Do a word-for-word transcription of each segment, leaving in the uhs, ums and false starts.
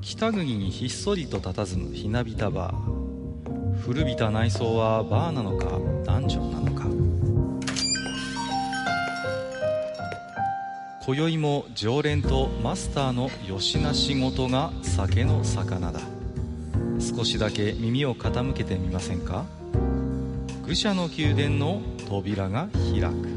北国にひっそりと佇むひなびたバー。古びた内装はバーなのかダンジョンなのか。今宵も常連とマスターのよしな仕事が酒の魚だ。少しだけ耳を傾けてみませんか。愚者の宮殿の扉が開く。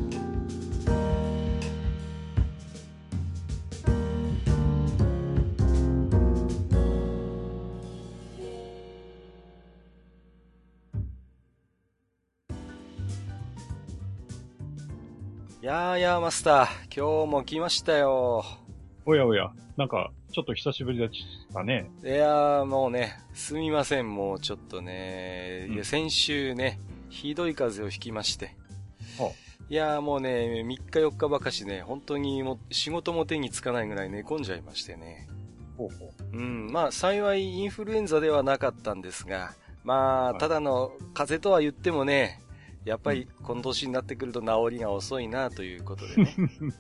いやーやーマスター、今日も来ましたよ。 おやおや、なんか、ちょっと久しぶりでしたね。 いやーもうね、すみません、もうちょっとね、うん、いや先週ね、ひどい風邪をひきまして。いやーもうね、みっかよっかばかしね、本当にもう仕事も手につかないぐらい寝込んじゃいましてね。 ほうほう。 うん、まあ幸いインフルエンザではなかったんですが、まあ、ただの風邪とは言ってもね、やっぱりこの年になってくると治りが遅いなということでね。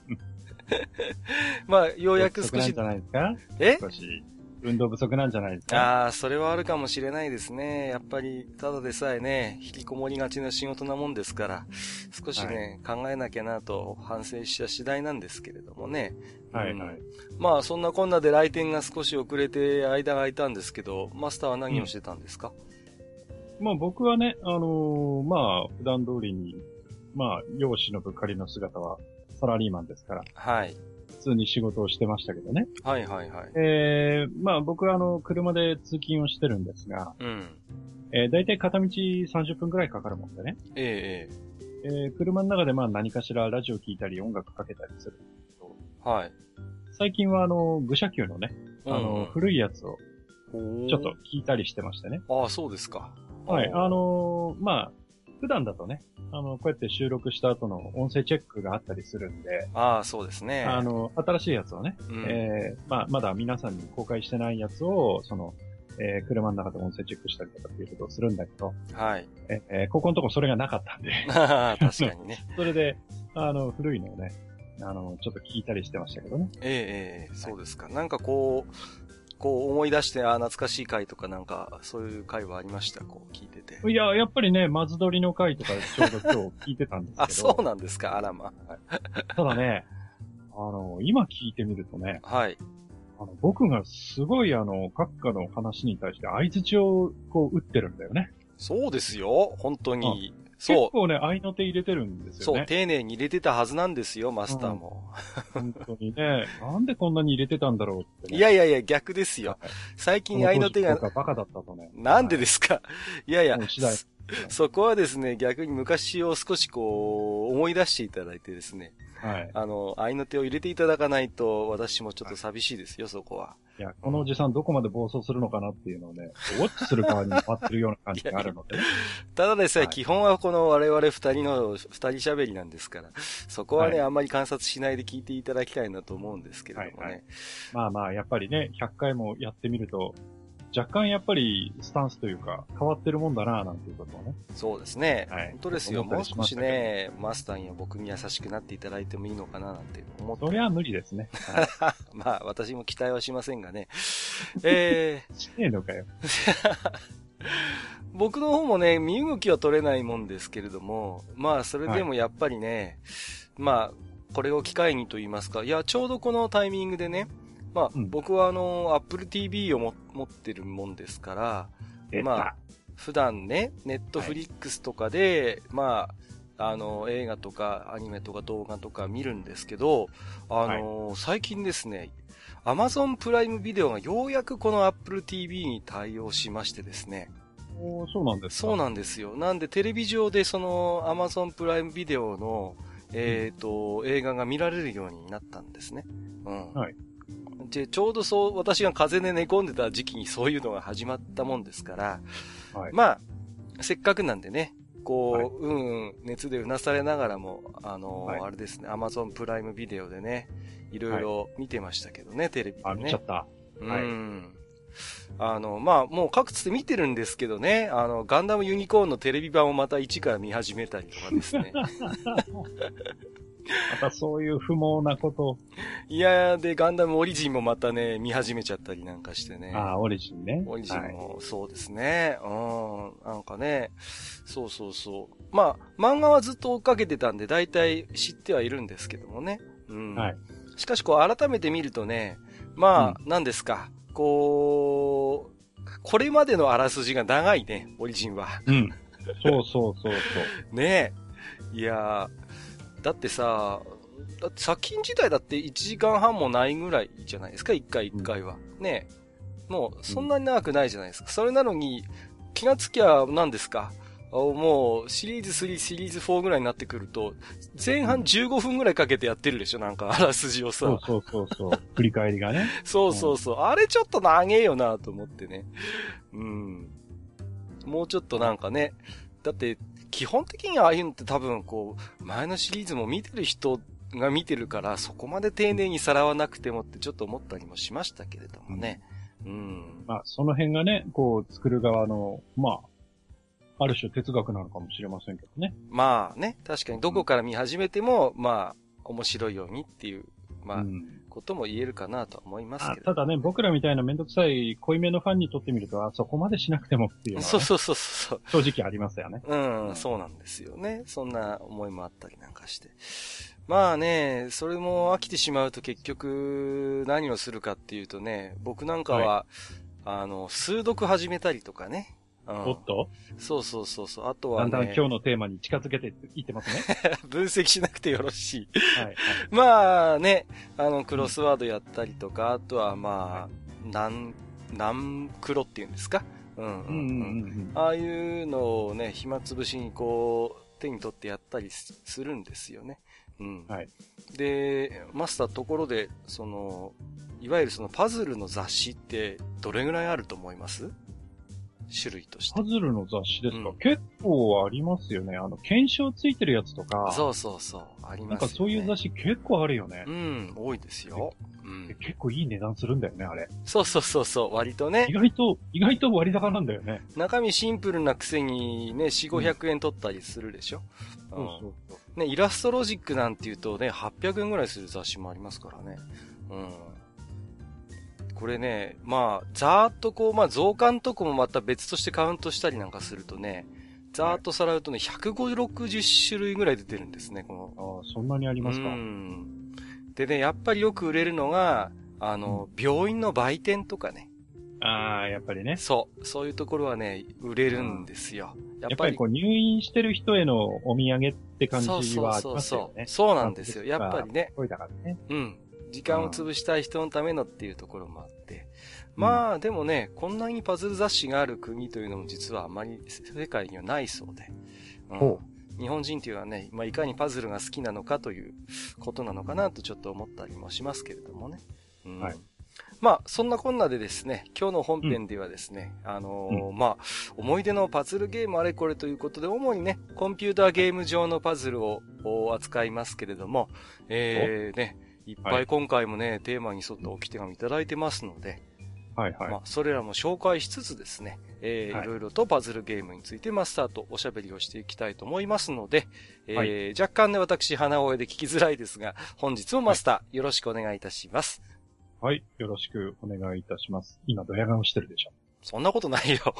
まあ、ようやく少し。 不足なんじゃないですか？ え？ 少し運動不足なんじゃないですか？ ああ、それはあるかもしれないですね。やっぱり、ただでさえね、引きこもりがちな仕事なもんですから、少しね、はい、考えなきゃなと反省した次第なんですけれどもね。 はいはい。 うん、まあ、そんなこんなで来店が少し遅れて間が空いたんですけど、マスターは何をしてたんですか？ うん、まあ僕はね、あのー、まあ普段通りに、まあ容姿のぶっかりの姿はサラリーマンですから。 はい。 普通に仕事をしてましたけどね。 はいはいはい。 えー、まあ僕はあの、車で通勤をしてるんですが、 うん。 えー、だいたい片道さんじゅっぷんくらいかかるもんでね。 えええー、車の中でまあ何かしらラジオ聞いたり音楽かけたりするんですけど、はい。 最近はあの、愚者級のね、あの、うんうん、古いやつを、ちょっと聞いたりしてましてね。 ああ、そうですか。 はい、あのー、まあ、普段だとね、あの、こうやって収録した後の音声チェックがあったりするんで。 ああ、そうですね。 あの、新しいやつをね、うん、えー、まあ、まだ皆さんに公開してないやつを、その、えー、車の中で音声チェックしたりとかっていうことをするんだけど。 はい。 えー、ここのとこそれがなかったんで。 確かにね。 それで、あの、古いのをね、あの、ちょっと聞いたりしてましたけどね。 ええええ、そうですか。なんかこう、こう思い出して、あ、懐かしい回とかなんか、そういう回はありました、こう聞いてて。 いや、やっぱりね、松鳥の回とかちょうど今日聞いてたんですけど。 あ、そうなんですか、あらま。 ただね、あの、今聞いてみるとね、 はい。 あの、僕がすごいあの、閣下の話に対して相槌をこう打ってるんだよね。 そうですよ、本当に。 そう。結構ね、合いの手入れてるんですよね。 そう、丁寧に入れてたはずなんですよ、マスターも。 うん、本当にね、なんでこんなに入れてたんだろうって、ね。 いやいやいや、逆ですよ。はい、最近合いの手が。 僕がバカだったとね。 なんでですか、はい、いやいや、そこはですね、逆に昔を少しこう、思い出していただいてですね。はい。あの、合いの手を入れていただかないと、私もちょっと寂しいですよ、はい、そこは。 いや、このおじさんどこまで暴走するのかなっていうのをね、ウォッチする側に回ってるような感じがあるので、ね。 ただでさえ、はい、基本はこの我々二人の二人喋りなんですから、そこはね、はい、あんまり観察しないで聞いていただきたいなと思うんですけれどもね。はいはい、 まあまあ、やっぱりね、ひゃっかいもやってみると、若干やっぱりスタンスというか変わってるもんだなぁなんていうことをね。 そうですね。はい、本当ですよ。もう少しね、マスターには僕に優しくなっていただいてもいいのかななんて思って。 それは無理ですね。 はい、まあ私も期待はしませんがね。えー、しねえのかよ。 僕の方もね、身動きは取れないもんですけれども、まあそれでもやっぱりね、はい、まあこれを機会にと言いますか、いやちょうどこのタイミングでね、まあ、うん、僕はあの、Apple ティーブイ をも持ってるもんですから、まあ、普段ね、ネットフリックスとかで、はい、まあ、あの、映画とかアニメとか動画とか見るんですけど、あの、はい、最近ですね、Amazon プライムビデオがようやくこの Apple ティーブイ に対応しましてですね。 おー、そうなんですか？ そうなんですよ。なんでテレビ上でその Amazon プライムビデオの、えっと、うん、映画が見られるようになったんですね。うん。はい。で、ちょうどそう、私が風邪で寝込んでた時期にそういうのが始まったもんですから、はい、まあ、せっかくなんでね、こう、はい、うん、熱でうなされながらも、あのーはい、あれですね、Amazon プライムビデオでね、いろいろ見てましたけどね、はい、テレビでね。 あ、見ちゃった。 うん。はい、あの、まあ、もう各地で見てるんですけどね、あの、ガンダムユニコーンのテレビ版をまた一から見始めたりとかですね。 またそういう不毛なこと。 いやで、ガンダムオリジンもまたね、見始めちゃったりなんかしてね。 ああ、オリジンね。 オリジンも、そうですね。はい、うん。なんかね、そうそうそう。まあ、漫画はずっと追っかけてたんで、大体知ってはいるんですけどもね。うん。はい。しかし、こう、改めて見るとね、まあ、うん、何ですか。こう、これまでのあらすじが長いね、オリジンは。 うん。そうそうそうそう。 ねえ。いやー、だってさ、だって作品自体だっていちじかんはんもないぐらいじゃないですか、いっかいいっかいは。うん、ねえ。もう、そんなに長くないじゃないですか。それなのに、気がつきゃ何ですか。もう、シリーズスリー、シリーズフォーぐらいになってくると、前半じゅうごふんぐらいかけてやってるでしょ、なんか、あらすじをさ。 そうそうそうそう。振り返りがね。 そうそうそう。うん、あれちょっと長えよなと思ってね。うん。もうちょっとなんかね。だって、基本的にああいうのって多分、こう、前のシリーズも見てる人が見てるから、そこまで丁寧にさらわなくてもってちょっと思ったりもしましたけれどもね。うん。うん、 まあ、その辺がね、こう、作る側の、まあ、ある種哲学なのかもしれませんけどね。 まあね、確かにどこから見始めても、まあ、面白いようにっていう、まあ、うん、ことも言えるかなとは思いますけど。 ただね、僕らみたいなめんどくさい濃いめのファンにとってみると、あそこまでしなくてもっていうのは、ね、 そうそうそうそう。 正直ありますよね。 うん、そうなんですよね。そんな思いもあったりなんかして。まあね、それも飽きてしまうと結局何をするかっていうとね、僕なんかは、はい、あの、数読始めたりとかね。 うん、おっとそうそうそうそう。あとはね。 だんだん今日のテーマに近づけていってますね。 分析しなくてよろしい。はい、はい。まあね、あの、クロスワードやったりとか、うん、あとはまあ、なん、なんクロっていうんですか。うんうんうん。ああいうのをね、暇つぶしにこう、手に取ってやったりするんですよね。うん。はい。で、マスターところで、その、いわゆるそのパズルの雑誌ってどれぐらいあると思います？種類として。 パズルの雑誌ですか、うん、結構ありますよね。あの、検証ついてるやつとか。 そうそうそう。ありますよね。 なんかそういう雑誌結構あるよね。 うん、多いですよ。 うん、結構いい値段するんだよね、あれ。 そうそうそうそう、割とね。 意外と、意外と割高なんだよね。 中身シンプルなくせにね、よん、ごひゃくえん取ったりするでしょ。うん、そうそうそう。ね、イラストロジックなんて言うとね、はっぴゃくえんぐらいする雑誌もありますからね。うん。これね、まあ、ざーっとこう、まあ、増刊とこもまた別としてカウントしたりなんかするとね、ざーっとさらうとね、ひゃくごじゅう、ろくじゅっ種類ぐらい出てるんですね、この。ああ、そんなにありますか。うん。でね、やっぱりよく売れるのが、あの、うん、病院の売店とかね。 ああ、やっぱりね。 そう。そういうところはね、売れるんですよ。 やっぱり、やっぱりこう入院してる人へのお土産って感じはありますよね。そうそうそう。 そうなんですよ。やっぱりね。 そうだからね。 うん。時間を潰したい人のためのっていうところもあって。まあ、でもね、こんなにパズル雑誌がある国というのも実はあまり世界にはないそうで。うん、日本人というのはね、まあ、いかにパズルが好きなのかということなのかなとちょっと思ったりもしますけれどもね。うん、はい。まあ、そんなこんなでですね、今日の本編ではですね、うん、あのーうん、まあ、思い出のパズルゲームあれこれということで、主にね、コンピューターゲーム上のパズルを扱いますけれども、えー、ね、いっぱい今回もね、はい、テーマに沿った置き手紙いただいてますので、 はいはい。 まあ、それらも紹介しつつですね、えーはい、いろいろとパズルゲームについてマスターとおしゃべりをしていきたいと思いますので、えーはい、若干ね、私、鼻声で聞きづらいですが、本日もマスター、はい、よろしくお願いいたします。 はい、よろしくお願いいたします。今、ドヤ顔してるでしょ。 そんなことないよ。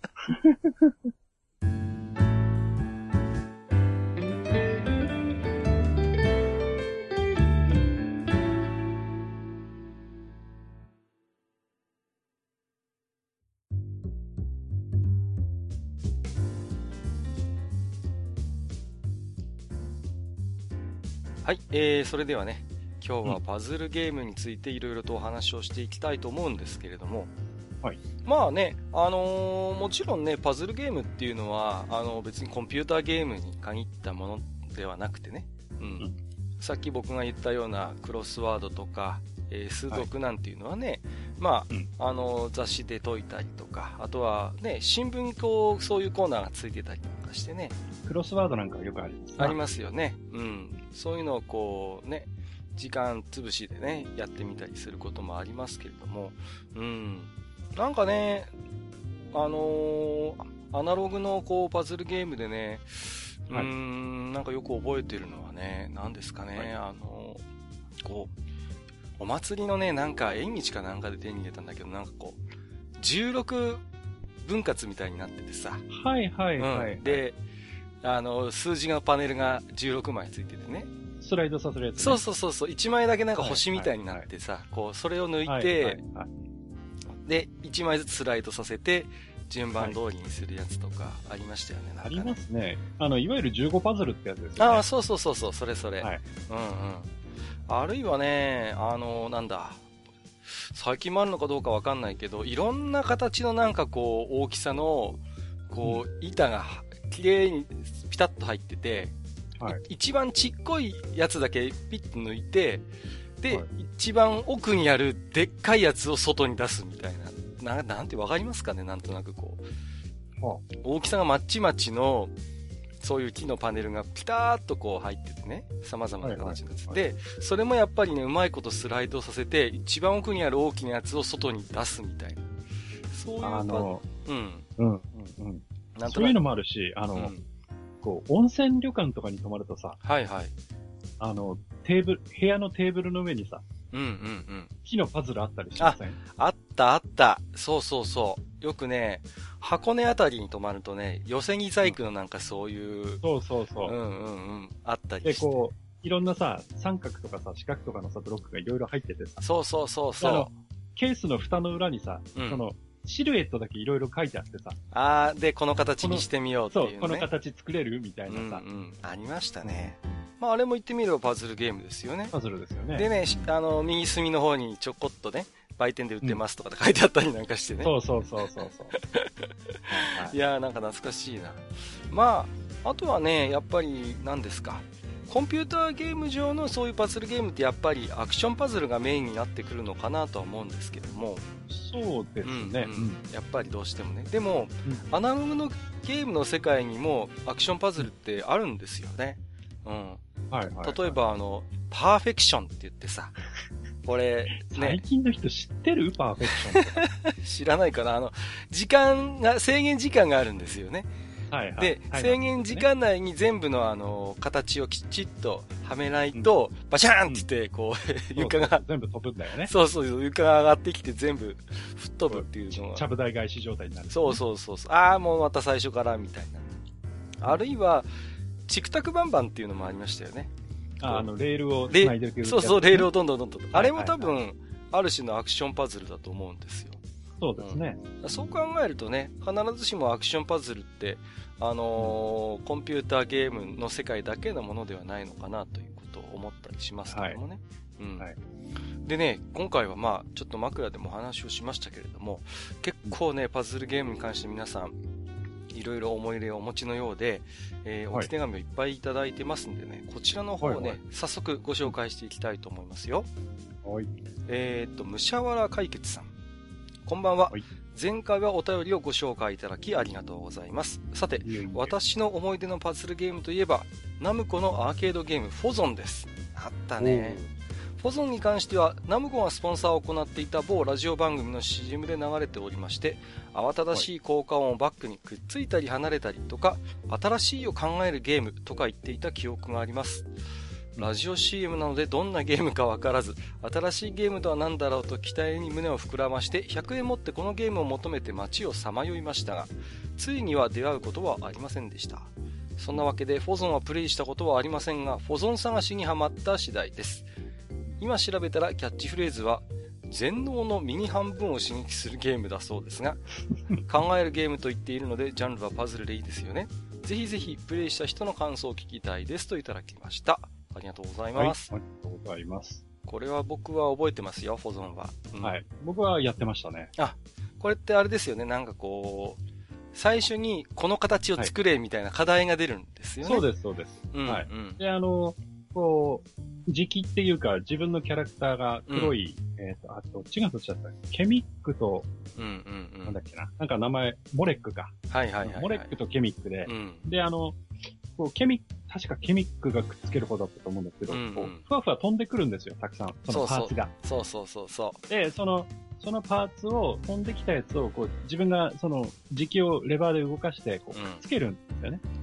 はい、えー、それではね、今日はパズルゲームについていろいろとお話をしていきたいと思うんですけれども、はい。まあね、あのー、もちろんね、パズルゲームっていうのは、あのー、別にコンピューターゲームに限ったものではなくてね、うん。うん、さっき僕が言ったようなクロスワードとか、えー、数読なんていうのはね、はい、まあ、うん、あのー、雑誌で解いたりとか、あとはね、新聞にこう、そういうコーナーがついてたりなんかしてね。 クロスワードなんかよくありますね。 ありますよね。うん。そういうのをこう、ね、時間潰しでね、やってみたりすることもありますけれども、うん。なんかね、あのー、アナログのこうパズルゲームでね、 うーん、なんかよく覚えてるのはね、何ですかね、はい、あの、こう、お祭りのね、なんか縁日かなんかで手に入れたんだけど、なんかこう、じゅうろく分割みたいになっててさ。 はいはいはい。 うん、で、あの、数字のパネルがじゅうろくまいついててね。 スライドさせるやつ、ね。 そうそうそうそう。いちまいだけなんか星みたいになってさ、はいはいはい、こう、それを抜いて、はいはいはい、で、いちまいずつスライドさせて、順番通りにするやつとかありましたよね。 はい、ありますね。あの、いわゆるじゅうごパズルってやつですよね。 ああ、そうそうそうそう、それそれ。はい。うんうん。あるいはね、あの、なんだ。最近もあるのかどうかわかんないけど、いろんな形のなんかこう、大きさの、こう、板が綺麗にピタッと入ってて、はい、一番ちっこいやつだけピッと抜いて、で、はい、一番奥にあるでっかいやつを外に出すみたいな。な、なんてわかりますかね、なんとなくこう。はあ、大きさがまちまちの、そういう木のパネルがピターッとこう入っててね、様々な形のやつ、はいはいはい、で、それもやっぱりね、うまいことスライドさせて、一番奥にある大きなやつを外に出すみたいな。そういうあの、 うん。 うん、うん、うん。なんとそういうのもあるし、あの、うん、こう、温泉旅館とかに泊まるとさ、 はいはい。 あの、テーブル、部屋のテーブルの上にさ、 うんうんうん。 木のパズルあったりしません？ あ、あったあった。そうそうそう。よくね、箱根あたりに泊まるとね、寄せ木細工のなんかそういう、うん。 そうそうそう。 うんうんうん。あったりして。 で、こう、いろんなさ、三角とかさ、四角とかのさ、ブロックがいろいろ入っててさ。 そうそうそうそう。 あの、ケースの蓋の裏にさ、うん、その、シルエットだけいろいろ書いてあってさ。 あー、で、この形にしてみようっていうね。 そう、この形作れるみたいなさ。 うんうん。ありましたね。まあ、あれも言ってみればパズルゲームですよね。 パズルですよね。 でね、あの、右隅の方にちょこっとね、売店で売ってますとかって書いてあったりなんかしてね。 そうそうそうそうそう。 はい、いやーなんか懐かしいな。まあ、あとはね、やっぱり何ですか。コンピューターゲーム上のそういうパズルゲームってやっぱりアクションパズルがメインになってくるのかなとは思うんですけども。 そうですね。うんうん、 やっぱりどうしてもね。でも、うん、アナログのゲームの世界にもアクションパズルってあるんですよね。うん。 はいはいはい、 例えばあの、パーフェクションって言ってさ、これ、ね。 最近の人知ってる？パーフェクション。知らないかな。あの、時間が、制限時間があるんですよね。 はいはい。 で、はい、制限時間内に全部のあの、形をきちっとはめないと、うん、バシャーンって言って、こう、うん、床がそうそう、全部飛ぶんだよね。 そうそう、床が上がってきて全部吹っ飛ぶっていうのが。 ちゃぶ台返し状態になる、ね。 そうそうそう。ああ、もうまた最初から、みたいな。あるいは、チクタクバンバンっていうのもありましたよね。 あ、あの、レールを繋いでるけど、ね、 そうそう、レールをどんどんどんどん。あれも多分、はいはいはい、ある種のアクションパズルだと思うんですよ。 そうですね、 うん。そう考えるとね、必ずしもアクションパズルって、あのーうん、コンピューターゲームの世界だけのものではないのかなということを思ったりしますけどもね。はい、うんはい、でね、今回はまあ、ちょっと枕でも話をしましたけれども、結構ね、パズルゲームに関して皆さん、いろいろ思い入れをお持ちのようで、えー、置き手紙をいっぱいいただいてますんでね、こちらの方をね、はいはい、早速ご紹介していきたいと思いますよ。 はい。 えーっと、むしゃわら解決さん。こんばんは。はい、前回はお便りをご紹介いただきありがとうございます。さて、いえいえ私の思い出のパズルゲームといえば、ナムコのアーケードゲームフォゾンです。あったね。フォゾンに関しては、ナムコがスポンサーを行っていた某ラジオ番組の シーエム で流れておりまして、慌ただしい効果音をバックにくっついたり離れたりとか、新しいを考えるゲームとか言っていた記憶があります。ラジオ シーエム なのでどんなゲームかわからず、新しいゲームとは何だろうと期待に胸を膨らましてひゃくえん持ってこのゲームを求めて街をさまよいましたが、ついには出会うことはありませんでした。そんなわけでフォゾンはプレイしたことはありませんが、フォゾン探しにハマった次第です。今調べたらキャッチフレーズは全脳の右半分を刺激するゲームだそうですが、考えるゲームと言っているのでジャンルはパズルでいいですよね。ぜひぜひプレイした人の感想を聞きたいですといただきました。ありがとうございます。 はい、ありがとうございます。 これは僕は覚えてますよ、フォゾンは、 うん。はい。僕はやってましたね。 あ、これってあれですよね、なんかこう、最初にこの形を作れみたいな課題が出るんですよね。 はい、そうです、そうです。 うん、 はい、 うん。 で、あの、こう、時期っていうか自分のキャラクターが黒い、うん、えっ、ー、と、あと、違うどっちだったっけケミックと、 うんうんうん。 なんだっけな。なんか名前、モレックか。 はいはいはい、はい。 モレックとケミックで、 うん、 で、あの、こう、ケミック、確かケミックがくっつける方だったと思うんですけど、うんうん、こうふわふわ飛んでくるんですよ、たくさん。そのパーツが。 そうそうそうそう。 で、その、そのパーツを、飛んできたやつを、こう、自分が、その、磁気をレバーで動かして、こう、くっつけるんですよね。 うん、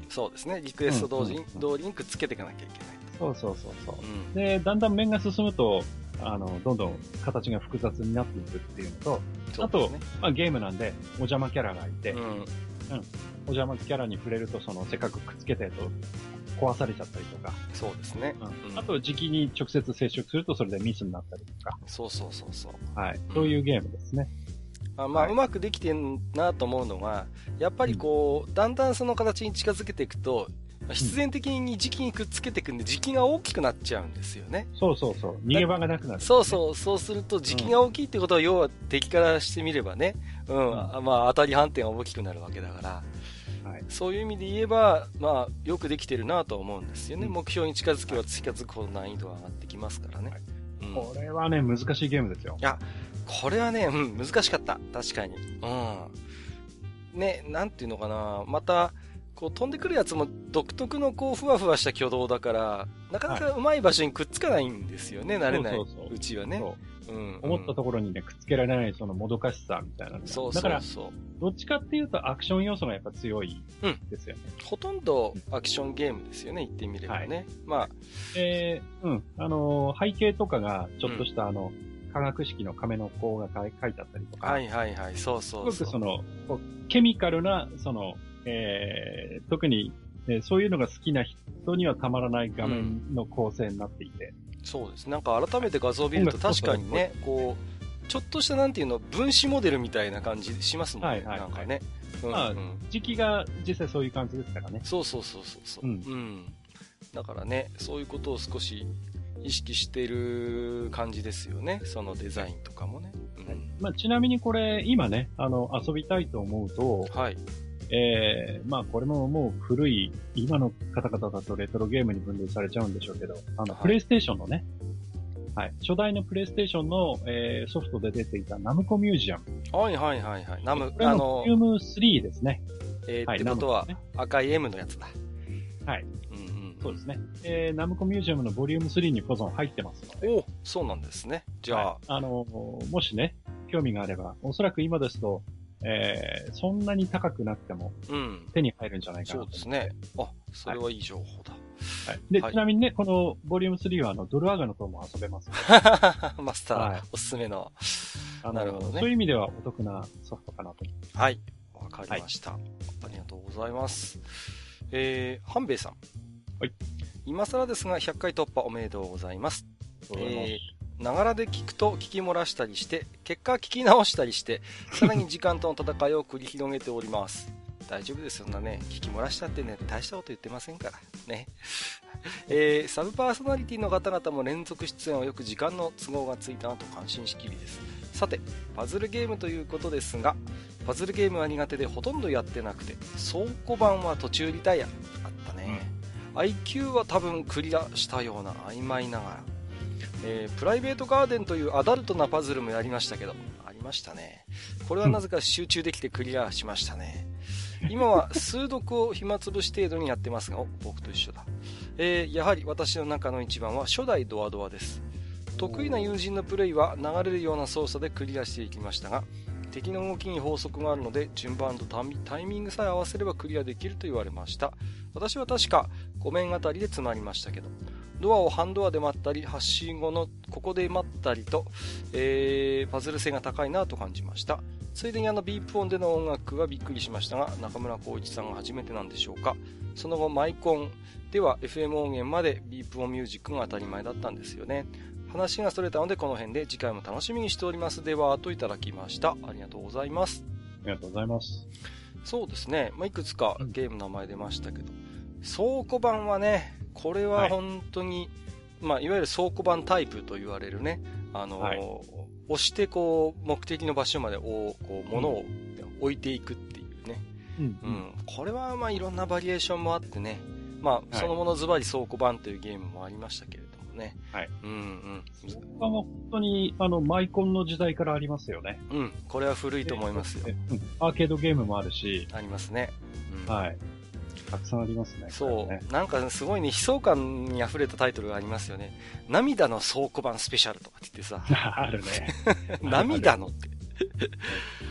そうですね。リクエスト同時に、うんうんうん、通りにくっつけていかなきゃいけない。 そうそうそうそう、うん。で、だんだん面が進むと、あの、どんどん形が複雑になっていくっていうのと、ね、あと、まあ、ゲームなんで、お邪魔キャラがいて、うん、うん。お邪魔キャラに触れると、その、せっかくくっつけたやつを壊されちゃったりとか。 そうですね。 うん。あと、時期に直接接触すると、それでミスになったりとか。 そうそうそうそう。 はい。そういうゲームですね。 あまあ、はい、うまくできてんなと思うのが、やっぱりこう、うん、だんだんその形に近づけていくと、必然的に時期にくっつけていくんで、時期が大きくなっちゃうんですよね。 そうそうそう。逃げ場がなくなる、ね。 そうそう。そうすると、時期が大きいってことは、要は敵からしてみればね、うん、うん、まあ、当たり判定が大きくなるわけだから、はい、そういう意味で言えば、まあ、よくできてるなと思うんですよね。うん、目標に近づけば近づくほど難易度が上がってきますからね。はいうん、これはね、難しいゲームですよ。 いや、これはね、うん、難しかった。確かに。うん。ね、なんていうのかな、また、こう飛んでくるやつも独特のこうふわふわした挙動だから、なかなかうまい場所にくっつかないんですよね、はい、慣れないうちはね。そうそううんうん、思ったところにね、くっつけられないそのもどかしさみたいなのが。そうそうそう。だから、どっちかっていうとアクション要素がやっぱ強いですよね。 うん、ほとんどアクションゲームですよね、言ってみればね。はい、まあ。 えー、うん。あのー、背景とかがちょっとしたあの、うん、化学式の亀の甲が書いてあったりとか。 はいはいはい、そうそうそう。 すごくその、こうケミカルな、その、えー、特に、えー、そういうのが好きな人にはたまらない画面の構成になっていて、 うん、そうですなんか改めて画像を見ると確かにねこうちょっとしたなんていうの分子モデルみたいな感じしますもんね、はいはいはい、なんかね、 うんうん、まあ時期が実際そういう感じですからね。 そうそうそうそうそう、うんうん、だからねそういうことを少し意識している感じですよね、そのデザインとかもね、うんはいまあ、ちなみにこれ今ねあの遊びたいと思うと、はいえー、まあこれももう古い、今の方々だとレトロゲームに分類されちゃうんでしょうけど、あの、はい、プレイステーションのね、はい、初代のプレイステーションの、えー、ソフトで出ていたナムコミュージアム。 はいはいはいはい。ナム、 あの、ボリュームスリーですね。 えー、はい、ってことは、ね、赤い M のやつだ。 はい。うんうん、そうですね。えー、ナムコミュージアムのボリュームスリーに保存入ってますので。 おそうなんですね。じゃあ、はい、 あの、もしね、興味があれば、おそらく今ですと、えー、そんなに高くなくても手に入るんじゃないかな、 うん、そうですね。あ、それはいい情報だ。 はい、で、はい、ちなみにね、このボリュームスリーはあのドルアガノとも遊べます、ね。 マスター、はい、おすすめの。なるほどね。 そういう意味ではお得なソフトかなと。 はい。わかりました、はい。ありがとうございます。えー、半兵衛さん。 はい。 今更ですがひゃっかい突破おめでとうございます。えーながらで聞くと聞き漏らしたりして結果聞き直したりしてさらに時間との戦いを繰り広げております。大丈夫ですよそんなね聞き漏らしたってね大したこと言ってませんからね、えー、サブパーソナリティの方々も連続出演はよく時間の都合がついたなと感心しきりです。さてパズルゲームということですがパズルゲームは苦手でほとんどやってなくて倉庫版は途中リタイアあったね、うん、アイキュー は多分クリアしたような曖昧ながらえー、プライベートガーデンというアダルトなパズルもやりましたけどありましたね。これはなぜか集中できてクリアしましたね。今は数読を暇つぶし程度にやってますがお僕と一緒だ、えー、やはり私の中の一番は初代ドアドアです。得意な友人のプレイは流れるような操作でクリアしていきましたが敵の動きに法則があるので順番とタイミングさえ合わせればクリアできると言われました。私は確かご面あたりで詰まりましたけどドアを半ドアで待ったり発信後のここで待ったりと、えー、パズル性が高いなと感じました。ついでにあのビープ音での音楽はびっくりしましたが中村浩一さんが初めてなんでしょうか。その後マイコンでは エフエム 音源までビープ音ミュージックが当たり前だったんですよね。話がそれたのでこの辺で次回も楽しみにしております。ではといただきました。ありがとうございます。 ありがとうございます。 そうですね、まあ、いくつかゲームの名前出ましたけど、倉庫版はねこれは本当に、はいまあ、いわゆる倉庫版タイプと言われるね、あのーはい、押してこう目的の場所までこう物を置いていくっていうね、うんうん、これはまあいろんなバリエーションもあってね、まあ、そのものズバリ倉庫版というゲームもありましたけれどもね、はい、うんうん、 倉庫版は本当にあのマイコンの時代からありますよね。 うん、これは古いと思いますよ。 うん、アーケードゲームもあるし、 ありますね。 うん、はい。たくさんありますね。 そう、 ね、 なんかすごいね悲壮感に溢れたタイトルがありますよね。涙の倉庫版スペシャルとかって言ってさあるね涙のって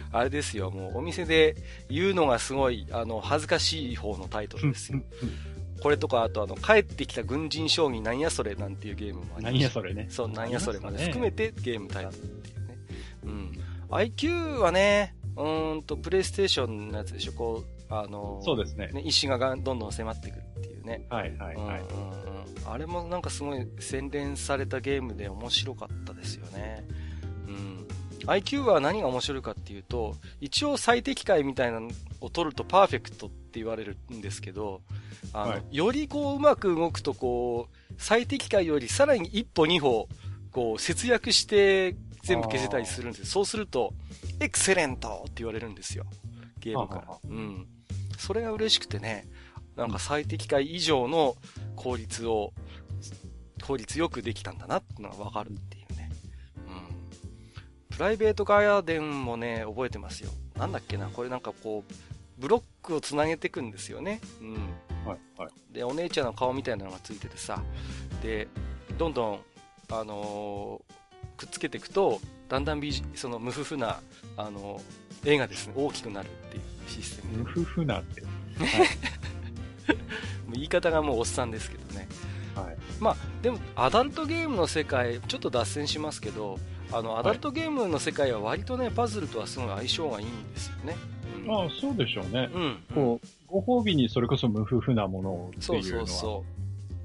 あれですよ、もうお店で言うのがすごい、あの、恥ずかしい方のタイトルですよ。これとか、あとあの、帰ってきた軍人将棋なんやそれなんていうゲームもあります。 なんやそれね。 そう、なんやそれまで含めてゲームタイトルっていうね。うん。アイキュー はね、うーんと、プレイステーションのやつでしょ、こう、あのー、 そうですね。 ね、石がどんどん迫ってくるっていうね。 はいはいはい。うんうんうん、 あれもなんかすごい洗練されたゲームで面白かったですよね。うん。アイキュー は何が面白いかっていうと、一応最適解みたいなのを取るとパーフェクトって言われるんですけど、あの、はい、よりこううまく動くとこう、最適解よりさらに一歩二歩、こう節約して全部消せたりするんですよ。そうすると、エクセレントって言われるんですよ。ゲームから。うん。それが嬉しくてね、なんか最適解以上の効率を、効率よくできたんだなってのがわかるっていうね。うん。プライベートガーデンもね、覚えてますよ。なんだっけな、これなんかこう、ブロックをつなげていくんですよね。うん。 はいはい。 で、お姉ちゃんの顔みたいなのがついててさ、で、どんどん、あのー、くっつけていくと、だんだんビジ、その無夫婦な、あのー、絵がですね、大きくなるっていうシステムで。 無夫婦なって。はい言い方がもうおっさんですけどね。 はい。 まあ、でも、アダルトゲームの世界、ちょっと脱線しますけど、あの、アダルトゲームの世界は割とね、パズルとはすごい相性がいいんですよね。 うん、ああ、そうでしょうね。 うん。 こう、ご褒美にそれこそ無夫婦なものをっていうのは。 そうそうそう。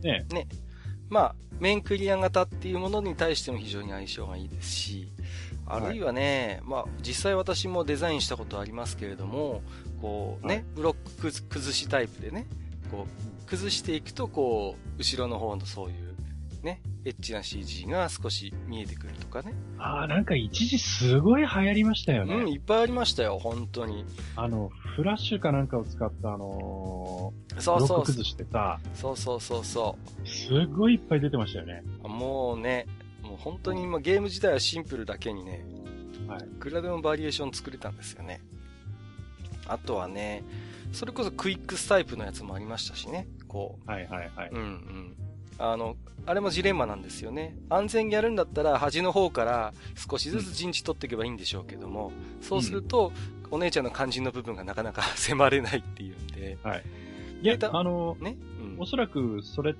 ね。 ね。まあ、メインクリア型っていうものに対しても非常に相性がいいですし、あるいはね、はい、まあ、実際私もデザインしたことありますけれども、こうね、はい、ブロック崩しタイプでね、こう、崩していくと、こう、後ろの方のそういう、ね、エッチな シージー が少し見えてくるとかね。 ああ、なんか一時すごい流行りましたよね。 うん、いっぱいありましたよ、本当に。 あの、フラッシュかなんかを使ったあのー、 そうそう。 ブロック崩してさ。 そうそうそうそう。 すごいいっぱい出てましたよね。 もうね、もう本当に今ゲーム自体はシンプルだけにね、はい。いくらでもバリエーション作れたんですよね。あとはね、それこそクイックスタイプのやつもありましたしね、こう。 はいはいはい。 うんうん。あの、あれもジレンマなんですよね。安全にやるんだったら端の方から少しずつ陣地取っていけばいいんでしょうけども、うん、そうすると、お姉ちゃんの肝心の部分がなかなか迫れないっていうんで。 はい。いや、あの、 ね、 うん、おそらくそれって、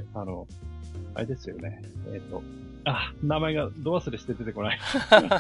あの、あれですよね。えっと、あ、名前がど忘れして出てこない。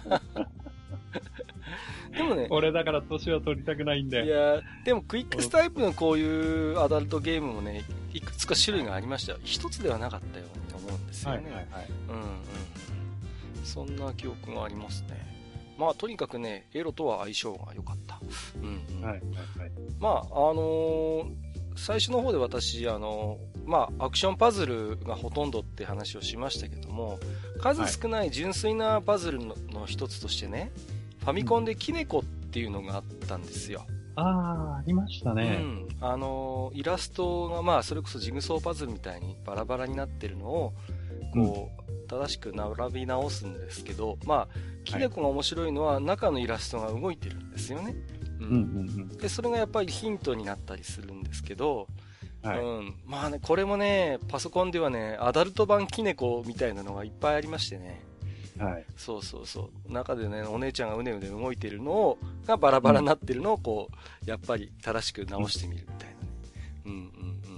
でもね。 俺だから年は取りたくないんで。 いやでもクイックスタイプのこういうアダルトゲームもね、いくつか種類がありましたよ。一つではなかったように思うんですよね。はいはいはい。うんうん。そんな記憶がありますね。まあとにかくね、エロとは相性が良かった。うんうん。はいはいはい。まあ、あのー、最初の方で私、あのー、まあ、アクションパズルがほとんどって話をしましたけども、数少ない純粋なパズル の,、の一つとしてね、ファミコンでキネコっていうのがあったんですよ。 うん、ああ、ありましたね。 うん。あのー、イラストがまあ、それこそジグソーパズルみたいにバラバラになってるのを、こう、うん、正しく並び直すんですけど、まあ、キネコが面白いのは中のイラストが動いてるんですよね。うん。うんうんうん、で、それがやっぱりヒントになったりするんですけど、はい、うん。まあね、これもね、パソコンではね、アダルト版キネコみたいなのがいっぱいありましてね。はい。そうそうそう。中でね、お姉ちゃんがうねうね動いてるのを、がバラバラになってるのを、こう、やっぱり正しく直してみるみたいなね。うんうんうん。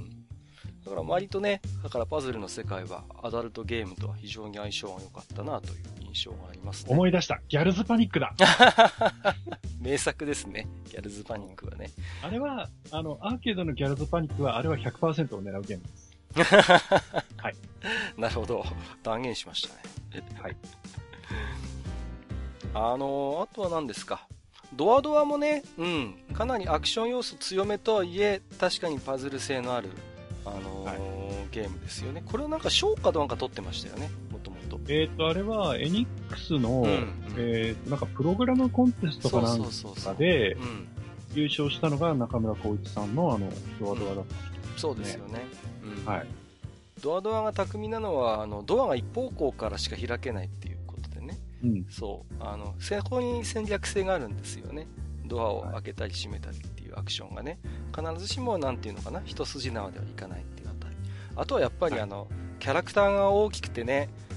だから割とね、だからパズルの世界はアダルトゲームとは非常に相性が良かったなという印象がありますね。 思い出した。ギャルズパニックだ。 名作ですね。ギャルズパニックはね。 あれは、あの、アーケードのギャルズパニックは、あれは ひゃくパーセント を狙うゲームです。はい。 なるほど。断言しましたね。 はい。 あのー、あとは何ですか。ドアドアもね、うん、かなりアクション要素強めとはいえ、確かにパズル性のある、あのーはい、ゲームですよね。これはなんか賞かどうか取ってましたよね、もともと。 えっ、ー、と、あれはエニックスの、うんうん、えー、なんかプログラムコンテストかなんかで、優勝したのが中村浩一さんのあの、ドアドアだった、ねうん。そうですよね。 うん、はい。 ドアドアが巧みなのは、あの、ドアが一方向からしか開けないっていうことでね。うん、そう。あの、そこに戦略性があるんですよね。ドアを開けたり閉めたりっていうアクションがね。必ずしも、なんていうのかな、一筋縄ではいかないっていうあたり。あとはやっぱりあの、はい、キャラクターが大きくてね、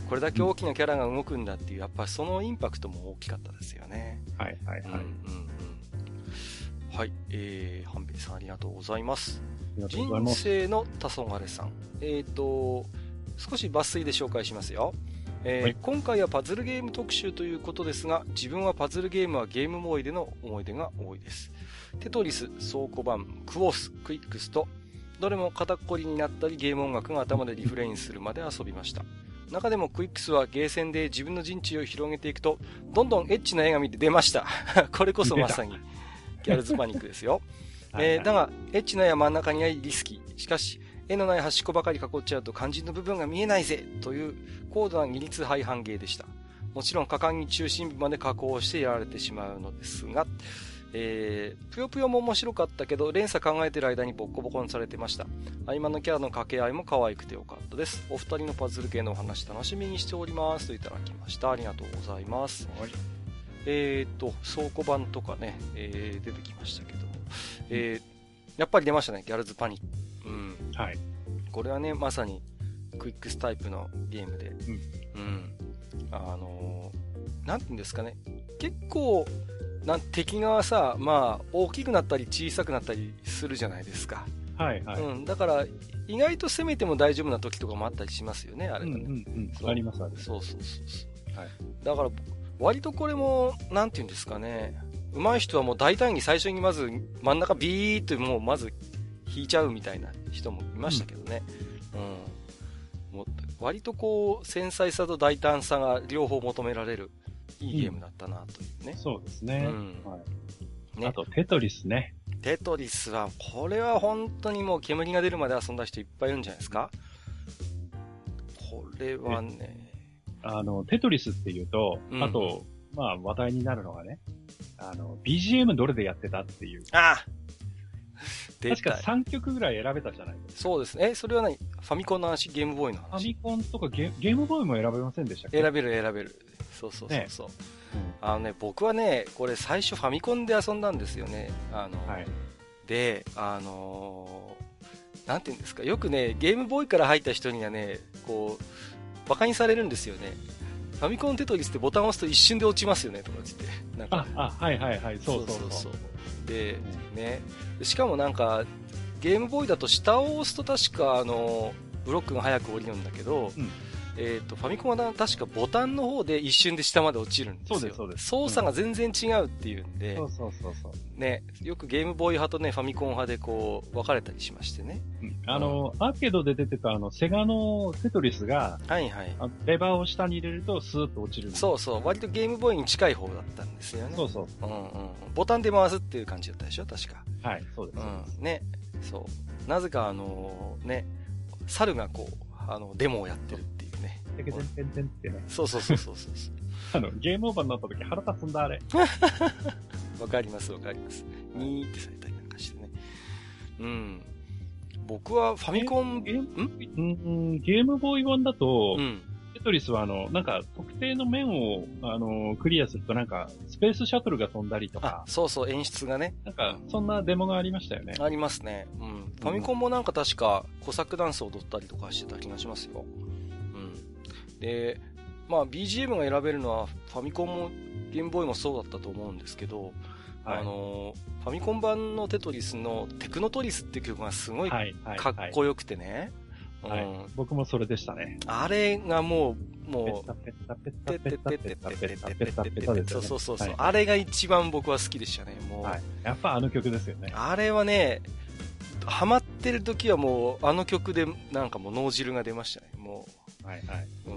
これだけ大きなキャラが動くんだっていう、やっぱりそのインパクトも大きかったですよね。 はいはいはい。うんうんうん、はい、えー、ハンベリさんありがとうございます。 人生の黄昏さん。えっと、少し抜粋で紹介しますよ。えーはい、今回はパズルゲーム特集ということですが、自分はパズルゲームはゲームボーイでの思い出が多いです。テトリス、倉庫版、クオース、クイックスと、どれも肩こりになったりゲーム音楽が頭でリフレインするまで遊びました。中でもクイックスはゲーセンで自分の陣地を広げていくと、どんどんエッチな絵が見て出ました。これこそまさにギャルズパニックですよ。えー、だが、エッチな絵は真ん中にありリスキー。しかし、絵のない端っこばかり囲っちゃうと肝心の部分が見えないぜという高度な二律背反芸でした。もちろん果敢に中心部まで加工してやられてしまうのですが、えー、ぷよぷよも面白かったけど連鎖考えてる間にボッコボコにされてました。合間のキャラの掛け合いも可愛くてよかったです。お二人のパズル系のお話楽しみにしておりますといただきました。ありがとうございます。はい、えーと倉庫版とかね、えー、出てきましたけども、えー、やっぱり出ましたね、ギャルズパニック。うん、はい。これはね、まさにクイックスタイプのゲームで、うん、うん、あのー、なんていうんですかね、結構なん敵がさ、まあ大きくなったり小さくなったりするじゃないですか。はいはい。うん、だから意外と攻めても大丈夫な時とかもあったりしますよね、あれがね。うんうんうん、ありますあります。そうそうそうそう。はい。だから割とこれもなんていうんですかね、上手い人はもう大胆に最初にまず真ん中ビーッともうまず引いちゃうみたいな人もいましたけどね。うん。うん、もう割とこう繊細さと大胆さが両方求められる。いいゲームだったなというね、うん。そうですね。うんはいね、あと、テトリスね。テトリスは、これは本当にもう煙が出るまで遊んだ人いっぱいいるんじゃないですか。これはね。あの、テトリスっていうと、うん、あと、まあ話題になるのがね、あの、ビージーエム どれでやってたっていう。ああ確かさんきょくぐらい選べたじゃないですか。そうですね。え、それは何？ファミコンの話、ゲームボーイの話？ファミコンとかゲ、ゲームボーイも選べませんでしたっけ？選べる選べる。そうそうそうそう、ねうん、あのね僕はねこれ最初ファミコンで遊んだんですよね。あの、はい、であのー、なんていうんですか、よくねゲームボーイから入った人にはねこうバカにされるんですよね。ファミコンテトリスってボタンを押すと一瞬で落ちますよねとか言ってなんかああはいはいはいそうそうそうそうで、うん、ねしかもなんかゲームボーイだと下を押すと確かあのブロックが早く降りるんだけど、うんえー、とファミコンは確かボタンの方で一瞬で下まで落ちるんですよ。そうですそうです。操作が全然違うっていうんで、うん、そうそうそうそうね、よくゲームボーイ派とねファミコン派でこう分かれたりしましてね。うん、あの、うん、アーケードで出てたあのセガのテトリスが、はいはい、レバーを下に入れるとスーッと落ちる。そうそう、割とゲームボーイに近い方だったんですよね。そうそう。うんうん、ボタンで回すっていう感じだったでしょ確か。はい、そうです。うん、ね、そう。なぜかあのー、ね、猿がこうあのデモをやってるっていう。てけてんてんてんってね。そうそうそうそうそう。あの、ゲームオーバーになった時腹立つんだ、あれ。わかりますわかります。にーってされたりなんかしてね。うん。僕はファミコン、ゲーム、んゲームボーイ版だと、うん、テトリスはあの、なんか特定の面を、あの、クリアするとなんか、スペースシャトルが飛んだりとか。そうそう、演出がね。なんか、そんなデモがありましたよね。ありますね。うん。ファミコンもなんか確か、コサックダンスを踊ったりとかしてた気がしますよ。で、まあ ビージーエム が選べるのはファミコンもゲームボーイもそうだったと思うんですけど、はい、あのファミコン版のテトリスのテクノトリスっていう曲がすごいかっこよくてね、はいはいはいうん、僕もそれでしたね。あれがもうもうペッタペッタペッタペッタペッタペッタペッタペッタペッタペッタそうそうそうそう、はい、あれが一番僕は好きでしたね。もう、はい、やっぱあの曲ですよね。あれはねハマってる時はもうあの曲でなんかもう脳汁が出ましたね。もうはいはい、うん、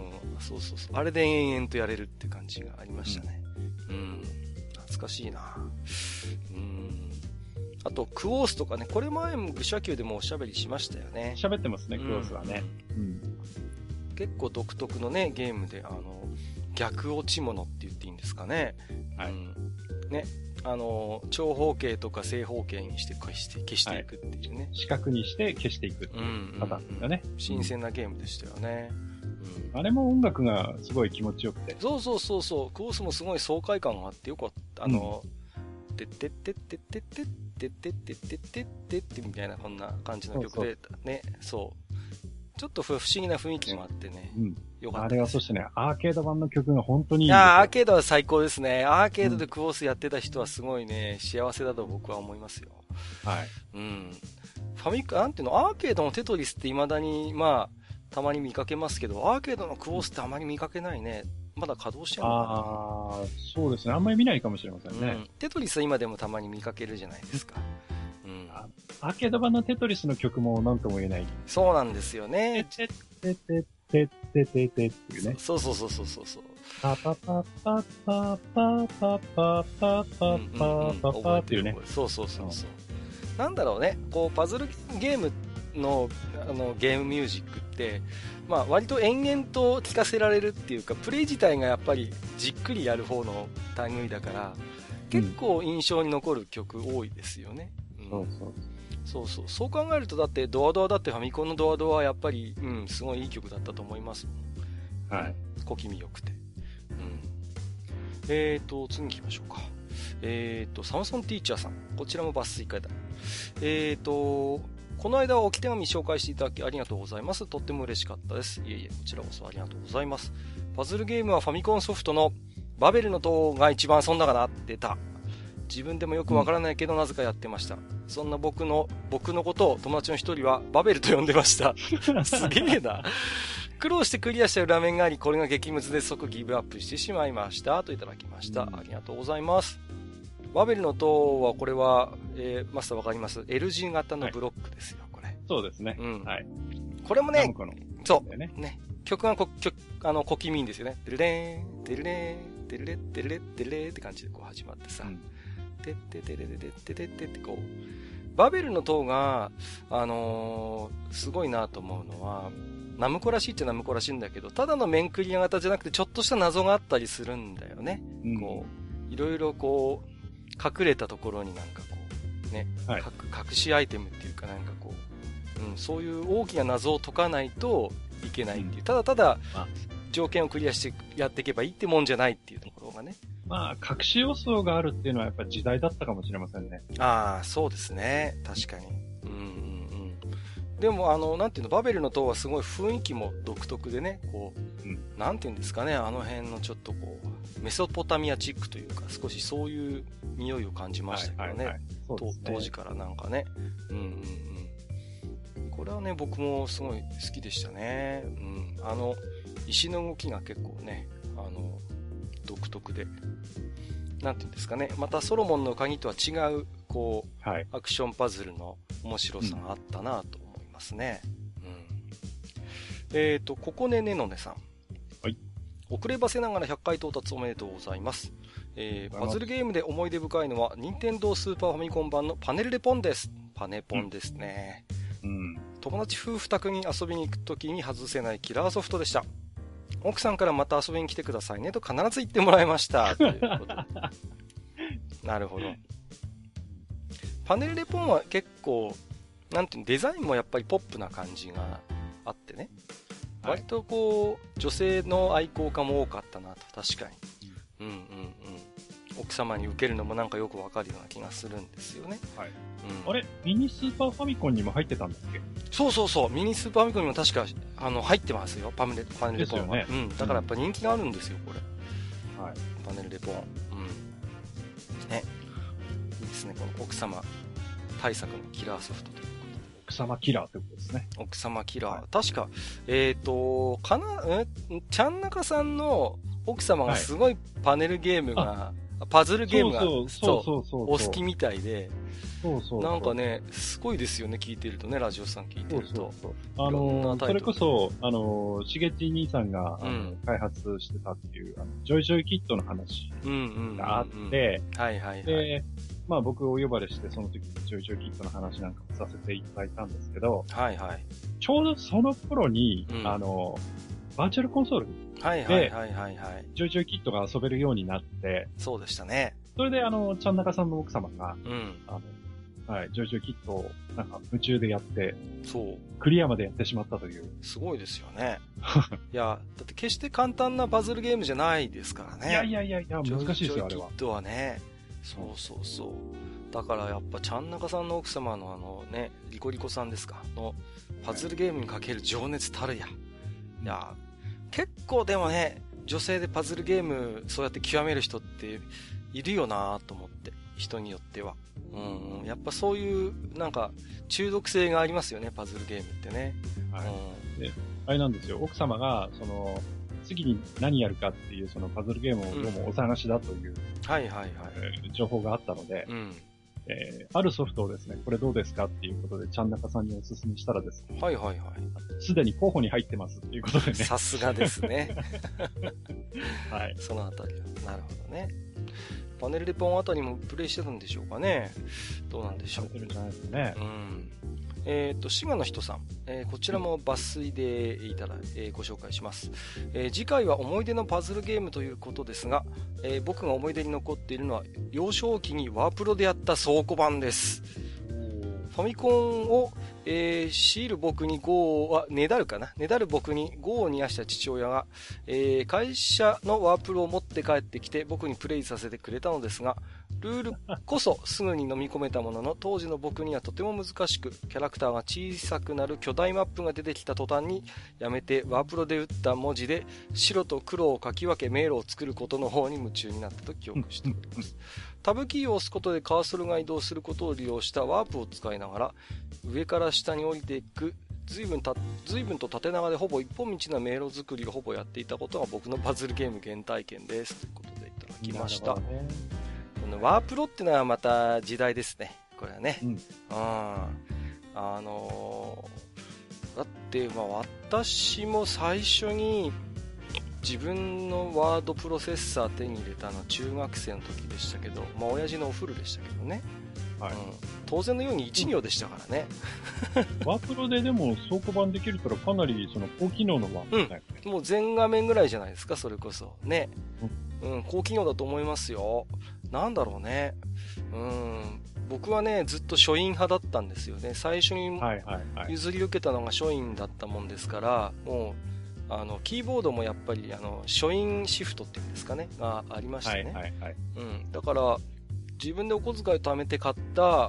そうそうそう、あれで延々とやれるって感じがありましたね。うん、うん、懐かしいな。うん、あとクオースとかね、これ前も愚者級でもおしゃべりしましたよね。しゃべってますね、クオースはね、うんうん、結構独特のねゲームで、あの逆落ち物って言っていいんですかね、はい、うん、ね、あの長方形とか正方形にして消して消していくっていうね、はい、四角にして消していくっていうパターンだね、うんうんうん、新鮮なゲームでしたよね、うん、あれも音楽がすごい気持ちよくて、そうそうそうそう、クオースもすごい爽快感があってよかった。あの、うん、てってってってってってってってってってってってってみたいなこんな感じの曲でね、そうちょっと不思議な雰囲気もあってね。 うん。 よかった。 あれはそしてね、アーケード版の曲が本当にいいんですよ。 いやアーケードは最高ですね。アーケードでクォースやってた人はすごいね、幸せだと僕は思いますよ。 はい。 うん。ファミコン、なんていうの、アーケードのテトリスって未だに、まあ、たまに見かけますけど、アーケードのクォースってあまり見かけないね。まだ稼働してるのかな。 ああ、そうですね。あんまり見ないかもしれませんね。うん、 テトリスは今でもたまに見かけるじゃないですか。うん。 アーケード版のテトリスの曲も何とも言えない。 そうなんですよね。 てててててててっていうね。 そうそうそうそうそうそう。 パパパパパパパパパパパパパっていうね。 そうそうそうそう。なんだろうね、こうパズルゲームのあのゲームミュージックって、まあ割と延々と聴かせられるっていうか、プレイ自体がやっぱりじっくりやる方の類だから、結構印象に残る曲多いですよね。うん、そうそうそうそうそう考えると、だってドアドアだってファミコンのドアドアはやっぱり、うん、すごいいい曲だったと思います。 はい。 小気味よくて。うん。えーと次に行きましょうか。えーとサムソンティーチャーさん、こちらも抜粋会だ。えーとこの間は置き手紙紹介していただきありがとうございます。とっても嬉しかったです。いえいえ、こちらこそありがとうございます。パズルゲームはファミコンソフトのバベルの塔が一番遊んだかな。出た。自分でもよくわからないけど、なぜかやってました。そんな僕の僕のことを友達の一人はバベルと呼んでました。すげえな。苦労してクリアした裏面があり、これが激ムズで即ギブアップしてしまいましたといただきました。ありがとうございます。バベルの塔はこれは、えー、マスターわかります？ L 字型のブロックですよ、これ。 そうですね。 うん。 はい。 これもね、そう。 ね。 ね。曲がこ、曲、あの、小気味いいんですよね。てるれーん、てるれーん、てるれ、てるれ、てるれって感じでこう始まってさ。うん、てっててれれれっててってってこう。バベルの塔が、あのー、すごいなと思うのは、ナムコらしいっちゃナムコらしいんだけど、ただの面クリア型じゃなくてちょっとした謎があったりするんだよね。うん、こう、いろいろこう、隠れたところになんかこう、ね、はい、隠しアイテムっていうかなんかこう、うん、そういう大きな謎を解かないといけないっていう、うん、ただただ条件をクリアしてやっていけばいいってもんじゃないっていうところがね。 まあ、隠し要素があるっていうのはやっぱり時代だったかもしれませんね。 ああ、そうですね。確かに。うんうんうん。でも、あの、なんていうの、バベルの塔はすごい雰囲気も独特でね、こう、うん、なんていうんですかね、あの辺のちょっとこう、メソポタミアチックというか、少しそういう匂いを感じましたけどね。はいはいはい、ね当時からなんかね。うんうんうん。これはね、僕もすごい好きでしたね。うん。あの、石の動きが結構ね、あの、独特で。なんていうんですかね、またソロモンの鍵とは違う、こう、はい、アクションパズルの面白さがあったなと思いますね。うん。えっと、ここねねのねさん。 はい。 遅ればせながらひゃっかい到達おめでとうございます。えー、パズルゲームで思い出深いのは、任天堂スーパーファミコン版のパネルレポンです。パネポンですね。 うん。 友達夫婦宅に遊びに行くときに外せないキラーソフトでした。奥さんからまた遊びに来てくださいねと必ず言ってもらいました。ということなるほど。パネルレポンは結構、なんていうの、デザインもやっぱりポップな感じがあってね。はい、割とこう、女性の愛好家も多かったなと、確かに。うんうんうん。奥様に受けるのもなんかよくわかるような気がするんですよね。 はい。うん、あれミニスーパーファミコンにも入ってたんだっけ？ そうそうそう。ミニスーパーファミコンにも確か、あの、入ってますよ。パネル、パネルレポンは。ね、うん。だからやっぱ人気があるんですよ、これ。 はい。 パネルレポン。うん。ね。いいですね、この奥様対策のキラーソフトということで。 奥様キラーってことですね。 奥様キラー。はい、確か、えっ、ー、と、かな、んちゃんなかさんの奥様がすごいパネルゲームが、はい、パズルゲームが、 そうそうそうそうお好きみたいで、 そうそうそうなんかね、すごいですよね、聞いてるとね、ラジオさん聞いてると。そうそうそうあのー、それこそ、あのー、しげち兄さんが、うん、開発してたっていう、あのジョイジョイキットの話があって、 はいはいはい。 で、まあ僕をお呼ばれして、その時にジョイジョイキットの話なんかもさせていただいたんですけど、 はいはい。 ちょうどその頃に、うん、あの、バーチャルコンソールで、 はいはいはいはいはい。 ジョイジョイキットが遊べるようになって、 そうでしたね。 それであの、ちゃんなかさんの奥様が、 うん。 あの、はい、ジョイジョイキットをなんか夢中でやって、 そう。 クリアまでやってしまったという。 すごいですよね。いや、だって決して簡単なパズルゲームじゃないですからね。 いやいやいやいや、難しいですよ、あれは。 ジョイジョイキットはね。そうそうそう。 だからやっぱちゃんなかさんの奥様のあのね、リコリコさんですかのパズルゲームにかける情熱たるや。いや、結構でもね、女性でパズルゲームそうやって極める人っているよなと思って、人によっては。うん、やっぱそういうなんか中毒性がありますよね、パズルゲームってね。 はい。うん、で、あれなんですよ、奥様がその次に何やるかっていうそのパズルゲームをどうもお探しだという、うん、 はいはいはい、 えー、情報があったので、 うん、 えー、あるソフトをですね、これどうですかっていうことでちゃんなかさんにお勧めしたらですね、 はいはいはい、 すでに候補に入ってますっていうことでね。 さすがですね。 はい。 そのあたりはなるほどね。パネルレポンあたりもプレイしてたんでしょうかね。どうなんでしょう。 されてるんじゃないですかね。 うん。えっと、滋賀の人さん、えー、こちらも抜粋でいただ、えー、ご紹介します、えー、次回は思い出のパズルゲームということですが、えー、僕が思い出に残っているのは幼少期にワープロでやった倉庫版です。ファミコンを、えー、強いる僕にゴーはねだるかなねだる僕にゴーを煮やした父親が、えー、会社のワープロを持って帰ってきて僕にプレイさせてくれたのですが、ルールこそすぐに飲み込めたものの、当時の僕にはとても難しく、キャラクターが小さくなる巨大マップが出てきた途端にやめて、ワープロで打った文字で白と黒を書き分け迷路を作ることの方に夢中になったと記憶しております。タブキーを押すことでカーソルが移動することを利用したワープを使いながら上から下に降りていく随分た随分と縦長でほぼ一本道な迷路作りをほぼやっていたことが僕のパズルゲーム原体験ですということでいただきました。このワープロってのはまた時代ですね、これはね。うん、あ, あのー、だってまあ私も最初に自分のワードプロセッサー手に入れたのは中学生の時でしたけど、まあ親父のお古でしたけどね、はい、うん、当然のようにいち行でしたからね、 うん、ワープロででも倉庫版できるからかなりその高機能のワープロだよね、 うん、もう全画面ぐらいじゃないですか、それこそね、うん、うん、高機能だと思いますよ。なんだろうね、うん、僕はねずっと書院派だったんですよね。最初に譲り受けたのが書院だったもんですから、もうあのキーボードもやっぱりあの書院シフトっていうんですかねがありましてね、はいはいはい、うん、だから自分でお小遣いを貯めて買った、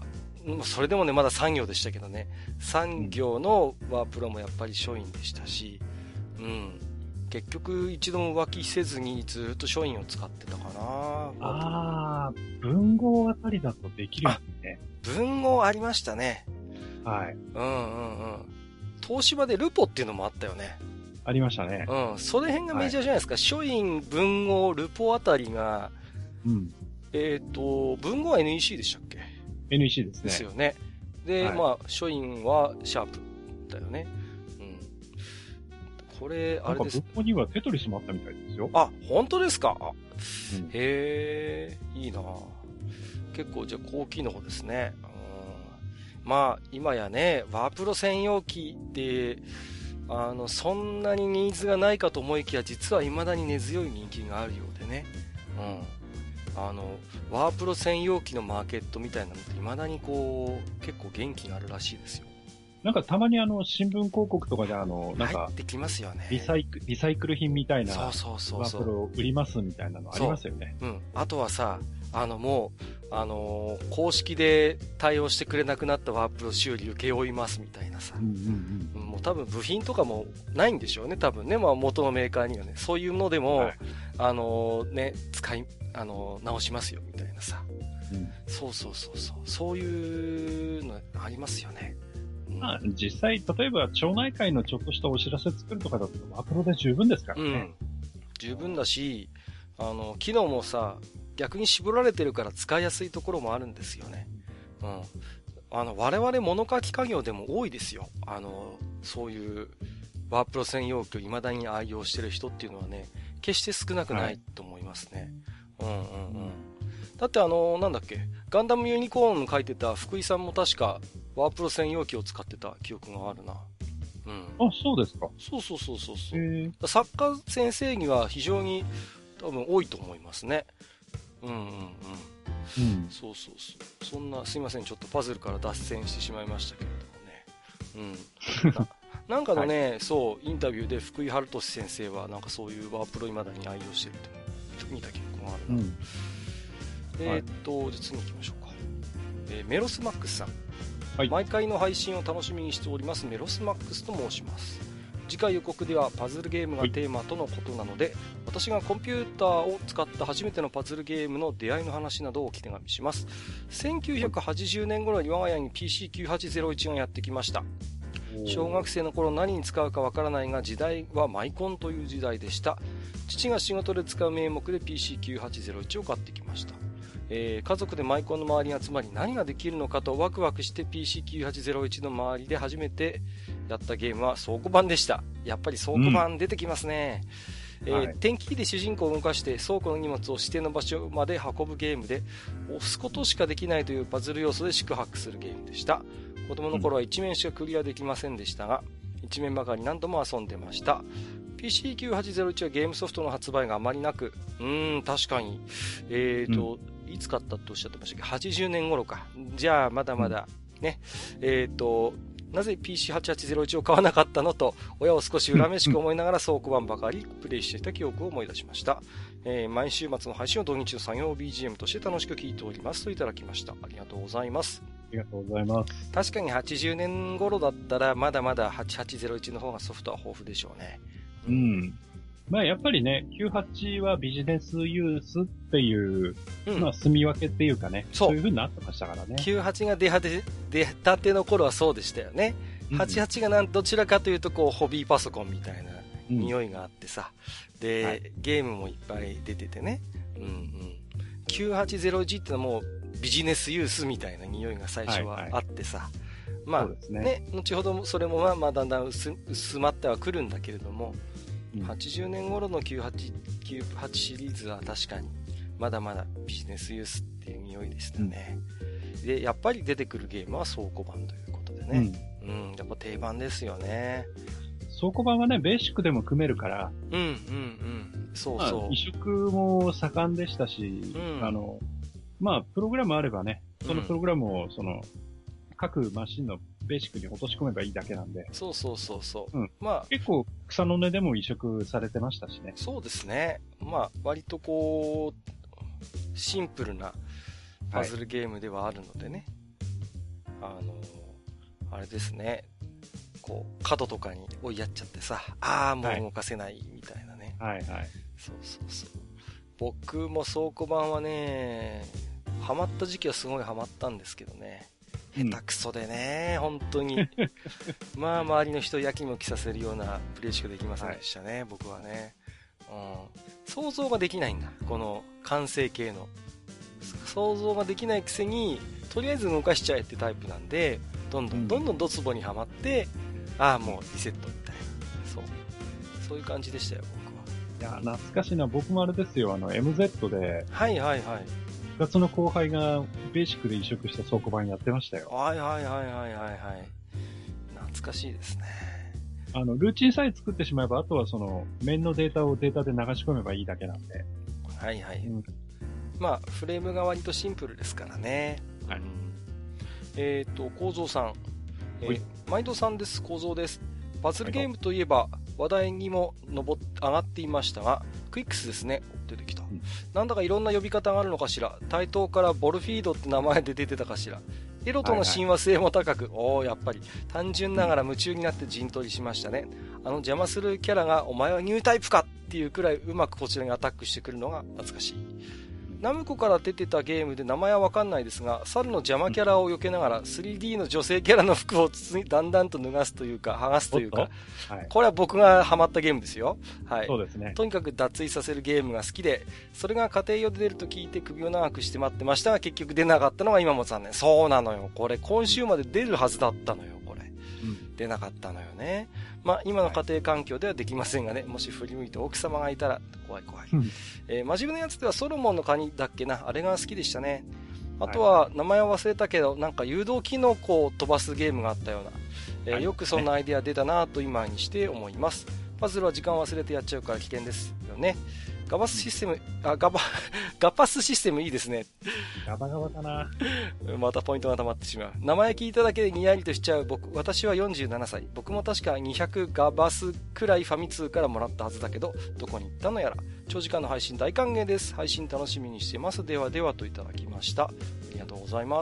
それでもねまださん行でしたけどね、さん行のワープロもやっぱり書院でしたし、うん、結局一度も浮気せずにずっと書院を使ってたかな。 ああ、文豪あたりだとできるんですね。 文豪ありましたね。 はい。 うんうんうん。東芝でルポっていうのもあったよね。 ありましたね。 うん。その辺がメジャーじゃないですか。はい、書院、文豪、ルポあたりが、うん。えっと、文豪は エヌイーシー でしたっけ？ エヌイーシー ですね。 ですよね。で、はい、まあ、書院はシャープだよね。うん。これ、あれです。 なんか文豪にはテトリスもあったみたいですよ。 あ、本当ですか？うん、へー、いいな結構じゃあ高機能ですね。うん、まあ、今やね、ワープロ専用機って、あの、そんなにニーズがないかと思いきや、実は未だに根強い人気があるようでね。うん。あの、ワープロ専用機のマーケットみたいなのって未だにこう、結構元気があるらしいですよ。 なんかたまにあの、新聞広告とかであの、なんか、 入ってきますよね。 リサイク、リサイクル品みたいな、 そうそうそうそう。 ワープロを売りますみたいなのありますよね。 う。うん。あとはさ、あのもう、あのー、公式で対応してくれなくなったワープロ修理請け負いますみたいなさ、うんうんうん、もう多分部品とかもないんでしょうね、多分ね、まあ元のメーカーにはね、そういうのでも、はい、あのー、ね、使い、あのー、直しますよみたいなさ、うん、そうそうそうそう、そういうのありますよね。 うん、まあ実際、例えば町内会のちょっとしたお知らせ作るとかだとワープロで十分ですからね。うん、 十分だし、あの、機能もさ、逆に絞られてるから使いやすいところもあるんですよね。うん。あの、我々物書き家業でも多いですよ。あの、そういうワープロ専用機を未だに愛用してる人っていうのはね、決して少なくないと思いますね。はい、うんうんうん。だってあの、なんだっけ、ガンダムユニコーン書いてた福井さんも確かワープロ専用機を使ってた記憶があるな。 うん。あ、そうですか。 そうそうそうそうそう。作家先生には非常に多分多いと思いますね。うんうんうん。うん、そうそうそう。そんな、すいません、ちょっとパズルから脱線してしまいましたけれどもね。うん。な, なんかのね、はい、そう、インタビューで福井春俊先生は、なんかそういうワープロ未だに愛用してるって見た記憶があるな。うん、えー、っと、はい、じゃあ次行きましょうか。 えー、メロスマックスさん、 はい、 毎回の配信を楽しみにしておりますメロスマックスと申します。次回予告ではパズルゲームがテーマとのことなので、はい、私がコンピューターを使った初めてのパズルゲームの出会いの話などをお手紙します。せんきゅうひゃくはちじゅうねん頃に我が家に ピーシーきゅうはちゼロいち がやってきました。小学生の頃何に使うかわからないが時代はマイコンという時代でした。父が仕事で使う名目で ピーシーきゅうはちゼロいち を買ってきました。えー、家族でマイコンの周りに集まり何ができるのかとワクワクして ピーシーきゅうはちゼロいち の周りで初めてやったゲームは倉庫版でした。やっぱり倉庫版出てきますね、うんえーはい、点キーで主人公を動かして倉庫の荷物を指定の場所まで運ぶゲームで押すことしかできないというパズル要素で宿泊するゲームでした。子供の頃はいち面しかクリアできませんでしたが、いち面ばかり何度も遊んでました。 ピーシーきゅうはちゼロいち はゲームソフトの発売があまりなく、うーん確かにえーと、うん、いつ買ったっておっしゃってましたっけ、はちじゅうねん頃か。じゃあまだまだね、うん、えーとなぜ ピーシーはちはちゼロいち を買わなかったのと親を少し恨めしく思いながら倉庫版ばかりプレイしていた記憶を思い出しました、えー、毎週末の配信を土日の作業 ビージーエム として楽しく聞いておりますといただきました。ありがとうございます。 ありがとうございます。 確かにはちじゅうねん頃だったらまだまだはちはちゼロいちの方がソフトは豊富でしょうね。 うん。まあやっぱりね、きゅうはちはビジネスユースっていう、うん、まあ住み分けっていうかね、そう、そういう風になってましたからね。 きゅうはちが出はて、出たての頃はそうでしたよね。うん、はちじゅうはちがなんどちらかというとこうホビーパソコンみたいな匂いがあってさ、うん、で、はい、ゲームもいっぱい出ててね。うんうん。きゅうはちゼロいちってのはもうビジネスユースみたいな匂いが最初はあってさ、はいはい、まあね、ね、後ほどそれもまあまあだんだん 薄, 薄まってはくるんだけれども、うん、はちじゅうねん頃のきゅうはちシリーズは確かにまだまだビジネスユースっていう匂いでしたね、うん、でやっぱり出てくるゲームは倉庫版ということでね、うん、うん、やっぱ定番ですよね。 倉庫版はねベーシックでも組めるからうんうんうんそうそう、 まあ、移植も盛んでしたし、うん、あのまあプログラムあればねそのプログラムをその、うん、各マシンのベーシックに落とし込めばいいだけなんで。 そうそうそうそう。 うん。まあ。結構草の根でも移植されてましたしね。 そうですね。まあ、割とこう、シンプルなパズルゲームではあるのでね。はい、あの、あれですね。こう、角とかに追いやっちゃってさ、ああ、もう動かせないみたいなね。 はい、はいはい。 そうそうそう。僕も倉庫版はね、ハマった時期はすごいハマったんですけどね。下手くそでね、うん、本当にまあ周りの人をやきもきさせるようなプレイしかできませんでしたね、はい、僕はね、うん、想像ができないんだ、この完成形の想像ができないくせにとりあえず動かしちゃえってタイプなんで、どんどんどんどんドツボにはまって、うん、ああもうリセットみたいな、そうそういう感じでしたよ僕は。 いや懐かしいな。僕もあれですよ、あの エムゼット ではいはいはい部活の後輩がベーシックで移植した倉庫版やってましたよ。 はいはいはいはいはいはい。懐かしいですね。 あの、ルーチンさえ作ってしまえば、あとはその、面のデータをデータで流し込めばいいだけなんで。 はいはい。うん、まあ、フレームが割とシンプルですからね。はい。うん、えっ、ー、と、構造さん。えー、毎度さんです、構造です。パズルゲームといえば、話題にも上上がっていましたが、クイックスですね。出てきた、うん、なんだかいろんな呼び方があるのかしら。対等からボルフィードって名前で出てたかしら。エロとの親和性も高く、はいはい、おおやっぱり単純ながら夢中になって陣取りしましたね。あの邪魔するキャラがお前はニュータイプかっていうくらいうまくこちらにアタックしてくるのが懐かしい。ナムコから出てたゲームで名前はわかんないですが、猿の邪魔キャラを避けながら スリーディー の女性キャラの服をだんだんと脱がすというか剥がすというか、はい、これは僕がハマったゲームですよ。はい。 そうですね。 とにかく脱衣させるゲームが好きで、それが家庭用で出ると聞いて首を長くして待ってましたが、結局出なかったのが今も残念。そうなのよ。これ今週まで出るはずだったのよ。これ、うん、出なかったのよね。まあ、今の家庭環境ではできませんがね、もし振り向いて奥様がいたら怖い怖い、えー、真面目なやつではソロモンのカニだっけな、あれが好きでしたね。あとは名前は忘れたけど、なんか誘導キノコを飛ばすゲームがあったような、えー、よくそんなアイデア出たなと今にして思います。パズルは時間忘れてやっちゃうから危険ですよね。ガバスシステム、あ、ガバ、ガパスシステムいいですね。 ガバガバだな。 またポイントが溜まってしまう。名前聞いただけでにやりとしちゃう僕、私はよんじゅうななさい。僕も確かにひゃくガバスくらいファミ通からもらったはずだけど、どこに行ったのやら。長時間の配信大歓迎です。配信楽しみにしてます。ではではといただきました。ありがとうございます。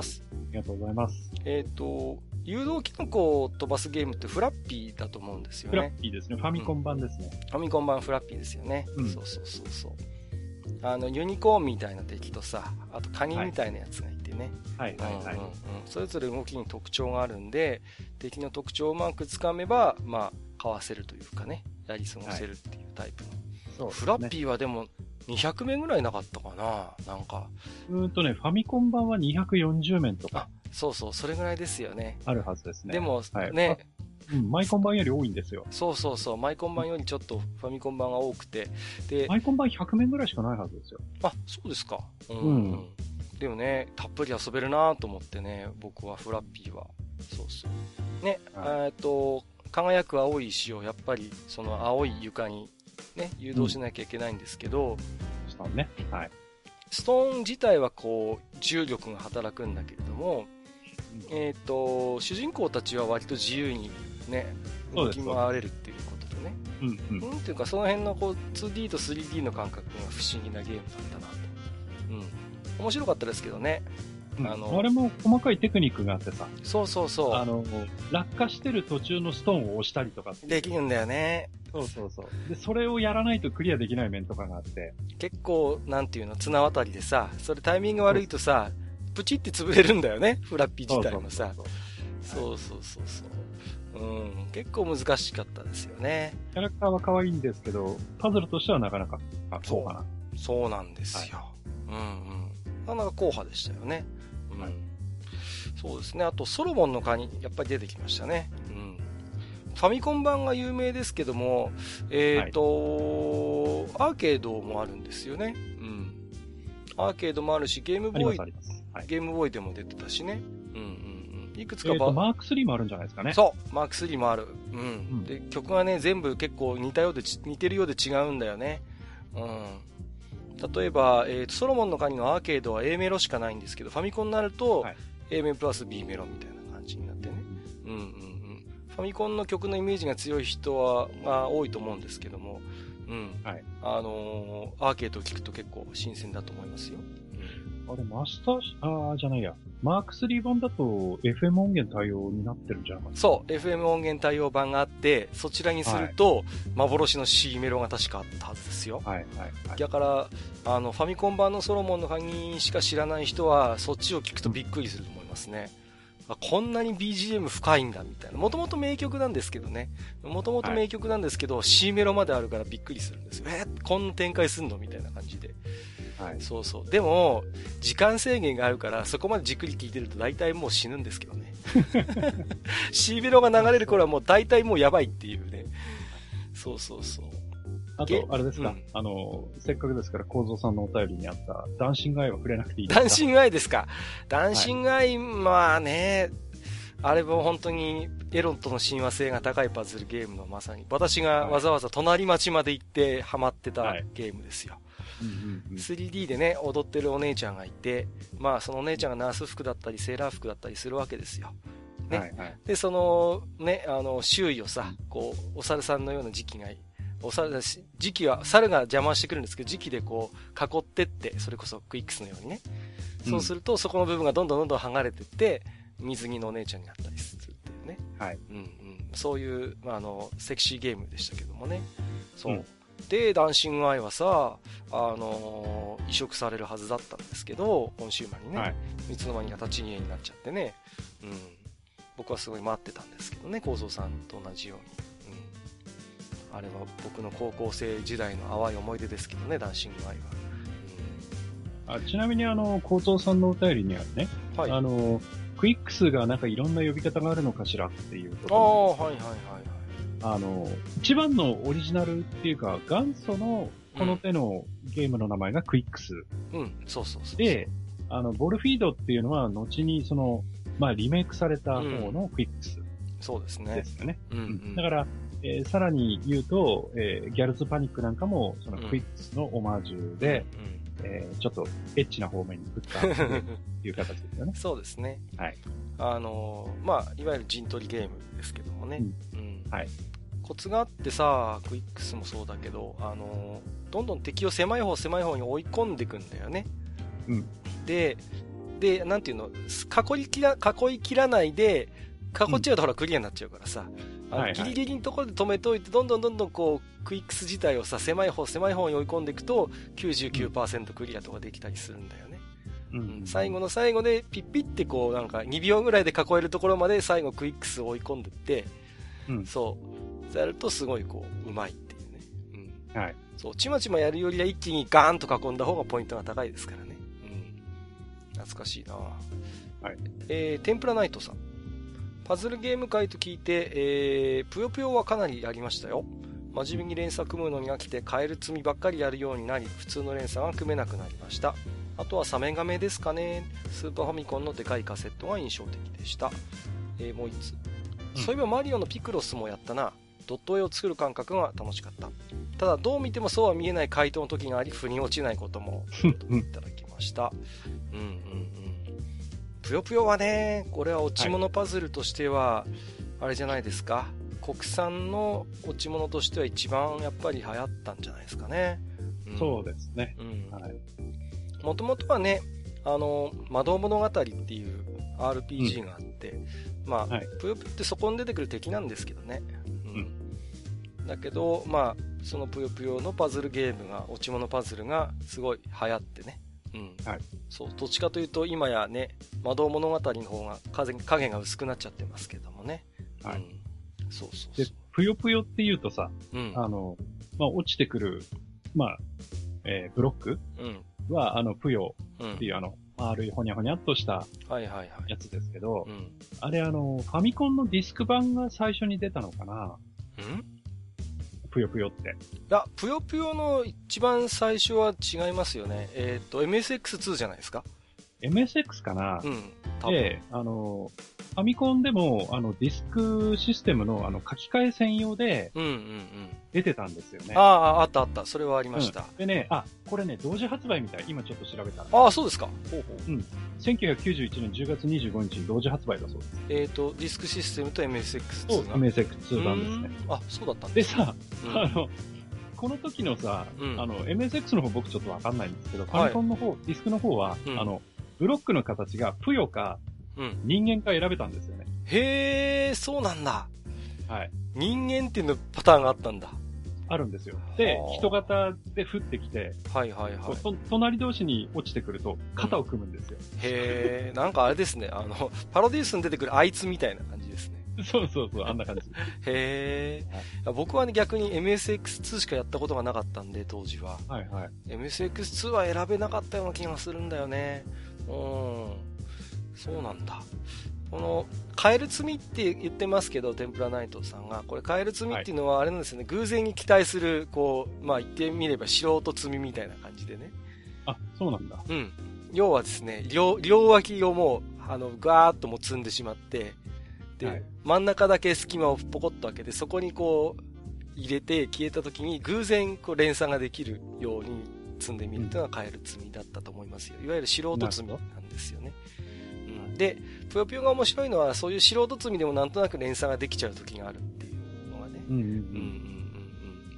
ありがとうございます。 えっと、誘導キノコを飛ばすゲームってフラッピーだと思うんですよね。 フラッピーですね。ファミコン版ですね。 うん、ファミコン版フラッピーですよね。うん、そうそうそうそう。あの、ユニコーンみたいな敵とさ、あとカニみたいなやつがいてね。 はい、はい、はい、はいうんうんうん。 それぞれ動きに特徴があるんで、敵の特徴をうまくつかめば、まあ、かわせるというかね、やり過ごせるっていうタイプの。はい、そうですね、フラッピーはでも、にひゃくめんぐらいなかったかななんか。 うーんとね、ファミコン版はにひゃくよんじゅうめんとか。 そうそう、それぐらいですよね。 あるはずですね。 でも、 はい、 ね、 うん、マイコン版より多いんですよ。 そうそうそう、マイコン版よりちょっとファミコン版が多くて。で、 マイコン版ひゃくめんぐらいしかないはずですよ。 あ、そうですか。うん。 うん、 でもね、たっぷり遊べるなと思ってね、僕はフラッピーは。そうそう。ね、はい、えっと、輝く青い石をやっぱり、その青い床にね、誘導しなきゃいけないんですけど、うんストーンね。はい。 ストーン自体はこう、重力が働くんだけれども、うん、えっ、ー、と、主人公たちは割と自由にね、動き回れるっていうことでね。 うんうん。 うん、っていうか、その辺のこう、ツーディー と スリーディー の感覚が不思議なゲームだったなと。うん。面白かったですけどね。 うん、あの、あれも細かいテクニックがあってさ。 そうそうそう。 あの、落下してる途中のストーンを押したりとか。 できるんだよね。 そうそうそう。で、それをやらないとクリアできない面とかがあって。 結構、なんていうの、綱渡りでさ、それタイミング悪いとさ、プチって潰れるんだよね、フラッピー自体もさ。そうそうそうそう。うん、結構難しかったですよね。 キャラクターは可愛いんですけど、パズルとしてはなかなか、あ、そうかな。 そうなんですよ。はい、うんうん。なかなか硬派でしたよね。うん。はい、そうですね。あと、ソロモンのカニ、やっぱり出てきましたね。うん。ファミコン版が有名ですけども、えっ、ー、と、はい、アーケードもあるんですよね。うん。アーケードもあるし、ゲームボーイ、はい、ゲームボーイでも出てたしね。うんうんうん。いくつかば、えー、マークスリーもあるんじゃないですかね。 そう、マークスリーもある。うん。うん、で、曲がね、全部結構似たようで、似てるようで違うんだよね。うん。例えば、えーと、ソロモンのカニのアーケードは A メロしかないんですけど、ファミコンになると、はい、A メロプラス B メロみたいな感じになってね。うんうんうん。ファミコンの曲のイメージが強い人は、まあ、多いと思うんですけども、うん。はい。あのー、アーケードを聞くと結構新鮮だと思いますよ。 うん、あれ、マスター、あー、じゃないや。マークスリー版だと エフエム 音源対応になってるんじゃないかな。 そう、エフエム 音源対応版があって、そちらにすると、はい、幻の C メロが確かあったはずですよ。 はいはいはい。 だから、あの、ファミコン版のソロモンの鍵しか知らない人は、そっちを聞くとびっくりすると思いますね。あ、こんなに ビージーエム 深いんだみたいな。もともと名曲なんですけどね。もともと名曲なんですけど、はい、C メロまであるからびっくりするんですよ。えー、こんな展開すんのみたいな感じで。はい、そうそう。でも、時間制限があるから、そこまでじっくり聴いてると大体もう死ぬんですけどね。C メロが流れる頃はもう大体もうやばいっていうね。そうそうそう。 あと、あれですか、うん、あの、せっかくですから、構造さんのお便りにあった、ダンシングアイは触れなくていいですか？ ダンシングアイですか。ダンシングアイ、はい、まあね、あれも本当にエロとの親和性が高いパズルゲームのまさに、私がわざわざ隣町まで行ってハマってたゲームですよ。はいうんうんうん、スリーディー でね、踊ってるお姉ちゃんがいて、まあそのお姉ちゃんがナース服だったりセーラー服だったりするわけですよ。ね。はいはい、で、そのね、あの、周囲をさ、こう、お猿さんのような時期が、お猿だし、時期は、猿が邪魔してくるんですけど、時期でこう、囲ってって、それこそクイックスのようにね。そうすると、そこの部分がどんどんどんどん剥がれてって、水着のお姉ちゃんになったりするっていうね。はい。うんうん。そういう、まあ、あの、セクシーゲームでしたけどもね。そう。うんで、ダンシングアイはさ、あのー、移植されるはずだったんですけど、コンシューマーにね、はい、いつの間にか立ち消えになっちゃってね、うん、僕はすごい待ってたんですけどね、構造さんと同じように、うん、あれは僕の高校生時代の淡い思い出ですけどね、ダンシングアイは。うん、あちなみに、あの、構造さんのお便りにはね、はい、あの、クイックスがなんかいろんな呼び方があるのかしらっていうこと。 ああ、はいはいはい。 あの、一番のオリジナルっていうか、元祖のこの手のゲームの名前がクイックス。 うん、うん、そうそうそう。 で、あの、ボルフィードっていうのは、後にその、まあ、リメイクされた方のクイックス、 うん。そうですね。 ですよね。 うん、うん。 だから、えー、さらに言うと、えー、ギャルズパニックなんかも、そのクイックスのオマージュで、うんうん、えー、ちょっとエッチな方面に振ったっていう形ですよね。 そうですね。 はい。 あのー、まあ、いわゆる陣取りゲームですけどもね。 うん。うん、はい。 コツがあってさ、クイックスもそうだけど、あのー、どんどん敵を狭い方狭い方に追い込んでいくんだよね。 うん。 で、 で、なんていうの、囲いきら、囲い切らないで、囲っちゃうとほらクリアになっちゃうからさ、うん、あのギリギリのところで止めといて、どんどんどんどんこう、クイックス自体をさ、狭い方、狭い方に追い込んでいくと、きゅうじゅうきゅうパーセント クリアとかできたりするんだよね。うん、最後の最後でピッピッてこうなんかにびょうぐらいで囲えるところまで最後クイックスを追い込んでって、うん、そうそうやるとすごいこううまいっていうね、うん、はい、そうちまちまやるよりは一気にガーンと囲んだ方がポイントが高いですからね、うん、懐かしいな、はい、えー、天ぷらナイトさん、パズルゲーム会と聞いて、えー、ぷよぷよはかなりやりましたよ。真面目に連鎖組むのに飽きてカエル積みばっかりやるようになり、普通の連鎖が組めなくなりました。あとはサメガメですかね。スーパーファミコンのでかいカセットが印象的でした。えー、もう一つ、うん、そういえばマリオのピクロスもやったな。ドット絵を作る感覚が楽しかった。ただどう見てもそうは見えない回答の時があり、腑に落ちないこともいただきました。うんうんうん。ぷよぷよはね、これは落ち物パズルとしては、あれじゃないですか。国産の落ち物としては一番やっぱり流行ったんじゃないですかね。 うん、そうですね。うん、はい。 もともとはね、あの、魔導物語っていう アールピージー があって、うん、まあ、はい、ぷよぷよってそこに出てくる敵なんですけどね。うん。うん、だけど、まあ、そのぷよぷよのパズルゲームが、落ち物パズルがすごい流行ってね。うん。はい。そう、どっちかというと今やね、魔導物語の方が影影が薄くなっちゃってますけどもね。はい。うん、そうそうそう。 で、ぷよぷよって言うとさ、うん、あの、まあ、落ちてくる、まあ、えー、ブロック、うんは、あの、ぷよっていう、うん、あの、丸いほにゃほにゃっとしたやつですけど、はいはいはい、うん、あれあの、ファミコンのディスク版が最初に出たのかな？ん？ぷよぷよって。 いや、ぷよぷよの一番最初は違いますよね。えっと、エムエスエックスツー じゃないですか？ エムエスエックス かな？うん。多分。で、あの、ファミコンでも、あの、ディスクシステムの、あの、書き換え専用で、うんうんうん。出てたんですよね。 ああ、あったあった。それはありました。 うん、でね、あ、これね、同時発売みたい。今ちょっと調べたら。 ああ、そうですか。ほうほう。うん。せんきゅうひゃくきゅうじゅういちねんじゅうがつにじゅうごにちに同時発売だそうです。 えっ、ー、と、ディスクシステムと エムエスエックスツー が。 エムエスエックスツー 版ですね。 あ、そうだったんですね。でさ、うん、あの、この時のさ、うん、あの、エムエスエックス の方僕ちょっとわかんないんですけど、ファミコンの方、はい、ディスクの方は、うん、あの、ブロックの形がぷよか、うん、人間か選べたんですよね。 へー、そうなんだ。 はい。 人間っていうのパターンがあったんだ。 あるんですよ。で、人型で降ってきて、 はいはいはい。 と隣同士に落ちてくると、肩を組むんですよ。 うん、へー、なんかあれですね、あの、パロディウスに出てくるあいつみたいな感じですね。 そうそうそう、あんな感じ。 へー、はい、僕はね、逆に エムエスエックスツー しかやったことがなかったんで、当時は。はいはい。エムエスエックスツー は選べなかったような気がするんだよね。うん。そうなんだ。このカエル積みって言ってますけど、天ぷらナイトさんがこれカエル積みっていうのはあれなんですよね、はい、偶然に期待するこう、まあ言ってみれば素人積みみたいな感じでね。 あ、そうなんだ。 うん。要はですね、両両脇をもうあのガーッともう積んでしまって、で、はい、真ん中だけ隙間をポコッと開けて、そこにこう入れて消えた時に偶然こう連鎖ができるように積んでみるというのがカエル積みだったと思いますよ。いわゆる素人積みなんですよね。うん、で、ぷよぷよが面白いのはそういう素人積みでもなんとなく連鎖ができちゃう時があるっていうのがね。うんうんうんうんうん。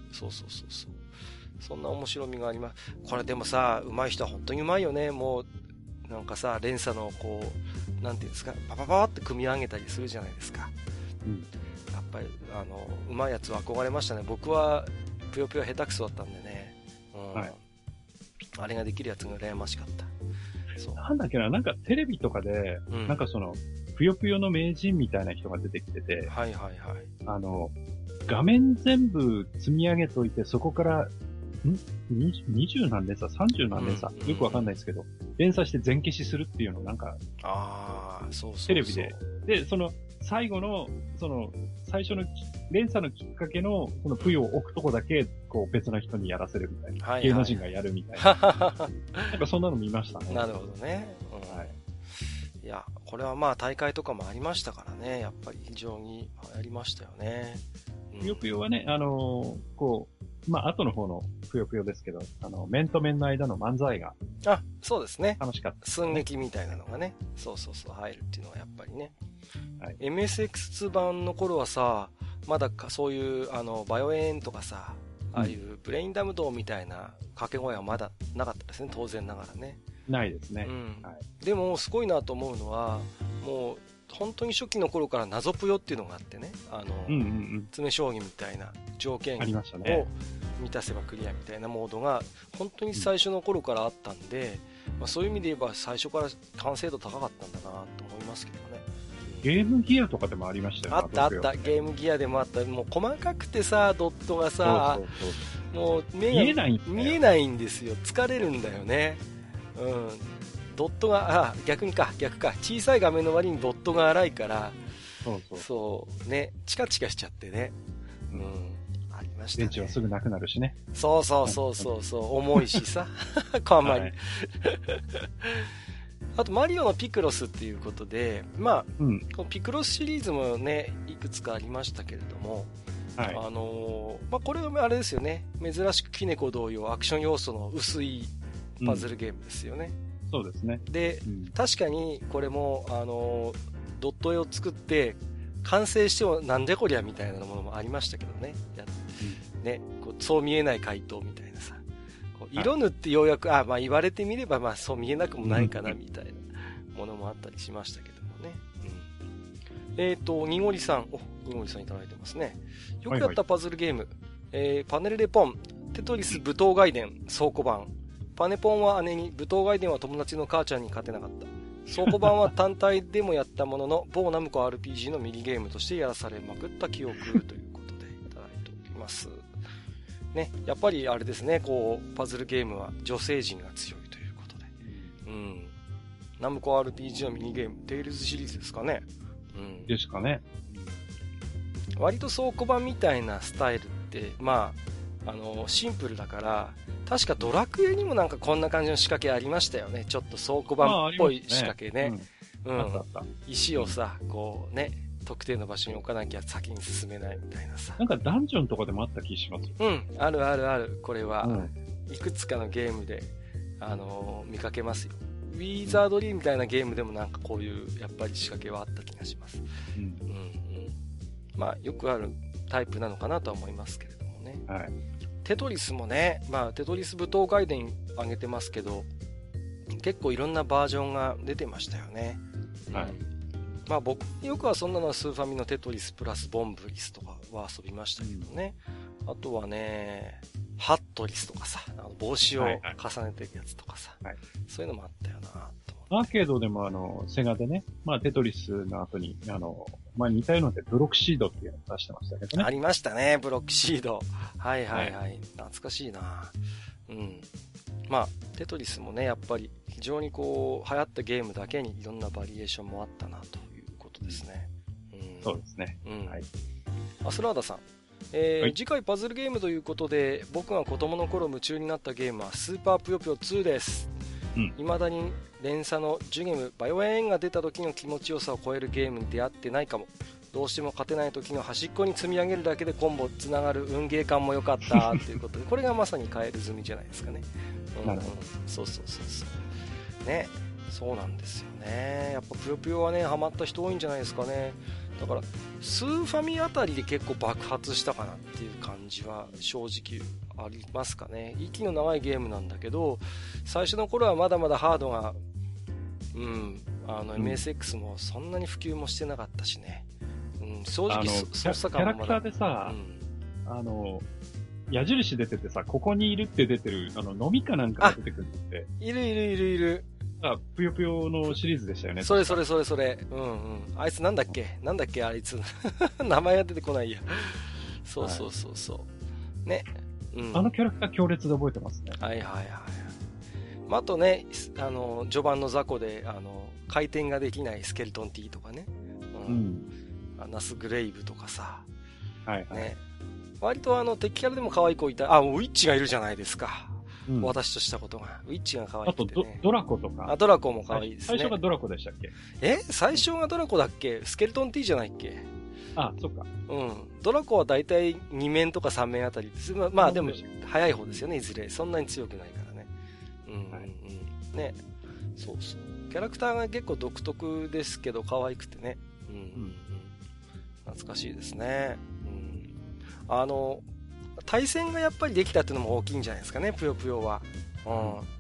そうそうそうそう。そんな面白みがあります。これでもさ、上手い人は本当に上手いよね。もうなんかさ、連鎖のこうなんていうんですか、パパパーって組み上げたりするじゃないですか。うん、やっぱりあの上手いやつは憧れましたね。僕はぷよぷよ下手くそだったんでね。うん、はい、あれができるやつが羨ましかった。 そうなんだっけな、なんかテレビとかで、うん、なんかそのぷよぷよの名人みたいな人が出てきてて、はいはいはい。あの画面全部積み上げといて、そこからん二十何連鎖、三十何連鎖、うんうん、よくわかんないですけど、連鎖して全消しするっていうのをなんか、ああ、そうそうそう。テレビで。で、その、最後の、その、最初の連鎖のきっかけの、そのぷよを置くとこだけ、こう別の人にやらせるみたいな。はいはい、芸能人がやるみたいな。なんかそんなの見ましたね。 なるほどね。うん、はい。いや、これはまあ大会とかもありましたからね。やっぱり非常に流行りましたよね。 ぷよぷよはね、あのー、こう、まあ、後の方のぷよぷよですけど、あの、面と面の間の漫才が。 あ、そうですね。 楽しかった、ね。 寸劇みたいなのがね。そうそうそう、入るっていうのはやっぱりね。はい、エムエスエックスツー 版の頃はさ、まだか、そういう、あの、バイオエンとかさ、ああいうブレインダムドみたいな掛け声はまだなかったですね、当然ながらね。 ないですね。 うん。はい、でも、すごいなと思うのは、もう、本当に初期の頃から謎ぷよっていうのがあってね、あの、うんうんうん、詰将棋みたいな条件を満たせばクリアみたいなモードが、本当に最初の頃からあったんで、うん、まあ、そういう意味で言えば最初から完成度高かったんだなと思いますけどね。 ゲームギアとかでもありましたよね。 あったあった、ゲームギアでもあった。もう細かくてさ、ドットがさ、そうそうそう、もう目が見えないん見えないんですよ。疲れるんだよね。うん。ドットが、あ、逆にか、逆か。小さい画面の割にドットが荒いから、そうそう。そうね、チカチカしちゃってね。うん。ありましたね。 電池はすぐなくなるしね。 そうそうそうそうそう、重いしさ。かまり。はい、あと、マリオのピクロスっていうことで、まあ、うん、このピクロスシリーズもね、いくつかありましたけれども、はい、あのー、まあ、これはあれですよね。珍しくキネコ同様、アクション要素の薄いパズルゲームですよね。 うん、そうですね。 で、うん、確かにこれも、あのー、ドット絵を作って、完成してもなんでこりゃみたいなものもありましたけどね。やうん、ね、こうそう見えない回答みたいなさ。色塗ってようやく、あ、まあ言われてみればまあそう見えなくもないかなみたいなものもあったりしましたけどもね。うん、えっ、ー、と、にごりさん、お、にごりさんいただいてますね。よくやったパズルゲーム、はいはい、えー、パネルでポン、テトリス舞踏外伝、倉庫版。パネポンは姉に、舞踏外伝は友達の母ちゃんに勝てなかった。倉庫版は単体でもやったものの、某ナムコ アールピージー のミニゲームとしてやらされまくった記憶ということでいただいております。ね、やっぱりあれですね、こう、パズルゲームは女性陣が強いということで。うん。ナムコ アールピージー のミニゲーム、テイルズシリーズですかね。 うん。ですかね。 割と倉庫版みたいなスタイルって、まあ、あの、シンプルだから、確かドラクエにもなんかこんな感じの仕掛けありましたよね。ちょっと倉庫版っぽい仕掛けね。うん。うん、石をさ、こうね、特定の場所に置かなきゃ先に進めないみたいなさ。 なんかダンジョンとかでもあった気しますよ。 うん、あるあるある。これは、うん、いくつかのゲームで、あのー、見かけますよ。ウィザードリーみたいなゲームでもなんかこういう、やっぱり仕掛けはあった気がします。うん。うんうん。まあ、よくあるタイプなのかなとは思いますけれどもね。はい。テトリスもね、まあ、テトリス舞踏外伝上げてますけど、結構いろんなバージョンが出てましたよね。はい。まあ僕よく遊んだのはスーファミのテトリスプラスボンブリスとかは遊びましたけどね。うん、あとはね、ハットリスとかさ、あの帽子を重ねていくやつとかさ、はいはい、そういうのもあったよなと。 アーケードでもあの、セガでね、まあテトリスの後に、あの、まあ似たようなのでブロックシードっていうのを出してましたけどね。 ありましたね、ブロックシード。はいはいはい。はい、懐かしいな。うん。まあ、テトリスもね、やっぱり非常にこう、流行ったゲームだけにいろんなバリエーションもあったなと。ですね。 うん、そうですね。うん。はい。 アスラーダさん、えーはい、次回パズルゲームということで、僕が子供の頃夢中になったゲームはスーパーぷよぷよツーです。うん。未だに連鎖のジュゲムバイオエンが出た時の気持ちよさを超えるゲームに出会ってないかも。どうしても勝てない時の端っこに積み上げるだけでコンボつながる運ゲー感も良かったということで、これがまさにカエル済みじゃないですかね。うん、なるほど。そうそうそうそう。ね。そうなんですよね。やっぱぷよぷよはね、ハマった人多いんじゃないですかね。だからスーファミあたりで結構爆発したかなっていう感じは正直ありますかね。息の長いゲームなんだけど、最初の頃はまだまだハードが、うん、あの エムエスエックス もそんなに普及もしてなかったしね。うん、正直操作感もまだキャラクターでさ、うん、あの矢印出ててさ、ここにいるって出てるあの飲みかなんかが出てくるのって。 いるいるいるいる。 あ、ぷよぷよのシリーズでしたよね。 それそれそれそれ。うんうん。あいつなんだっけなんだっけあいつ。名前が出てこないや。そうそうそうそう。はい、ね、 うん。あのキャラクター強烈で覚えてますね。 はいはいはい。まあ、あとね、あの、序盤の雑魚で、あの、回転ができないスケルトン T とかね。うん。うん、ナスグレイブとかさ。はいはい。ね。割とあの、敵キャラでも可愛い子いた。あ、ウィッチがいるじゃないですか。うん、私としたことが。ウィッチが可愛い、ね。 あとド、ドラコとか。 あ、ドラコも可愛いですね。 最初がドラコでしたっけ？ え最初がドラコだっけ？スケルトン T じゃないっけ？ あ、そっか。 うん。ドラコはだいたいに面とかさん面あたりです。まあ、まあ、でも、早い方ですよね、いずれ。そんなに強くないからね。うん、はい、うん。ね。そうそう。キャラクターが結構独特ですけど、可愛くてね。うん、うん、うん。懐かしいですね。うん。あの、対戦がやっぱりできたっていうのも大きいんじゃないですかね、ぷよぷよは。うん。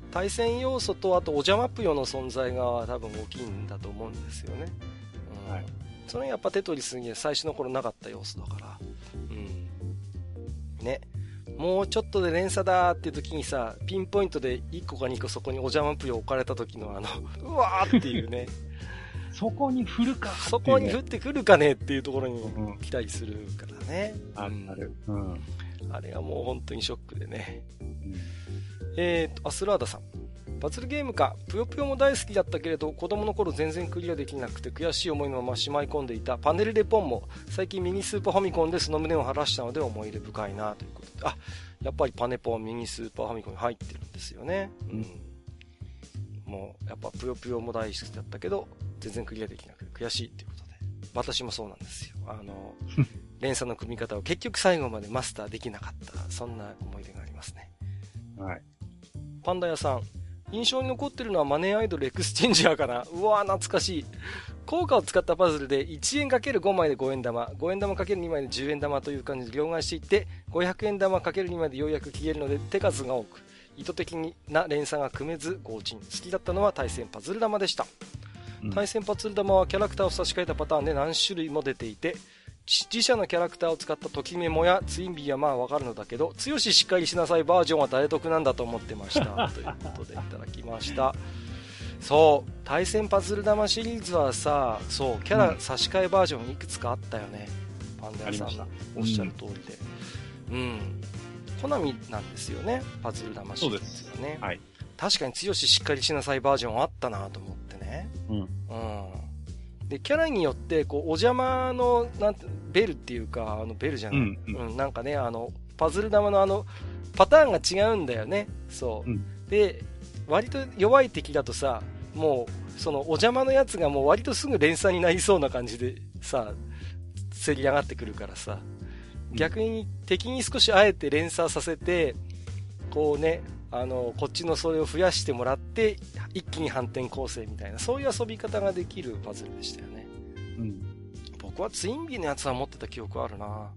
対戦要素とあとお邪魔ぷよの存在が多分大きいんだと思うんですよね、うん、はい、それやっぱテトリスに最初の頃なかった要素だから、うん、ね、もうちょっとで連鎖だーっていう時にさ、ピンポイントでいっこかにこそこにお邪魔ぷよ置かれた時のあのうわーっていうねそこに降るか、ね、 そこに降ってくるかねっていうところに期待するからね、 うん、あるある、うん、 あれがもう本当にショックでね、うん、えーとアスラーダさん、パズルゲームか、ぷよぷよも大好きだったけれど子供の頃全然クリアできなくて悔しい思いのまましまい込んでいたパネルレポンも最近ミニスーパーファミコンでその胸を晴らしたので思い入れ深いなということで、あ、やっぱりパネポンミニスーパーファミコンに入ってるんですよね、うん、もうやっぱぷよぷよも大好きだったけど全然クリアできなくて悔しいっていうことで、私もそうなんですよ、あの連鎖の組み方を結局最後までマスターできなかった、そんな思い出がありますね。 はい。 パンダ屋さん、印象に残ってるのはマネーアイドルエクスチェンジャーかな。うわー懐かしい。効果を使ったパズルでいちえん ×ご 枚でごえん玉、ごえん玉 ×に 枚でじゅうえん玉という感じで両替していって、ごひゃくえん玉 ×に 枚でようやく消えるので手数が多く、意図的な連鎖が組めず強沈。好きだったのは対戦パズル玉でした。うん、対戦パズル玉はキャラクターを差し替えたパターンで何種類も出ていて、自社のキャラクターを使ったときメモやツインビーはまあわかるのだけど、強ししっかりしなさいバージョンは誰得なんだと思ってましたということでいただきました。そう対戦パズル玉シリーズはさ、そうキャラ差し替えバージョンいくつかあったよね、うん、パンダ屋さんおっしゃる通りで、うん、うん、コナミなんですよね、パズル玉シリーズはね、はい、確かに強ししっかりしなさいバージョンあったなと思ってね、うん、うん、でキャラによってこうお邪魔のなんてベルっていうか、あのベルじゃない、うんうんうん、なんかね、あのパズル玉のあのパターンが違うんだよね。そう、うん、で割と弱い敵だとさ、もうそのお邪魔のやつがもう割とすぐ連鎖になりそうな感じでさ競り上がってくるからさ、逆に敵に少しあえて連鎖させてこうね、あのこっちのそれを増やしてもらって一気に反転攻勢みたいな、そういう遊び方ができるパズルでしたよね、うん、僕はツインビーのやつは持ってた記憶あるな、はい、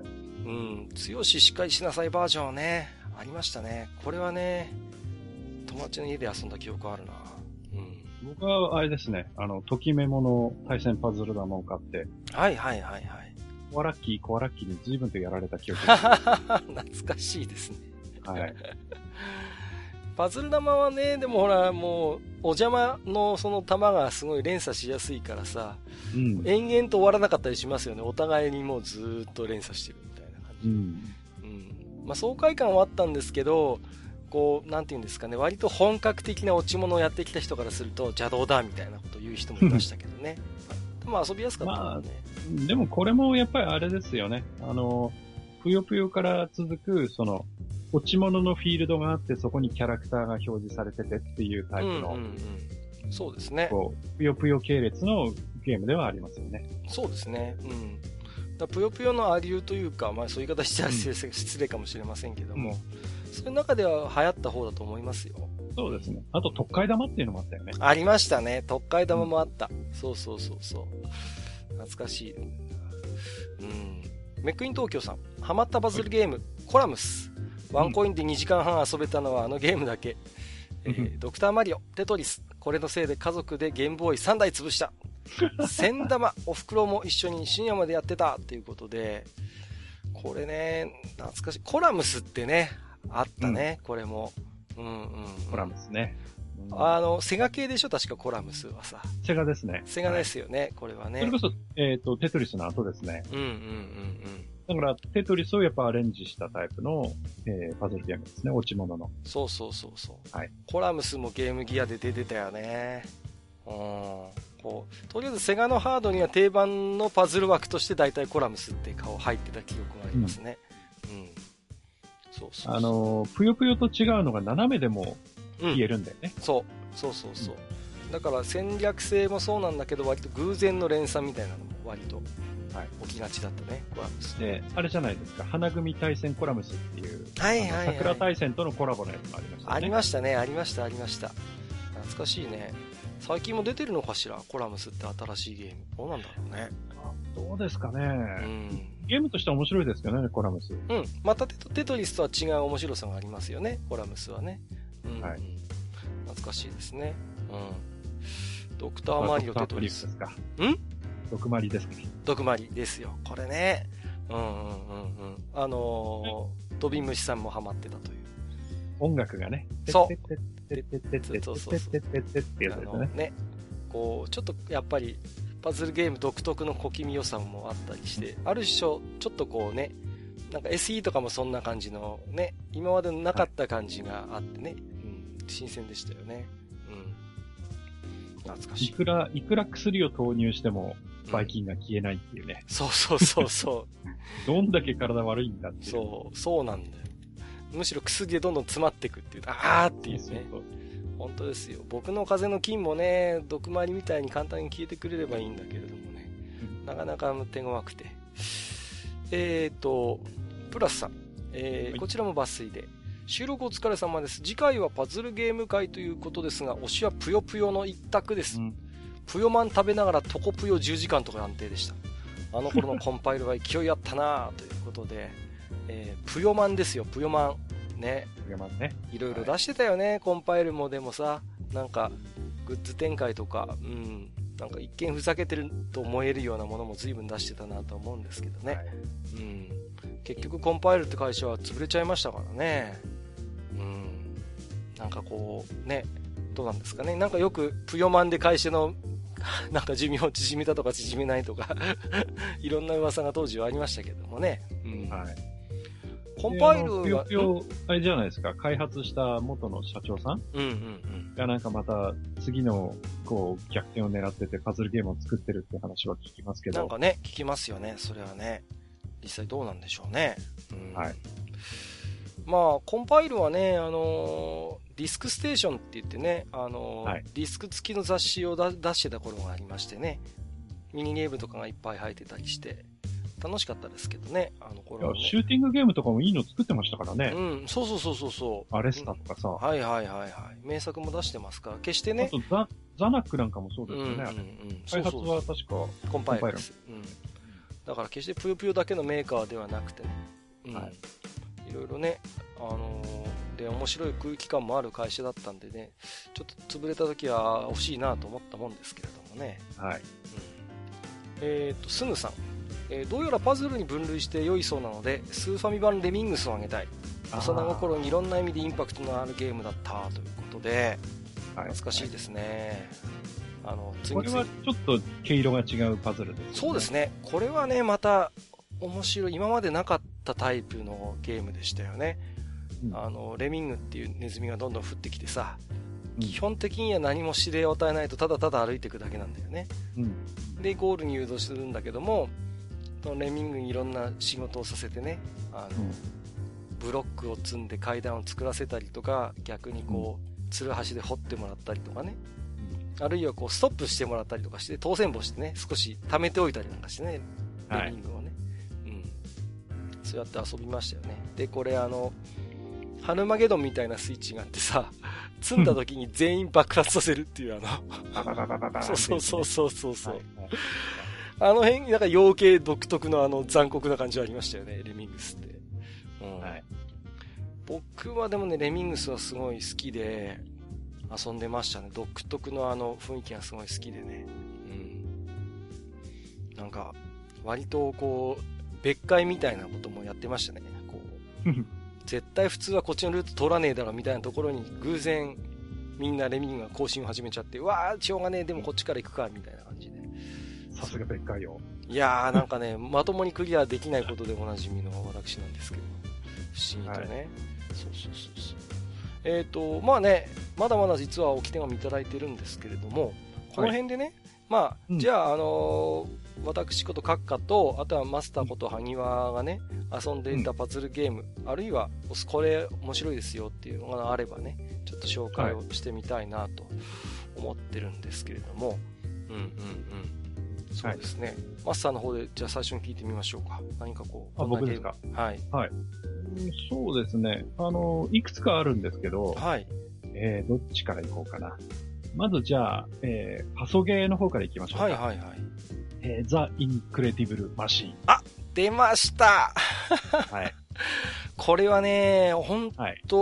うん、強ししっかりしなさいバージョンはねありましたね。これはね友達の家で遊んだ記憶あるな、うん、 僕はあれですね、あのときメモの対戦パズル玉を買って、 はいはいはいはい、 コアラッキーコアラッキーに随分とやられた記憶懐かしいですね、はい、パズル玉はね、でもほらもうお邪魔のその玉がすごい連鎖しやすいからさ、うん、延々と終わらなかったりしますよね。お互いにもうずーっと連鎖してるみたいな感じ、うんうん、まあ爽快感はあったんですけど、こうなんていうんですかね、割と本格的な落ち物をやってきた人からすると邪道だみたいなことを言う人もいましたけどねでも遊びやすかったもんね、 まあ、でもこれもやっぱりあれですよね、あのぷよぷよから続くその落ち物のフィールドがあって、そこにキャラクターが表示されててっていうタイプの、うんうんうん、そうですね、 こうぷよぷよ系列のゲームではありますよね。 そうですね、うん、だぷよぷよのありゅうというか、まあ、そういう言い方しちゃ失礼かもしれませんけども、うん、そういう中では流行った方だと思いますよ。 そうですね。あと特会玉っていうのもあったよね。 ありましたね、特会玉もあった、うん、そうそうそうそう、懐かしい、うん、メックイン東京さん、ハマったバズルゲーム、はい、コラムス、ワンコインでにじかんはん遊べたのはあのゲームだけ、えー、ドクターマリオ、テトリス、これのせいで家族でゲームボーイさんだい潰した、千玉、おふくろも一緒に深夜までやってたということで、これね懐かしい、コラムスってねあったね、うん、これも、うんうんうん、 コラムスね、 うん、あのセガ系でしょ確かコラムスはさ。 セガですね。 セガですよね、はい、これはね。 それこそ、えっと、テトリスの後ですね。うんうんうんうん。だから、テトリスをやっぱアレンジしたタイプの、えー、パズルゲームですね、落ち物の。 そうそうそうそう。はい。コラムスもゲームギアで出てたよね。うん。こう、とりあえずセガのハードには定番のパズル枠として大体コラムスって顔入ってた記憶がありますね。うん。うん、そうそうそう。 あの、ぷよぷよと違うのが斜めでも言えるんだよね。 うん、そう。そうそうそう。うん、だから戦略性もそうなんだけど、割と偶然の連鎖みたいなのも割と。はい、起きがちだったね、コラムス。 で、あれじゃないですか、花組対戦コラムスっていう、はいはいはい、桜対戦とのコラボのやつもありましたね。 ありましたね、ありました、ありました。懐かしいね。最近も出てるのかしら、コラムスって新しいゲーム。どうなんだろうね。 どうですかね。うん、ゲームとしては面白いですけどね、コラムス。 うん。またテト、テトリスとは違う面白さがありますよね、コラムスはね。 うん、 はい。 懐かしいですね。うん。ドクターマリオテトリス。 ですか。 ん？ ドクマリですか。 ドクマリですよ。これね。うんうんうんうん。あのー、ドビンムシさんもハマってたという。 音楽がね。 そう。 そうそうそう。ってやつですね。 ね。こう、ちょっとやっぱり、パズルゲーム独特の小気味良さもあったりして、ある種、ちょっとこうね、なんか エスイー とかもそんな感じのね、今までなかった感じがあってね、はい、うん、新鮮でしたよね。うん。懐かしい。 いくら、いくら薬を投入しても、バイキンが消えないっていうね。 うん、そうそうそうそう。 どんだけ体悪いんだっていう。 そう、そうなんだよ。むしろ薬でどんどん詰まっていくっていう、あーっていうね。そうそう本当ですよ。僕の風邪の菌もね、毒回りみたいに簡単に消えてくれればいいんだけれどもね、うん、なかなか手強くて。えーと、プラスさん、えーはい、こちらも抜粋で。収録お疲れ様です。次回はパズルゲーム会ということですが、推しはぷよぷよの一択です。うん、ぷよマン食べながらトコぷよじゅうじかんとか安定でした。あの頃のコンパイルは勢いあったなぁということで、えー、ぷよマンですよ、ぷよマン。ね。 ね。 いろいろ出してたよね、はい、コンパイルもでもさ、なんか、グッズ展開とか、うん、なんか一見ふざけてると思えるようなものも随分出してたなと思うんですけどね。はい、うん。結局コンパイルって会社は潰れちゃいましたからね。うん。なんかこう、ね、どうなんですかね。なんかよく、ぷよマンで会社の、なんか寿命を縮めたとか縮めないとか、いろんな噂が当時はありましたけどもね。うん。はい。コンパイルは、 ぴよぴよあれじゃないですか、開発した元の社長さん、 うんうんうん、 がなんかまた次のこう逆転を狙っててパズルゲームを作ってるって話は聞きますけど。 なんかね、聞きますよね、それはね。実際どうなんでしょうね。うん、はい。まあ、コンパイルはね、あのー、ディスクステーションって言ってね、あのーはい、ディスク付きの雑誌を出してた頃がありましてね、ミニゲームとかがいっぱい入ってたりして、楽しかったですけどね、あの頃は、ね、 シューティングゲームとかもいいの作ってましたからね。 うん、そうそうそうそうそう。 アレスタとかさ、うん。 はいはいはいはい。名作も出してますから、決してね。 あとザ、ザナックなんかもそうですよね。うんうんうん、開発は確かコンパイルです。うん。だから決してぷよぷよだけのメーカーではなくてね。うん。はい、いろいろね、あのー、で、面白い空気感もある会社だったんでね、ちょっと潰れた時は惜しいなと思ったもんですけれどもね。 はい。うん、 えっ、ー、と、スヌさん。えー、どうやらパズルに分類して良いそうなので、スーファミ版レミングスをあげたい。幼心にいろんな意味でインパクトのあるゲームだったということで、懐かしいですね。はい、あの次々これはちょっと毛色が違うパズルですね。 そうですね。これはね、また面白い、今までなかったタイプのゲームでしたよね。うん、あのレミングっていうネズミがどんどん降ってきてさ、うん、基本的には何も指令を与えないとただただ歩いていくだけなんだよね。うん、でゴールに誘導するんだけども、レミングにいろんな仕事をさせてね、あの、うん、ブロックを積んで階段を作らせたりとか、逆にこう、つるはしで掘ってもらったりとかね、うん、あるいはこうストップしてもらったりとかして、当選簿してね、少し溜めておいたりなんかしてね、レミングをね、はい、うん、そうやって遊びましたよね。でこれあのハルマゲドンみたいなスイッチがあってさ、積んだ時に全員爆発させるっていうあのそうそうそうそうそうそう、はいはい、あの辺なんか養鶏独特のあの残酷な感じはありましたよね、レミングスって、うん、はい、僕はでもねレミングスはすごい好きで遊んでましたね。独特のあの雰囲気がすごい好きでね、うん、なんか割とこう別海みたいなこともやってましたね。こう絶対普通はこっちのルート通らねえだろみたいなところに偶然みんなレミングが更新を始めちゃって、うわーしょうがねえでもこっちから行くかみたいな感じで、 さすが別海よ。 いやーなんかねまともにクリアできないことでおなじみの私なんですけど、不思議とね、はい、そうそうそうそう、えっ、ー、とまあねまだまだ実は置き手紙いただいてるんですけれども、この辺でね、はい、まあ、うん、じゃああのー私こと閣下と、あとはマスターこと萩和がね、遊んでいたパズルゲーム、うん、あるいはこれ面白いですよっていうのがあればね、ちょっと紹介をしてみたいなと思ってるんですけれども、はい、うんうんうん、そうですね、はい、マスターの方でじゃあ最初に聞いてみましょうか。何かこう、 あ、僕ですか。 はい。 はい。そうですね。あの、いくつかあるんですけど、 はい。 えー、どっちからいこうかな。まずじゃあ、えー、パソゲーの方からいきましょうか。 はいはいはい。 えー、ザ・インクレディブル・マシーン。 あ、出ましたはい。 これはね、ほんと、はい、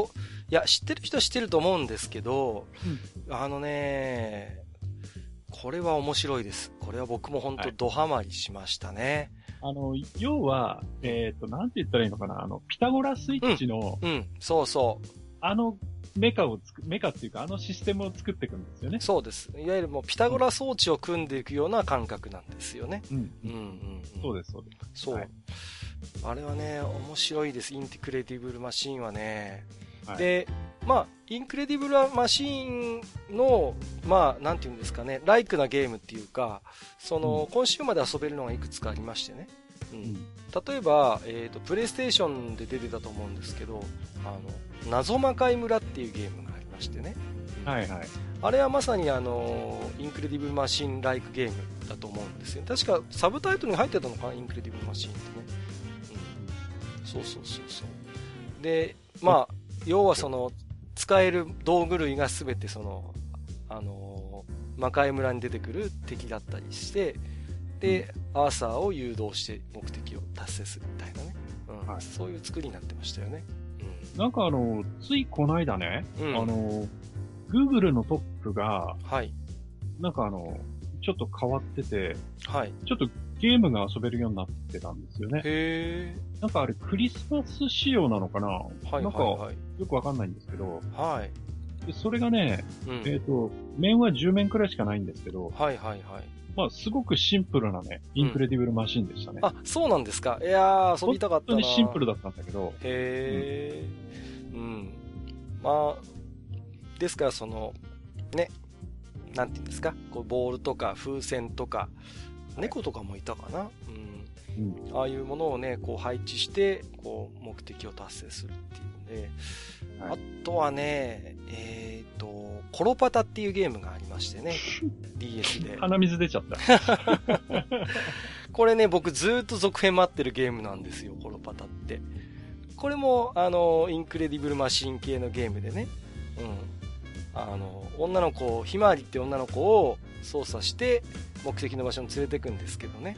いや、知ってる人は知ってると思うんですけど、 うん、 あのね、これは面白いです。これは僕も本当ドハマりしましたね。 はい、あの、要は、えっ、ー、と、なんて言ったらいいのかな、あの、ピタゴラスイッチの、 うん、うん、そうそう。 あの、メカをつく、メカっていうか、あのシステムを作っていくんですよね。 そうです。いわゆるもうピタゴラ装置を組んでいくような感覚なんですよね。 うん。うんうんうん、うん。 そうです、そうです。 そう、 はい。 あれはね、面白いです。インテクレディブルマシーンはね。 はい、 で、まあ、インクレディブルマシーンの、まあ、なんていうんですかね、ライクなゲームっていうか、その、うん、今週まで遊べるのがいくつかありましてね。うん。うん、例えば、えっと、プレイステーションで出てたと思うんですけど、あの、謎魔界村っていうゲームがありましてね。 うん、はいはい。あれはまさにあの、インクレディブルマシーンライクゲームだと思うんですよ。確かサブタイトルに入ってたのかな、インクレディブルマシーンってね。うん。そうそうそうそう。で、まあ、要はその、使える道具類がすべてその、あのー、魔界村に出てくる敵だったりして、で、アーサーを誘導して目的を達成するみたいなね。うん。はい、そういう作りになってましたよね。 うん。なんかあの、ついこの間ね、うん、あの、Google のトップが、 はい。 なんかあの、ちょっと変わってて、 はい。 ちょっとゲームが遊べるようになってたんですよね。 へー。 なんかあれクリスマス仕様なのかな、はいはいはい、なんかよくわかんないんですけど、 はい。 でそれがね、うん、えっと、面はじゅう面くらいしかないんですけど、 はいはいはい。 まあ、すごくシンプルなね、インクレディブルマシンでしたね。 うん、あ、そうなんですか。いやー、遊びたかったな。 本当にシンプルだったんだけど。 へー。うん。うん、まあ、ですからその、ね、なんていうんですか、こうボールとか風船とか、猫とかもいたかな。うん。うん、ああいうものをね、こう配置して、こう、目的を達成するっていうので、はい、あとはね、えっ、ー、と、コロパタっていうゲームがありましてね、ディーエス で。 鼻水出ちゃった。 これね、僕ずーっと続編待ってるゲームなんですよ、コロパタって。これも、あの、インクレディブルマシン系のゲームでね、うん。あの、女の子、ひまわりって女の子を操作して、目的の場所に連れてくんですけどね。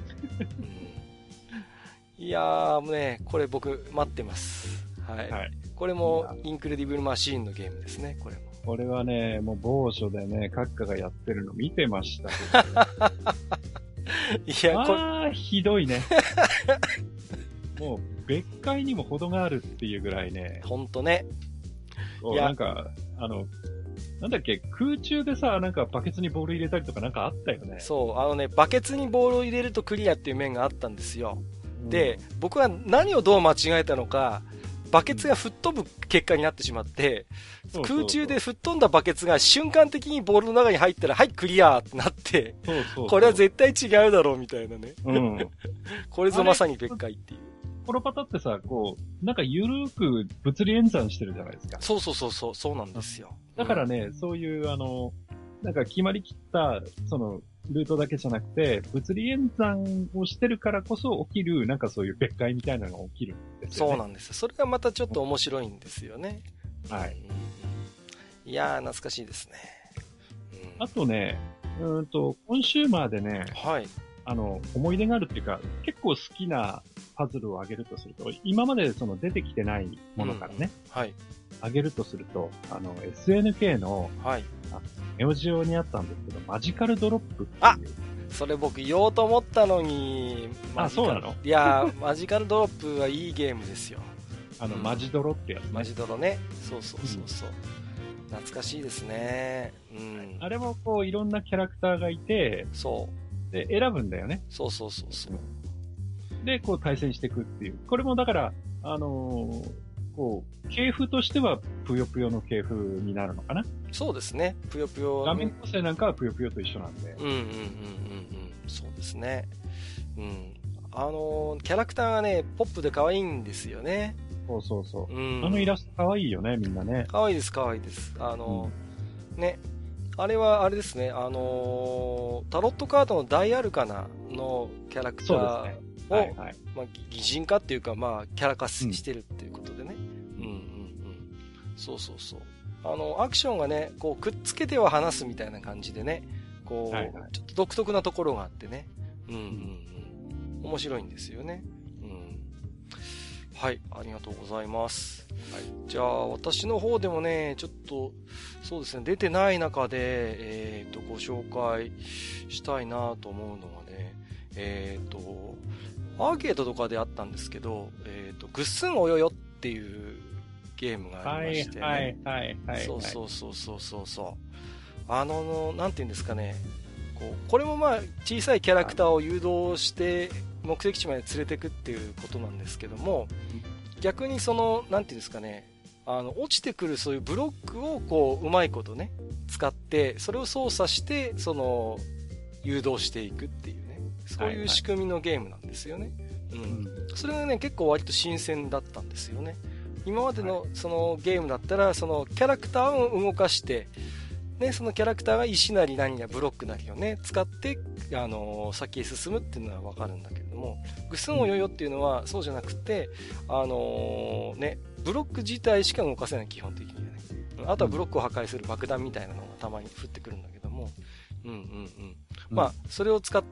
うん、いやー、もうね、これ僕待ってます。はい。はい、これもインクレディブルマシーンのゲームですね、これも。 これはね、もう某所でね、閣下がやってるの見てましたけど、ね。いや、これ。あー、ひどいね。もう、別界にも程があるっていうぐらいね。 ほんとね。 いや、なんか、あの、なんだっけ、空中でさ、なんかバケツにボール入れたりとかなんかあったよね。 そう、あのね、バケツにボールを入れるとクリアっていう面があったんですよ。うん、で、僕は何をどう間違えたのか、バケツが吹っ飛ぶ結果になってしまって、うん、空中で吹っ飛んだバケツが瞬間的にボールの中に入ったら、はい、クリアってなって、そうそうそう、これは絶対違うだろうみたいなね。うん、これぞまさに別界っていう。 コロパタってさ、こう、なんかゆるーく物理演算してるじゃないですか。 そうそうそうそう、そうなんですよ。 だからね、うん、そういう、あの、なんか決まりきった、その、ルートだけじゃなくて、物理演算をしてるからこそ起きる、なんかそういう別解みたいなのが起きるんですよね。 そうなんですよ。それがまたちょっと面白いんですよね。 はい。 うん、いやー、懐かしいですね。 うん、あとね、うんと、コンシューマーでね、 はい。 あの、思い出があるっていうか、結構好きなパズルをあげるとすると、今までその出てきてないものからね、 うん、はい。 あげるとすると、あの、エスエヌケー の、 はい。 ネオジオにあったんですけど、マジカルドロップっていう。 あ、それ僕言おうと思ったのに、 あ、そうなの？ いやー、マジカルドロップはいいゲームですよ。 あの、うん、マジドロってやつ、ね。 マジドロね。そうそうそうそう。うん、懐かしいですね。うん。 あれもこう、いろんなキャラクターがいて、 そう。 で、選ぶんだよね。 そうそうそうそう。 で、こう対戦していくっていう。これもだから、あのー、こう、系譜としては、ぷよぷよの系譜になるのかな？ そうですね。ぷよぷよ。 画面構成なんかはぷよぷよと一緒なんで。 うんうんうんうんうん。そうですね。うん。あのー、キャラクターがね、ポップで可愛いんですよね。 そうそうそう。 うん、 あのイラスト可愛いよね、みんなね。 可愛いです、可愛いです。あのー、うん、ね。あれはあれですね、あのー、タロットカードの大アルカナのキャラクターを、ね、はいはい、まあ、擬人化っていうか、まあ、キャラ化してるっていうことでね。うん、うん、うんうん。そうそうそう。あの、アクションがね、こう、くっつけては離すみたいな感じでね、こう、はいはい、ちょっと独特なところがあってね。うん、うん、うん。面白いんですよね。うん。 はい、ありがとうございます。はい、じゃあ、私の方でもね、ちょっと、そうですね、出てない中で、えっと、ご紹介したいなと思うのはね、えっと、アーケードとかであったんですけど、えっと、ぐっすんおよよっていうゲームがありましてね。 はい、はい、はい。 そうそうそうそうそうそう。あの、なんていうんですかね、こう、これもまあ、小さいキャラクターを誘導して、目的地まで連れてくっていうことなんですけども、逆にその、なんていうんですかね、あの、落ちてくるそういうブロックをこう、うまいことね、使って、それを操作して、その、誘導していくっていうね、そういう仕組みのゲームなんですよね。はいはい、うん。それがね、結構割と新鮮だったんですよね。今までのそのゲームだったら、そのキャラクターを動かして、ね、そのキャラクターが石なり何やブロックなりをね、使って、あのー、先へ進むっていうのはわかるんだけれども、ぐっすんおよよっていうのはそうじゃなくて、あのー、ね、ブロック自体しか動かせない、基本的にはね。あとはブロックを破壊する爆弾みたいなのがたまに降ってくるんだけども、うんうんうん。まあ、それを使って、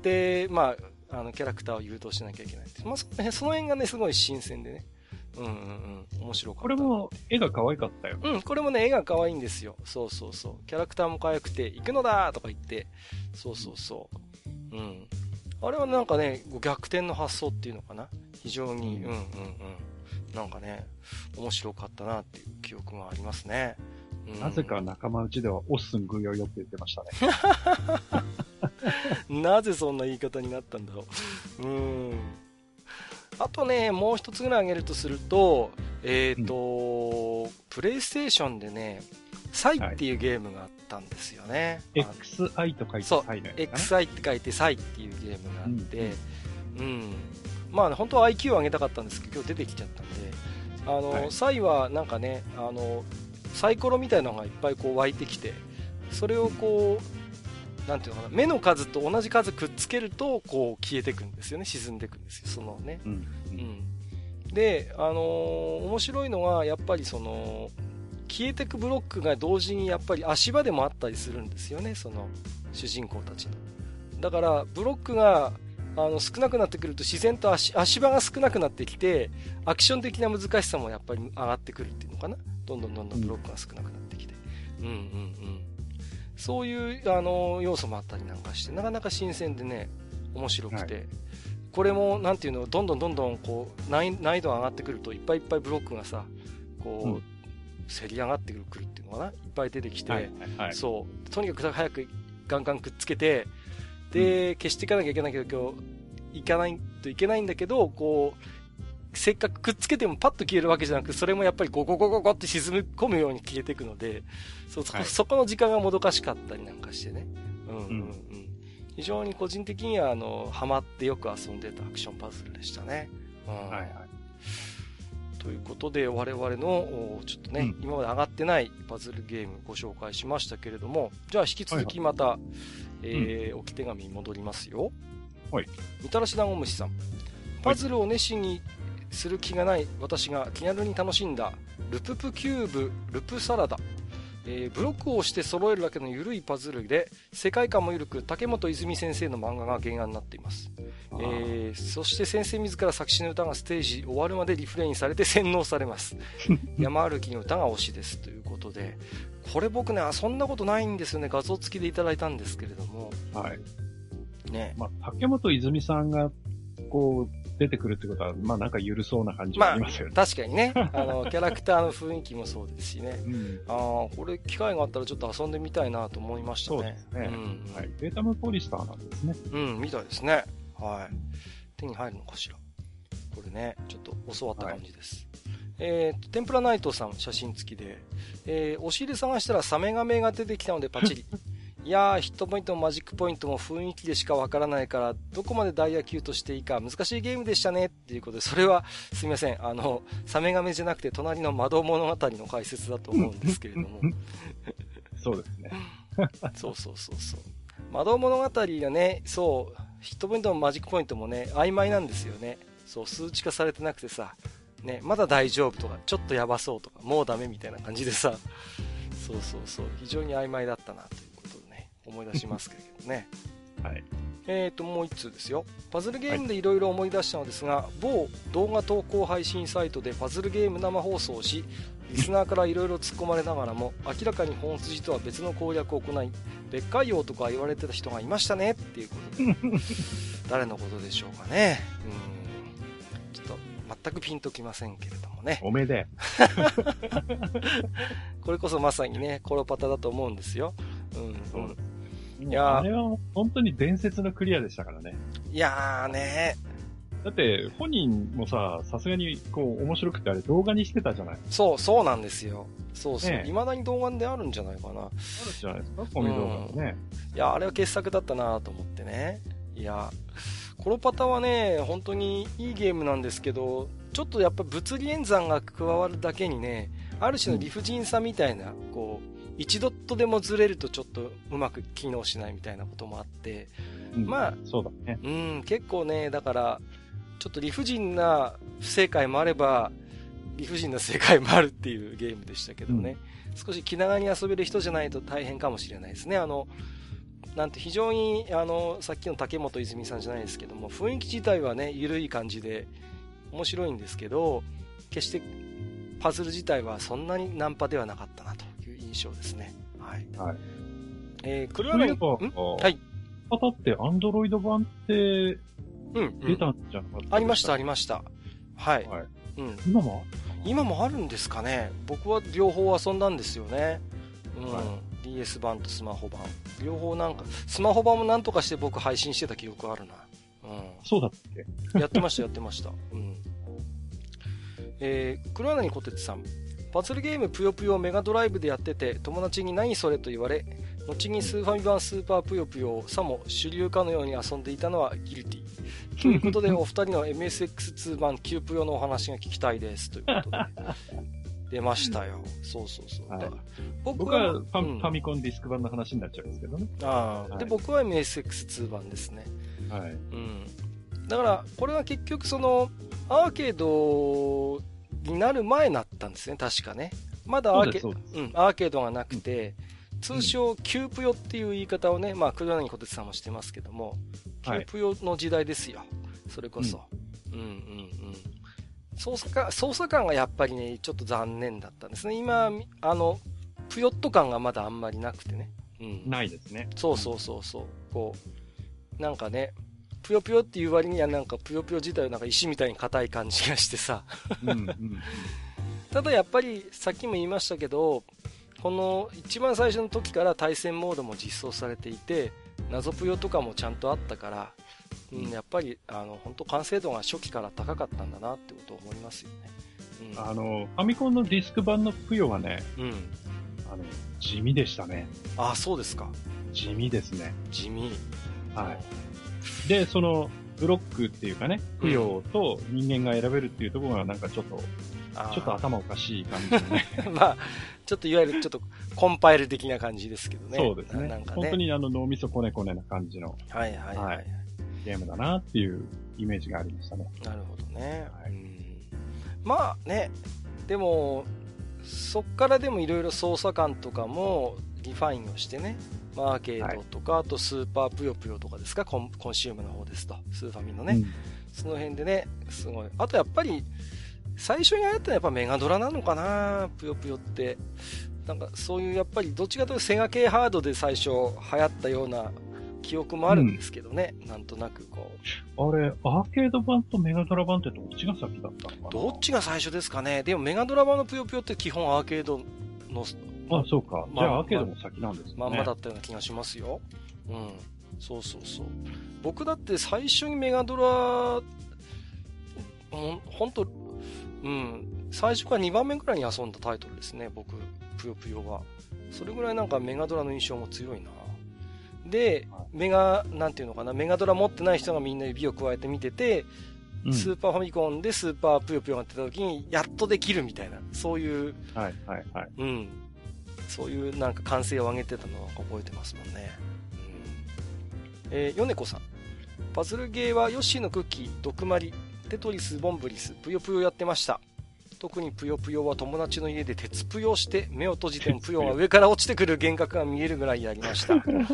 まあ、あの、キャラクターを誘導しなきゃいけない。まあ、その辺、その辺がね、すごい新鮮でね。うんうんうん。面白かった。 これも絵が可愛かったよ。 うん、これもね、絵が可愛いんですよ。そうそうそう。キャラクターも可愛くて、行くのだーとか言って、そうそうそう。うん。あれはなんかね、逆転の発想っていうのかな。非常に、うんうんうん。なんかね、面白かったなっていう記憶がありますね。 うん、なぜか仲間内ではオッスングヨヨって言ってましたね。なぜそんな言い方になったんだろう。うん。あとね、もう一つぐらい挙げるとすると、えっ、ー、と、うん、プレイステーションでね、サイっていうゲームがあったんですよね。 はい、エックスアイ と書いてサイのやつかな。 そう、エックスアイ って書いてサイっていうゲームがあって、うん、うん。まあ、本当は アイキュー を上げたかったんですけど、今日出てきちゃったんで、あの、はい、サイはなんかね、あの、サイコロみたいなのがいっぱいこう湧いてきて、それをこう、なんていうのかな、目の数と同じ数くっつけるとこう消えていくんですよね、沈んでいくんですよ、そのね、うんうん、で、あのー、面白いのはやっぱりその消えていくブロックが同時にやっぱり足場でもあったりするんですよね、その主人公たちの。だからブロックがあの少なくなってくると自然と 足, 足場が少なくなってきて、アクション的な難しさもやっぱり上がってくるっていうのかな、どんどんどんどんブロックが少なくなってきて、うんうんうん、そういうあの要素もあったりなんかして、なかなか新鮮でね、面白くて、はい、これもなんていうの、どんどんどんどんこう難易度が上がってくると、いっぱいいっぱいブロックがさ、こう、うん、せり上がってくるっていうのかな、いっぱい出てきて、はいはいはい、そうとにかく早くガンガンくっつけて、で、うん、消していかなきゃいけないけど、今日いかないといけないんだけど、こうせっかくくっつけてもパッと消えるわけじゃなく、それもやっぱりゴゴゴゴゴって沈み込むように消えていくので、そ, はい、そこの時間がもどかしかったりなんかしてね、うんうんうん、非常に個人的にはあのハマってよく遊んでたアクションパズルでしたね、うん、はいはい、ということで我々のちょっとね、うん、今まで上がってないパズルゲームご紹介しましたけれども、じゃあ引き続きまた、はいはい、えーうん、置き手紙に戻りますよ。はい、みたらし団子虫さん、パズルを熱心にする気がない私が気軽に楽しんだルププキューブルプサラダ、えー、ブロックを押して揃えるだけの緩いパズルで世界観も緩く、竹本泉先生の漫画が原案になっています、えー、そして先生自ら作詞の歌がステージ終わるまでリフレインされて洗脳されます山歩きの歌が推しですということで、これ僕ねそんなことないんですよね、画像付きでいただいたんですけれども、はいね、 まあ、竹本泉さんがこう出てくるってことは、まあなんか緩そうな感じがありますよね。 まあ、確かにね、あのキャラクターの雰囲気もそうですしね。うん、ああ、これ機会があったらちょっと遊んでみたいなと思いましたね。そうですね。 うん、はい。データムポリスターなんですね。 うん、みたいですね。はい。手に入るのかしら。これね、ちょっと教わった感じです。はい、えー、天ぷらナイトさん写真付きで、えー、押し入れ探したらサメガメが出てきたのでパチリ。いやー、ヒットポイントもマジックポイントも雰囲気でしかわからないから、どこまでダイヤ級としていいか難しいゲームでしたねっていうことで、それはすみません、あのサメガメじゃなくて隣の窓物語の解説だと思うんですけれどもそうですねそうそうそうそう、窓物語がね、そうヒットポイントもマジックポイントもね曖昧なんですよね。そう、数値化されてなくてさ、ね、まだ大丈夫とかちょっとやばそうとかもうダメみたいな感じでさ、そうそうそう、非常に曖昧だったなという思い出しますけどね。 はい。 えーと、もう一通ですよ。パズルゲームでいろいろ思い出したのですが、はい、某動画投稿配信サイトでパズルゲーム生放送をし、リスナーからいろいろ突っ込まれながらも、明らかに本筋とは別の攻略を行い、別海王とか言われてた人がいましたねっていうことで、誰のことでしょうかね。うん、ちょっと全くピンときませんけれどもね。 おめで。 これこそまさにね、コロパタだと思うんですよ。うん、うん。 いやあれは本当に伝説のクリアでしたからね。 いやーねだって本人もさ、さすがにこう面白くてあれ動画にしてたじゃない。 そうそうなんですよ。そうそう。未だに動画であるんじゃないかな。あるじゃないですか、コミ動画もね、 うん。いやあれは傑作だったなと思ってね。いやコロパタはね本当にいいゲームなんですけど、ちょっとやっぱ物理演算が加わるだけにね、ある種の理不尽さみたいな、うん、こういちドットでもずれるとちょっとうまく機能しないみたいなこともあって、 うん、 まあそうだね、 うん、結構ね、だからちょっと理不尽な不正解もあれば理不尽な正解もあるっていうゲームでしたけどね、うん、少し気長に遊べる人じゃないと大変かもしれないですね。あのなんて非常にあのさっきの竹本泉さんじゃないですけども、雰囲気自体はね緩い感じで面白いんですけど、決してパズル自体はそんなにナンパではなかったなと印象ですね。はい。はい。えー、クルアナに、はい。 パタってアンドロイド版って、うん、出たんじゃなかった、うん、 ありました、ありました。はい。 はい。 うん。 今も今もあるんですかね。僕は両方遊んだんですよね。うん。はい、ディーエス 版とスマホ版。両方なんか、スマホ版もなんとかして僕配信してた記憶あるな。うん。 そうだっけやってました、やってました。うん。えー、クルアナにコテツさん。パズルゲームぷよぷよをメガドライブでやってて、友達に何それと言われ、後にスーファミ版スーパーぷよぷよをさも主流かのように遊んでいたのはギルティということで、お二人の エムエスエックスツー 版キューぷよのお話が聞きたいですということで出ましたよ。そうそうそう、はい、 僕はファ、うん、ファミコンディスク版の話になっちゃうんですけどね。 あ、はい、で僕は エムエスエックスツー 版ですね。 はい、 うん、だからこれは結局そのアーケードになる前だったんですね、確かね。まだアーケ、うん、アーケードがなくて、うん、通称キュープヨっていう言い方をね、まあ黒柳小鉄さんもしてますけども、キュープヨの時代ですよ、それこそ。うん、うんうんうん操作感、操作感がやっぱりね、ちょっと残念だったんですね。今、あの、ぷよっと感がまだあんまりなくてね。 うん。ないですね。 そうそうそうそう。こう、なんかね、ぷよぷよっていう割にはなんかぷよぷよ自体はなんか石みたいに硬い感じがしてさ、うんうんうん、ただやっぱりさっきも言いましたけど、この一番最初の時から対戦モードも実装されていて、謎ぷよとかもちゃんとあったから、うん、やっぱりあの本当完成度が初期から高かったんだなってことを思いますよね。 うん、あのファミコンのディスク版のぷよはね、うん、あの地味でしたね。 ああ、そうですか。 地味ですね。 地味。 はい。で、その、ブロックっていうかね、ぷよと人間が選べるっていうところがなんかちょっと、うん、ちょっと頭おかしい感じでね。 まあ、ちょっといわゆるちょっとコンパイル的な感じですけどね。 そうですね。なんかね、本当にあの脳みそこねこねな感じの、 はいはいはい、はい、 ゲームだなっていうイメージがありましたね。 なるほどね。はい、うん、まあね、でも、そっからでもいろいろ操作感とかもリファインをしてね、アーケードとか、はい、あとスーパーぷよぷよとかですか、コン、コンシュームの方ですと、スーファミのね、うん、その辺でね、すごい。あとやっぱり、最初に流行ったのはやっぱメガドラなのかな、ぷよぷよって。なんかそういうやっぱりどっちかというとセガ系ハードで最初流行ったような記憶もあるんですけどね、うん、なんとなくこう。あれ、アーケード版とメガドラ版ってどっちが先だったのかな。 どっちが最初ですかね。でもメガドラ版のぷよぷよって基本アーケードの、 あ、そうか。じゃあ、アーケードも先なんですね。 まんまだったような気がしますよ。うん。そうそうそう。僕だって最初にメガドラ、ほんと、うん。最初からにばんめくらいに遊んだタイトルですね、僕、ぷよぷよは。それぐらいなんかメガドラの印象も強いな。で、メガ、なんていうのかな、メガドラ持ってない人がみんな指を加えて見てて、うん、スーパーファミコンでスーパーぷよぷよが出た時に、やっとできるみたいな、そういう、 はいはいはい。 うん。そういうなんか歓声を上げてたのは覚えてますもんね。うん、えー、ヨネコさん。パズルゲーはヨッシーのクッキー、ドクマリ、テトリス、ボンブリス、ぷよぷよやってました。特にぷよぷよは友達の家で鉄ぷよして目を閉じてもぷよが上から落ちてくる幻覚が見えるぐらいやりました。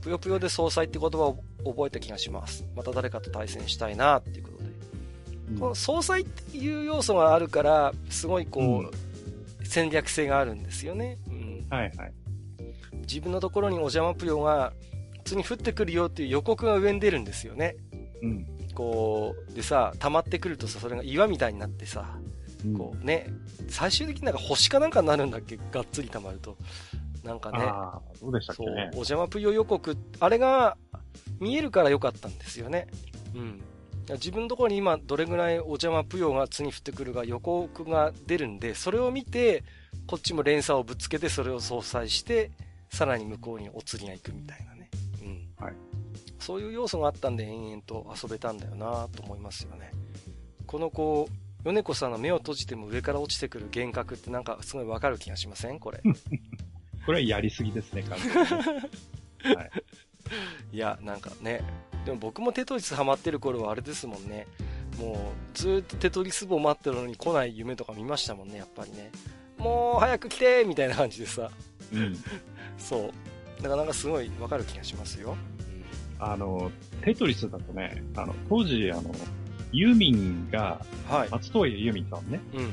ぷよぷよで総裁って言葉を覚えた気がします。また誰かと対戦したいなっていうことで。うん、この総裁っていう要素があるから、すごいこう、うん、戦略性があるんですよね。うん。 はいはい。 自分のところにお邪魔ぷよが、普通に降ってくるよっていう予告が上に出るんですよね。うん。こう、でさ、溜まってくるとさ、それが岩みたいになってさ、うん、こうね、最終的になんか星かなんかになるんだっけ、がっつり溜まると。なんかね。 ああ、どうでしたっけね。そう、 お邪魔ぷよ予告、あれが見えるから良かったんですよね。うん。自分のところに今どれぐらいお邪魔ぷよが次に降ってくるが予告が出るんで、それを見て、こっちも連鎖をぶつけてそれを相殺して、さらに向こうにお釣りが行くみたいなね。うん。はい。そういう要素があったんで延々と遊べたんだよなと思いますよね。このこう、米子さんの目を閉じても上から落ちてくる幻覚ってなんかすごいわかる気がしませんこれ。 これはやりすぎですね、完全に。はい。 いや、なんかね、でも僕もテトリスハマってる頃はあれですもんね。もうずーっとテトリス部を待ってるのに来ない夢とか見ましたもんね、やっぱりね。もう早く来てみたいな感じでさ。うん。そう。だからなんかすごいわかる気がしますよ。 あの、テトリスだとね、あの、当時、あの、ユーミンが、はい、松任谷由実さんね。うんうん。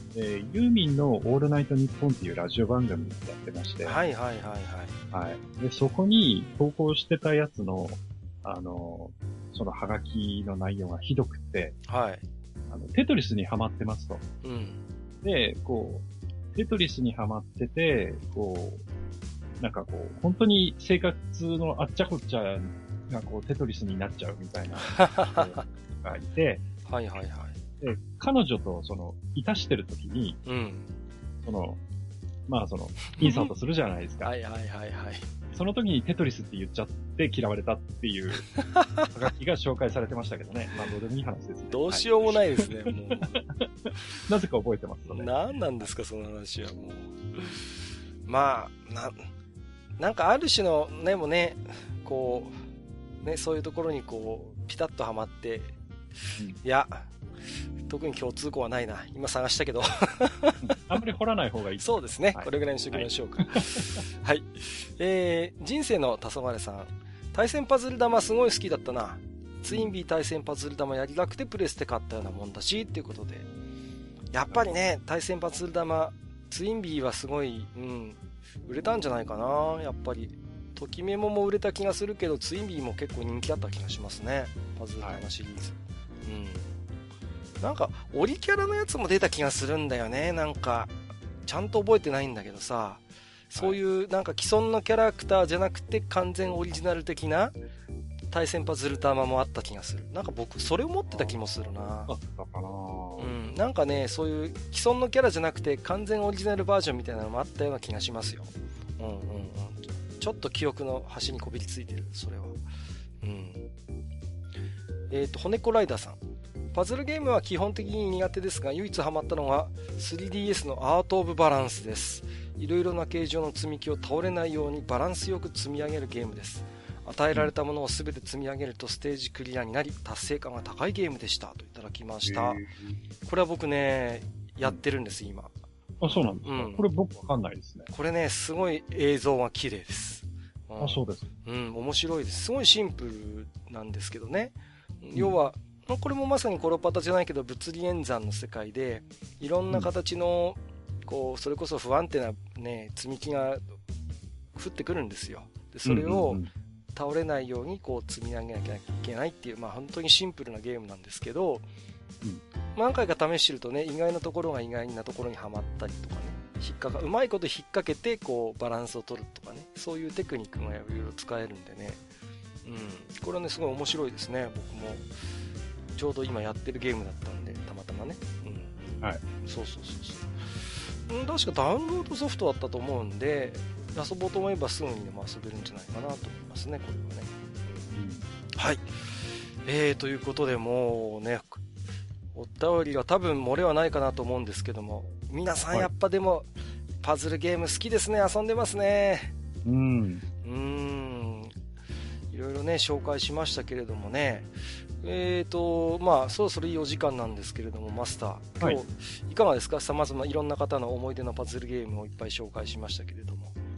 で、ユーミンのオールナイトニッポンっていうラジオ番組やってまして。 はいはいはいはい。 はい。で、そこに投稿してたやつの、あの、そのハガキの内容がひどくて、はい。あの、テトリスにハマってますと。うん。で、こう、テトリスにハマってて、こう、なんかこう、本当に生活のあっちゃこっちゃがこう、テトリスになっちゃうみたいながいて、 はいはいはい。 で、彼女とその、いたしてるときに、うん。その、まあその、インサートするじゃないですか。 はいはいはいはい。 その時にテトリスって言っちゃって嫌われたっていう、はがきが紹介されてましたけどね。まあどうでもいい話ですね。 どうしようもないですね、はい、もう。 なぜか覚えてますよね。 何なんですか、その話はもう。まあ、な、なんかある種の、ね、もね、こう、ね、そういうところにこう、ピタッとはまって、うん、いや、特に共通項はないな。今探したけど。 あんまり掘らない方がいい。 そうですね。はい、これぐらいにしておきましょうか。はい。はい、えー、人生の黄昏さん。対戦パズル玉すごい好きだったな。ツインビー対戦パズル玉やりたくてプレステ買ったようなもんだし、っていうことで。やっぱりね、対戦パズル玉、ツインビーはすごい、うん、売れたんじゃないかな。やっぱり。ときメモも売れた気がするけど、ツインビーも結構人気だった気がしますね。パズル玉シリーズ。はい、うん。なんか、オリキャラのやつも出た気がするんだよね。なんか、ちゃんと覚えてないんだけどさ、そういうなんか既存のキャラクターじゃなくて完全オリジナル的な対戦パズル玉もあった気がする。なんか僕、それを持ってた気もするな。 あったかな。 うん。なんかね、そういう既存のキャラじゃなくて完全オリジナルバージョンみたいなのもあったような気がしますよ。うんうんうん。ちょっと記憶の端にこびりついてる、それは。うん。えっと、骨子ライダーさん。パズルゲームは基本的に苦手ですが、唯一ハマったのが スリーディーエス のアートオブバランスです。いろいろな形状の積み木を倒れないようにバランスよく積み上げるゲームです。与えられたものを全て積み上げるとステージクリアになり、達成感が高いゲームでした。といただきました。これは僕ね、やってるんです、今。 あ、そうなんですか、うん、これ僕わかんないですね。 これね、すごい映像が綺麗です。 うん、あ、そうです。 うん、面白いです。すごいシンプルなんですけどね。要は、うん、これもまさにコロパタじゃないけど物理演算の世界でいろんな形の、うん、こうそれこそ不安定なね積み木が降ってくるんですよ。でそれを倒れないようにこう積み上げなきゃいけないっていう、まあ本当にシンプルなゲームなんですけど、うん、何回か試してるとね意外なところが意外なところにはまったりとかね、引っかかうまいこと引っ掛けてこうバランスを取るとかね、そういうテクニックがいろいろ使えるんでね、うん、これはねすごい面白いですね。僕もちょうど今やってるゲームだったんで、たまたまね。うん。はい。そうそうそうそう。うん、確かダウンロードソフトだったと思うんで、遊ぼうと思えばすぐにでも遊べるんじゃないかなと思いますね、これはね。うん。はい。えー、ということでもうね、お便りが多分漏れはないかなと思うんですけども、皆さんやっぱでも、はい、パズルゲーム好きですね、遊んでますね。うん。うーん。いろいろね、紹介しましたけれどもね。えーとまあ、そろそろいいお時間なんですけれども、マスター、今日、はい、いかがですか。さまざまいろんな方の思い出のパズルゲームをいっぱい紹介しましたけれども。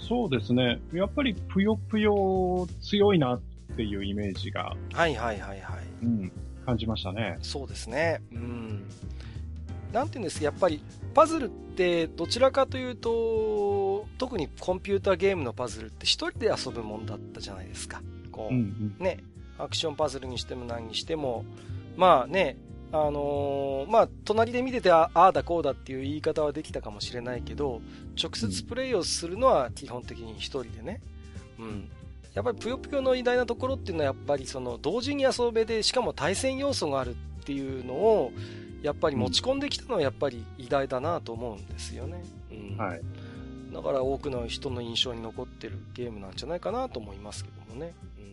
そうですね。やっぱりぷよぷよ強いなっていうイメージが。 はいはいはいはい。 うん。感じましたね。 そうですね。うん。なんていうんですか、やっぱりパズルってどちらかというと、特にコンピューターゲームのパズルって一人で遊ぶもんだったじゃないですか。こう、うんうん、ね、アクションパズルにしても何にしても、まあね、あのー、まあ隣で見ててああだこうだっていう言い方はできたかもしれないけど、直接プレイをするのは基本的に一人でね。うん。やっぱりぷよぷよの偉大なところっていうのはやっぱりその同時に遊べで、しかも対戦要素があるっていうのをやっぱり持ち込んできたのはやっぱり偉大だなと思うんですよね。うん。はい。だから多くの人の印象に残ってるゲームなんじゃないかなと思いますけどもね。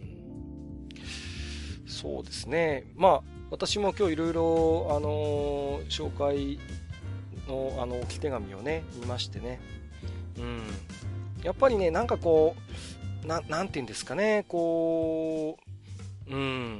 うん。そうですね。まあ私も今日いろいろあのー、紹介のあの置き手紙をね見ましてね。うん。やっぱりねなんかこうななんていうんですかねこううん。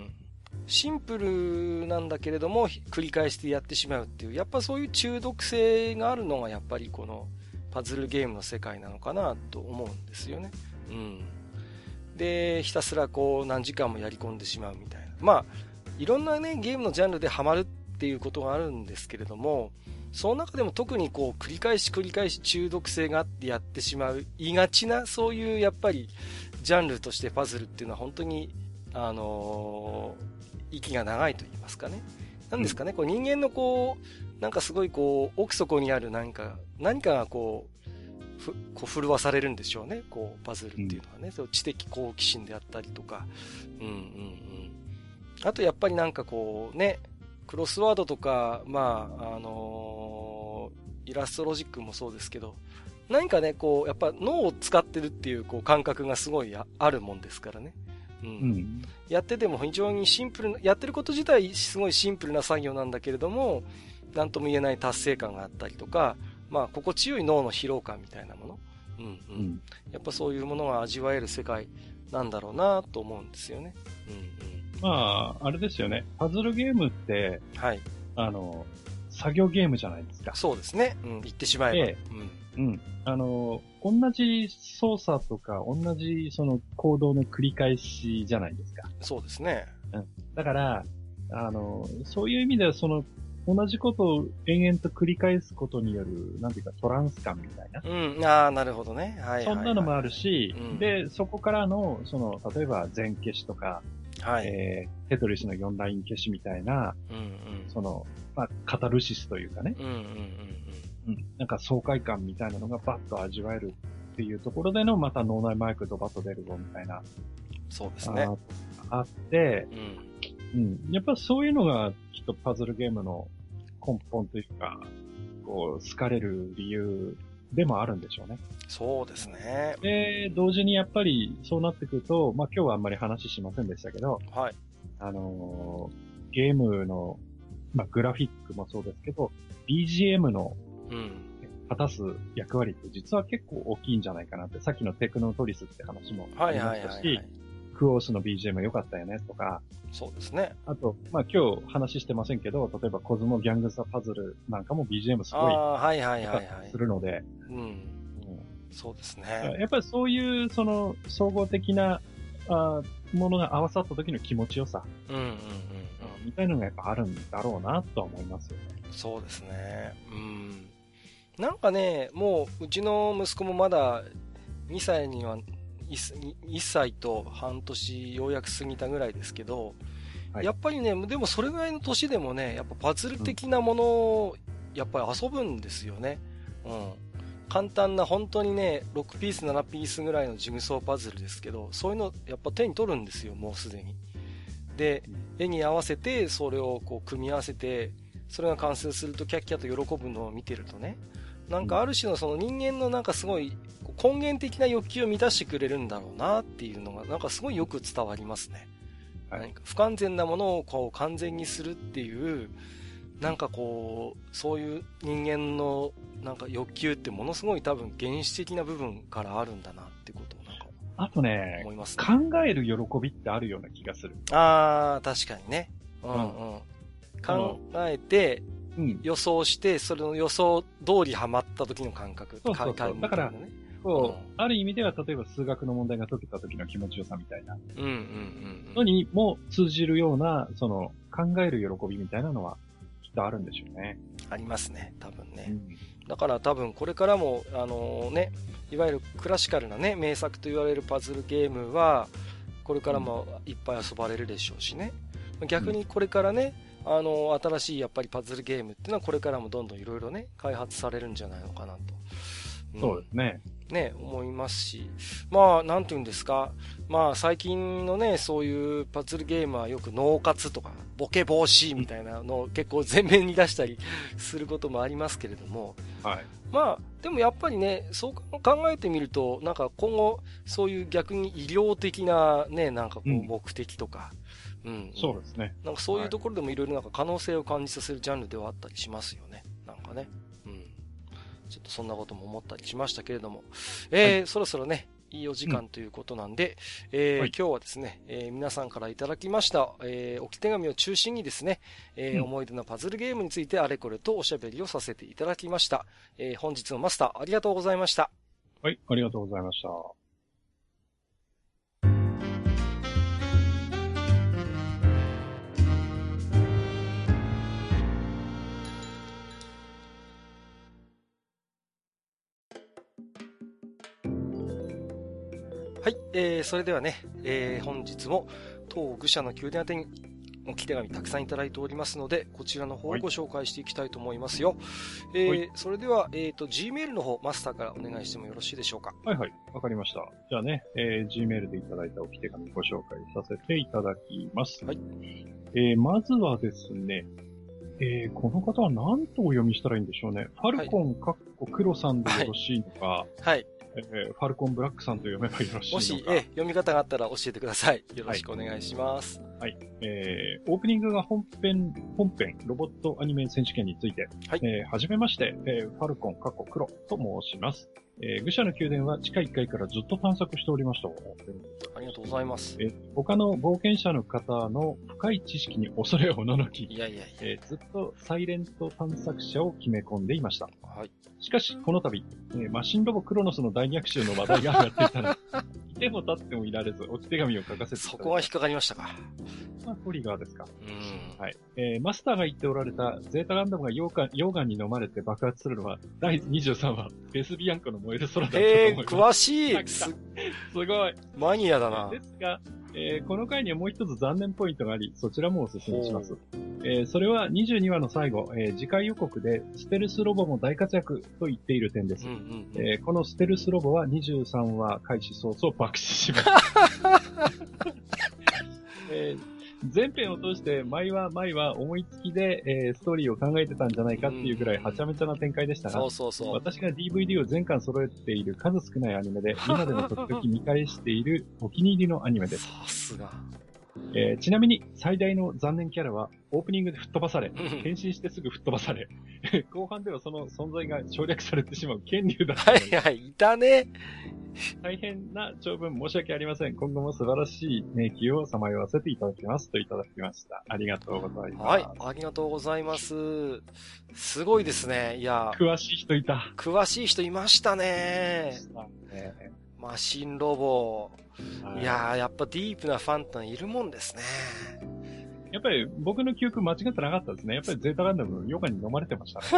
シンプルなんだけれども繰り返してやってしまうっていうやっぱそういう中毒性があるのがやっぱりこのパズルゲームの世界なのかなと思うんですよね。うん。でひたすらこう何時間もやり込んでしまうみたいな。まあいろんなねゲームのジャンルでハマるっていうことがあるんですけれども、その中でも特にこう繰り返し繰り返し中毒性があってやってしまう言いがちなそういうやっぱりジャンルとしてパズルっていうのは本当にあのー息が長いと言いますかね。なんですかね、こう人間のこうなんかすごいこう奥底にある何か何かがこうふこう震わされるんでしょうね。こうパズルっていうのはね、うん、そう知的好奇心であったりとか、うんうんうん。あとやっぱりなんかこうね、クロスワードとかまああのー、イラストロジックもそうですけど、何かねこうやっぱ脳を使ってるっていうこう感覚がすごい あ, あるもんですからね。うんうん、やってても非常にシンプルな、やってること自体すごいシンプルな作業なんだけれども、なんとも言えない達成感があったりとか、まあ心地よい脳の疲労感みたいなもの、うんうんうん、やっぱそういうものが味わえる世界なんだろうなと思うんですよね。うんうん、 まああれですよね。パズルゲームって、はい、あの作業ゲームじゃないですか。 そうですね。うん、言ってしまえば。ええ、 うん、うん。あの、同じ操作とか、同じその行動の繰り返しじゃないですか。 そうですね。 うん。だから、あの、そういう意味ではその、同じことを延々と繰り返すことによる、なんていうかトランス感みたいな。 うん、ああ、なるほどね。はいはい、はい。 そんなのもあるし、うん、で、そこからの、その、例えば全消しとか、はい。えー、テトリスのよんライン消しみたいな、うんうん、その、まあ、カタルシスというかね。うんうんうんうん。うん、なんか爽快感みたいなのがバッと味わえるっていうところでのまた脳内マイクドバッと出るぞみたいな。 そうですね。 あ, あって、うん、うん。やっぱそういうのがきっとパズルゲームの根本というか、こう、好かれる理由でもあるんでしょうね。 そうですね。 で、同時にやっぱりそうなってくると、まあ今日はあんまり話しませんでしたけど、はい。あのー、ゲームの、まあグラフィックもそうですけど、ビージーエム のうん、果たす役割って実は結構大きいんじゃないかなって、さっきのテクノトリスって話もありましたし、はいはいはいはい、クオースの ビージーエム 良かったよねとか、 そうですね。 あと、まあ今日話してませんけど、例えばコズモギャングザパズルなんかも ビージーエム すごい良かったりするので、 うん、そうですね。 やっぱりそういうその総合的なあものが合わさった時の気持ちよさ、うんうんうんうん、みたいなのがやっぱあるんだろうなとは思いますよね。 そうですね。うん。なんかね、もううちの息子もまだにさいにはいっさいと半年ようやく過ぎたぐらいですけど、はい、やっぱりね、でもそれぐらいの年でもね、やっぱパズル的なものをやっぱり遊ぶんですよね。うん。簡単な本当にね、ろくピースななピースぐらいのジグソーパズルですけど、そういうのやっぱ手に取るんですよ、もうすでに。で、絵に合わせてそれをこう組み合わせて、それが完成するとキャッキャと喜ぶのを見てるとね、なんかある種のその人間のなんかすごい根源的な欲求を満たしてくれるんだろうなっていうのがなんかすごいよく伝わりますね。何か不完全なものをこう完全にするっていうなんかこうそういう人間のなんか欲求ってものすごい多分原始的な部分からあるんだなってことをなんかあとね、思いますね。考える喜びってあるような気がする。 ああ確かにね。うんうん。考えて。予想して、それの予想通りハマった時の感覚。 そうそうそう。だから、 こう、うん、ある意味では例えば数学の問題が解けた時の気持ちよさみたいなうんうんうんのにも通じるような、その考える喜びみたいなのはきっとあるんでしょうね。 ありますね、多分ね。 うん、 だから多分これからも、あのー、ね、いわゆるクラシカルなね、名作と言われるパズルゲームは、これからもいっぱい遊ばれるでしょうしね。逆にこれからね、あのー、新しいやっぱりパズルゲームっていうのはこれからもどんどんいろいろね、開発されるんじゃないのかなと。 うん、そうですね。 ね、思いますし。まあ、なんていうんですか。まあ、最近のね、そういうパズルゲームはよく脳活とか、ボケ防止みたいなのを結構前面に出したりすることもありますけれども。 はい。 まあ、でもやっぱりね、そう考えてみると、なんか今後、そういう逆に医療的なね、なんかこう目的とか、 うん、うん。そうですね。 なんかそういうところでもいろいろなんか可能性を感じさせるジャンルではあったりしますよね。なんかね。うん。ちょっとそんなことも思ったりしましたけれども、えーはい、そろそろね、いいお時間ということなんで、うんえーはい、今日はですね、えー、皆さんからいただきました、えー、置き手紙を中心にですね、えーうん、思い出のパズルゲームについてあれこれとおしゃべりをさせていただきました。えー、本日のマスターありがとうございました。 はい、ありがとうございました。 はい、えー、それではね、えー、本日も当愚者の宮殿宛てに置き手紙たくさんいただいておりますので、こちらの方をご紹介していきたいと思いますよ。はい、えー、それでは、えっと、Gmail の方、マスターからお願いしてもよろしいでしょうか。 はいはい、わかりました。じゃあね、えー、Gmail でいただいた置き手紙ご紹介させていただきます。はい。えー、まずはですね、えー、この方は何とお読みしたらいいんでしょうね。ファルコン、かっこ黒さんでよろしいのか。はい。はいえー、ファルコンブラックさんと読めばよろしいのか。もし、 えー、読み方があったら教えてください。よろしくお願いします。 はい。はい、えー、オープニングが本編、本編、ロボットアニメ選手権について。はい。えー、はじめまして、えー、ファルコン、かっこ黒と申します。えー、愚者の宮殿は地下いっかいからずっと探索しておりました。 ありがとうございます。 えー、他の冒険者の方の深い知識に恐れをおののき、 いやいやいや、 えー、ずっとサイレント探索者を決め込んでいました。 はい。 しかし、この度、えー、マシンロボクロノスの大逆襲の話題が上がっていたので、いても立ってもいられず、置き手紙を書かせていただきました。 そこは引っかかりましたか。 まあ、トリガーですか。 うん。 はい。えー、マスターが言っておられた、ゼータガンダムが溶岩、溶岩に飲まれて爆発するのは、だいにじゅうさんわ、ベスビアンコの燃える空だったと思います。 えー、詳しいす、すごい。 マニアだな。 ですが、えー、この回にはもう一つ残念ポイントがあり、そちらもお勧めします。えー、それはにじゅうにわの最後、えー、次回予告でステルスロボも大活躍と言っている点です。うんうんうんえー、このステルスロボはにじゅうさんわ開始早々爆死します。えー前編を通して毎話毎話思いつきで、えー、ストーリーを考えてたんじゃないかっていうぐらいはちゃめちゃな展開でしたが、 そうそうそう私が ディーブイディー を全巻揃えている数少ないアニメで、今でも時々見返しているお気に入りのアニメです。 さすが。 えー、ちなみに最大の残念キャラはオープニングで吹っ飛ばされ、変身してすぐ吹っ飛ばされ、後半ではその存在が省略されてしまう剣竜だったので。 はいはい、いたね。 大変な長文申し訳ありません。今後も素晴らしい迷宮をさまよわせていただきますといただきました。ありがとうございます。 はい、ありがとうございます。すごいですね。いや、 詳しい人いた。 詳しい人いましたね。したね。マシンロボ。はい、いやー、やっぱディープなファンってのはいるもんですね。 やっぱり僕の記憶間違ってなかったですね。やっぱりゼータガンダムヨガに飲まれてましたね。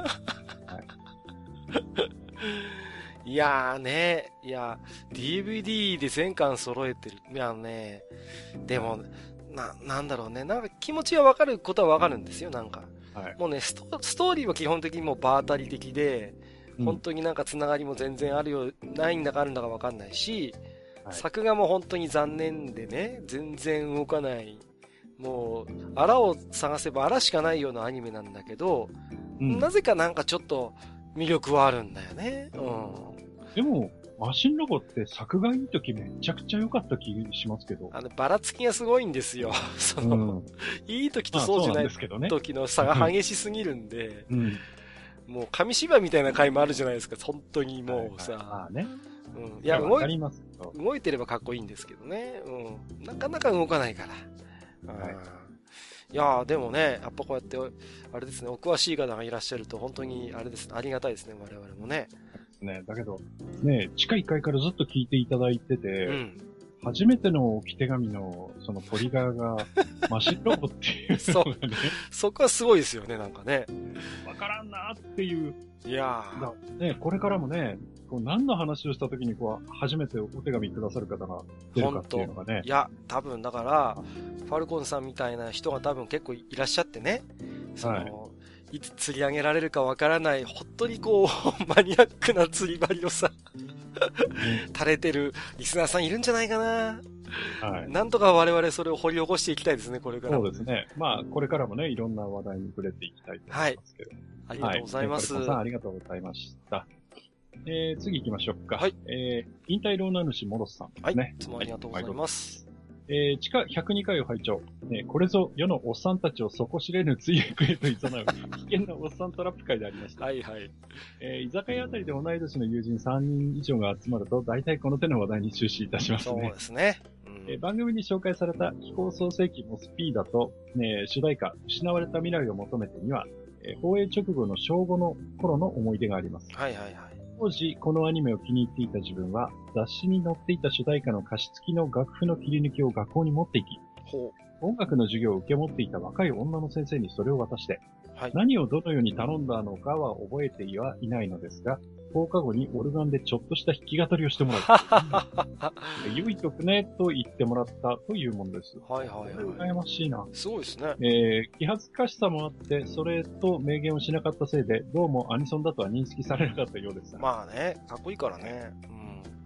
はいいやーね、いや、ディーブイディー で全巻揃えてる。いやね、でも、な、なんだろうね。なんか気持ちはわかることはわかるんですよ、なんか。はい、もうねスト、ストーリーは基本的にもう場当たり的で、うん、本当になんかつながりも全然あるよ、ないんだかあるんだかわかんないし、はい、作画も本当に残念でね、全然動かない。もう、あらを探せばあらしかないようなアニメなんだけど、うん、なぜかなんかちょっと魅力はあるんだよね。うん。 でも、マシンロボって作画いい時めちゃくちゃ良かった気しますけど。 あの、ばらつきがすごいんですよ。その、うん、いい時とそうじゃない時の差が激しすぎるんで、うん、もう紙芝居みたいな回もあるじゃないですか、本当にもうさ。はいはい、ああね。うん。いや、動い、動いてればかっこいいんですけどね。うん。なかなか動かないから。はい。いやー、でもね、やっぱこうやって、あれですね、お詳しい方がいらっしゃると、本当に、あれですね、ありがたいですね、我々もね。 ね。だけど、ね、地下いっかいからずっと聞いていただいてて、うん、初めての置き手紙のそのトリガーが真っ白っていう、ね、 そう。そこはすごいですよね、なんかね。 わからんなっていう。 いやー。ね、これからもね、こう何の話をしたときにこう、初めてお手紙くださる方が出るかっていうのがね。 いや、多分だから、ファルコンさんみたいな人が多分結構いらっしゃってね。その、はい、いつ釣り上げられるかわからない、本当にこう、マニアックな釣り針をさ、垂れてるリスナーさんいるんじゃないかな。はい。なんとか我々それを掘り起こしていきたいですね、これから。 そうですね。まあ、これからもね、いろんな話題に触れていきたいと思いますけど。はい。 ありがとうございます。 はい、さんありがとうございました。えー、次行きましょうか。はい。えー、引退ローナ主モロスさんですね。はい。 いつもありがとうございます。 はい、えー、地下ひゃくにかいを拝聴。えー、これぞ世のおっさんたちを底知れぬ追憶へと誘う危険なおっさんトラップ会でありました。 はいはい。 えー、居酒屋あたりで同い年の友人さんにん以上が集まると、大体この手の話題に終始いたしますね。 そうですね。 うん、えー、番組に紹介された気候創世記モスピーダと、えー、主題歌、失われた未来を求めてには、えー、放映直後の小ごの頃の思い出があります。 はいはいはい。 当時、このアニメを気に入っていた自分は、雑誌に載っていた主題歌の歌詞付きの楽譜の切り抜きを学校に持っていき、 ほう音楽の授業を受け持っていた若い女の先生にそれを渡して、 はい、 何をどのように頼んだのかは覚えてはいないのですが、放課後にオルガンでちょっとした弾き語りをしてもらった。良い曲ね、と言ってもらったというものです。 はいはいはい。 羨ましいな。 すごいですね。 えー、気恥ずかしさもあって、それと明言をしなかったせいで、どうもアニソンだとは認識されなかったようです。 まあね、かっこいいからね。うん、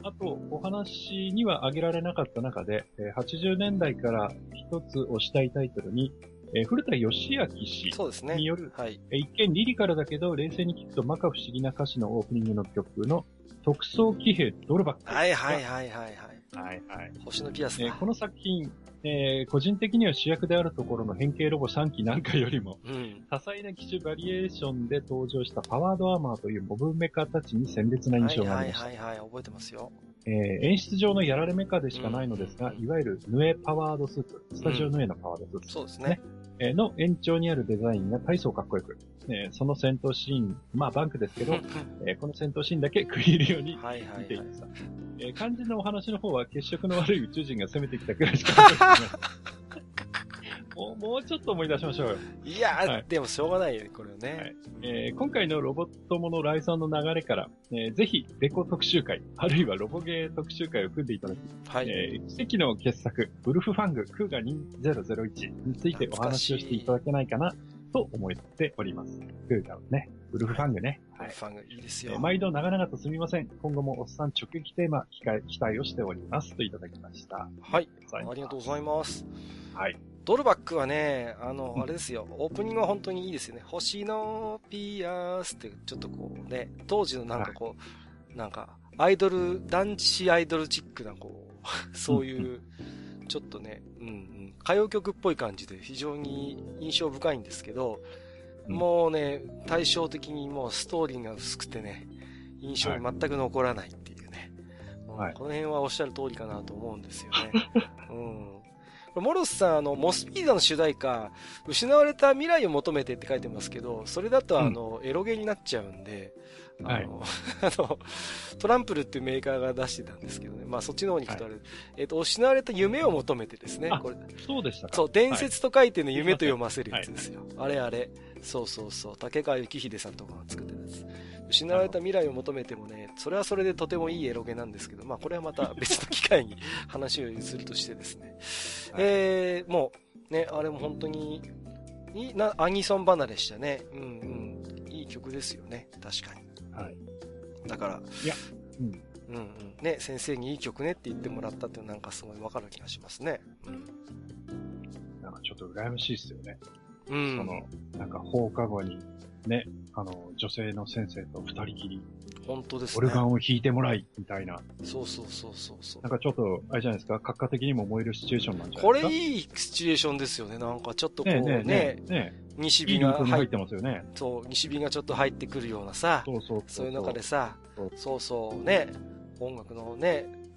あと、お話には挙げられなかった中で、はちじゅうねんだいから一つ推したいタイトルに、えー、古田義明氏による、ね、はい、一見リリカルだけど、冷静に聞くと摩訶不思議な歌詞のオープニングの曲の特捜騎兵ドルバック。 はいはいはいはいはい。 はいはい。 星のピアスだ、 えー、この作品、えー、個人的には主役であるところの変形ロボさんきなんかよりも、うん、多彩な機種バリエーションで登場したパワードアーマーというモブメカたちに鮮烈な印象がありました。 はいはいはいはい、覚えてますよ。 えー、演出上のやられメカでしかないのですが、うん、いわゆるヌエパワードスーツ、スタジオヌエのパワードスーツ、 ね、そうですね。 えー、の延長にあるデザインが大層かっこよく、えー、その戦闘シーン、まあバンクですけど、えー、この戦闘シーンだけ食い入るように見ていました。はいはいはい、えー、肝心のお話の方は血色の悪い宇宙人が攻めてきたくらいしか覚えていません。もう、もうちょっと思い出しましょうよ。 いやー、はい、でもしょうがないよね、これね。はい、 えー、今回のロボットもの来産の流れから、えー、ぜひ、デコ特集会、あるいはロボゲー特集会を組んでいただき、はい、えー、奇跡の傑作、ウルフファングクーガにせんいちについてお話をしていただけないかな、と思っております。クーガをね、ウルフファングね。 はい、ウルフファングいいですよ。 えー、毎度長々とすみません。今後もおっさん直撃テーマ、期待、期待をしております。といただきました。 はい。ありがとうございます。 はい。 ドルバックはね、あの、あれですよ、オープニングは本当にいいですよね。星のピアスって、ちょっとこうね、当時のなんかこう、なんか、アイドル、男子アイドルチックな、こう、そういう、ちょっとね、うんうん、歌謡曲っぽい感じで非常に印象深いんですけど、もうね、対照的にもうストーリーが薄くてね、印象に全く残らないっていうね。はい、この辺はおっしゃる通りかなと思うんですよね。うんモロスさん、あの、モスピーダの主題歌、失われた未来を求めてって書いてますけど、それだとあの、うん、エロゲになっちゃうんで、あの、はい、あの、トランプルっていうメーカーが出してたんですけどね、まあそっちの方に行くとあれ、はい、えっと、失われた夢を求めてですね、これ。 そうでしたか。 そう、伝説と書いての夢と読ませるやつですよ。はい、あれあれ。そうそうそう、竹川幸秀さんとかが作ってたやつ。失われた未来を求めてもね、それはそれでとてもいいエロゲなんですけど、まあこれはまた別の機会に話をするとしてですね。はい、えー、もう、ね、あれも本当に、いいな、アニソン離れしたね。うんうん。いい曲ですよね。確かに。はい。だから、 いや、うん。 うんうん。ね、先生にいい曲ねって言ってもらったってなんかすごいわかる気がしますね。うん。 なんかちょっと羨ましいですよね。 うん。 その、なんか放課後に、ね、あの、女性の先生と二人きり。 本当ですね。 オルガンを弾いてもらい、みたいな。 そうそうそうそうそう。 なんかちょっと、あれじゃないですか、閣下的にも燃えるシチュエーションなんじゃないですか。 これいいシチュエーションですよね。なんかちょっとこうね、 ね、ねね西日が入ってますよね。 そう、西日がちょっと入ってくるようなさ、 そうそうそうそういう中でさ、そうそうね、音楽のね、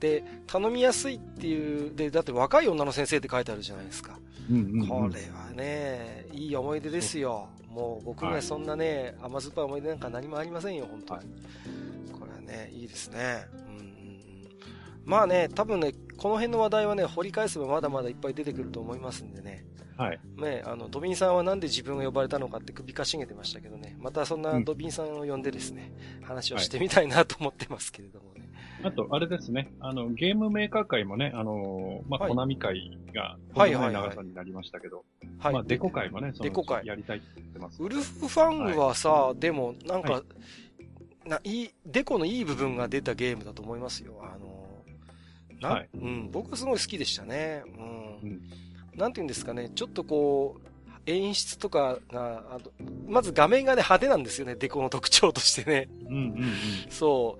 で、頼みやすいっていう、で、だって若い女の先生って書いてあるじゃないですか。うんうんうん、これはね、いい思い出ですよ。もう僕にはそんなね、はい、甘酸っぱい思い出なんか何もありませんよ、本当に。はい、これはね、いいですね。うんうんうん、まあね、多分ね、この辺の話題はね、掘り返せばまだまだいっぱい出てくると思いますんでね。はい。ね、あの、ドビンさんはなんで自分が呼ばれたのかって首かしげてましたけどね。またそんなドビンさんを呼んでですね、うん、話をしてみたいなと思ってますけれどもね。 はい、あと、あれですね、あの、ゲームメーカー会もね、あの、まあ、コナミ会が、とんでもない長さになりましたけど、はい、まあ、デコ会もね、そのやりたいって言ってます。 ウルフファンはさ、はい、でも、なんか、はい、ないい、デコのいい部分が出たゲームだと思いますよ。あの、なはい、うん、僕はすごい好きでしたね。うん。うん、なんていうんですかね、ちょっとこう、演出とかが、あの、まず画面がね、派手なんですよね、デコの特徴としてね。うんうんうん。そう。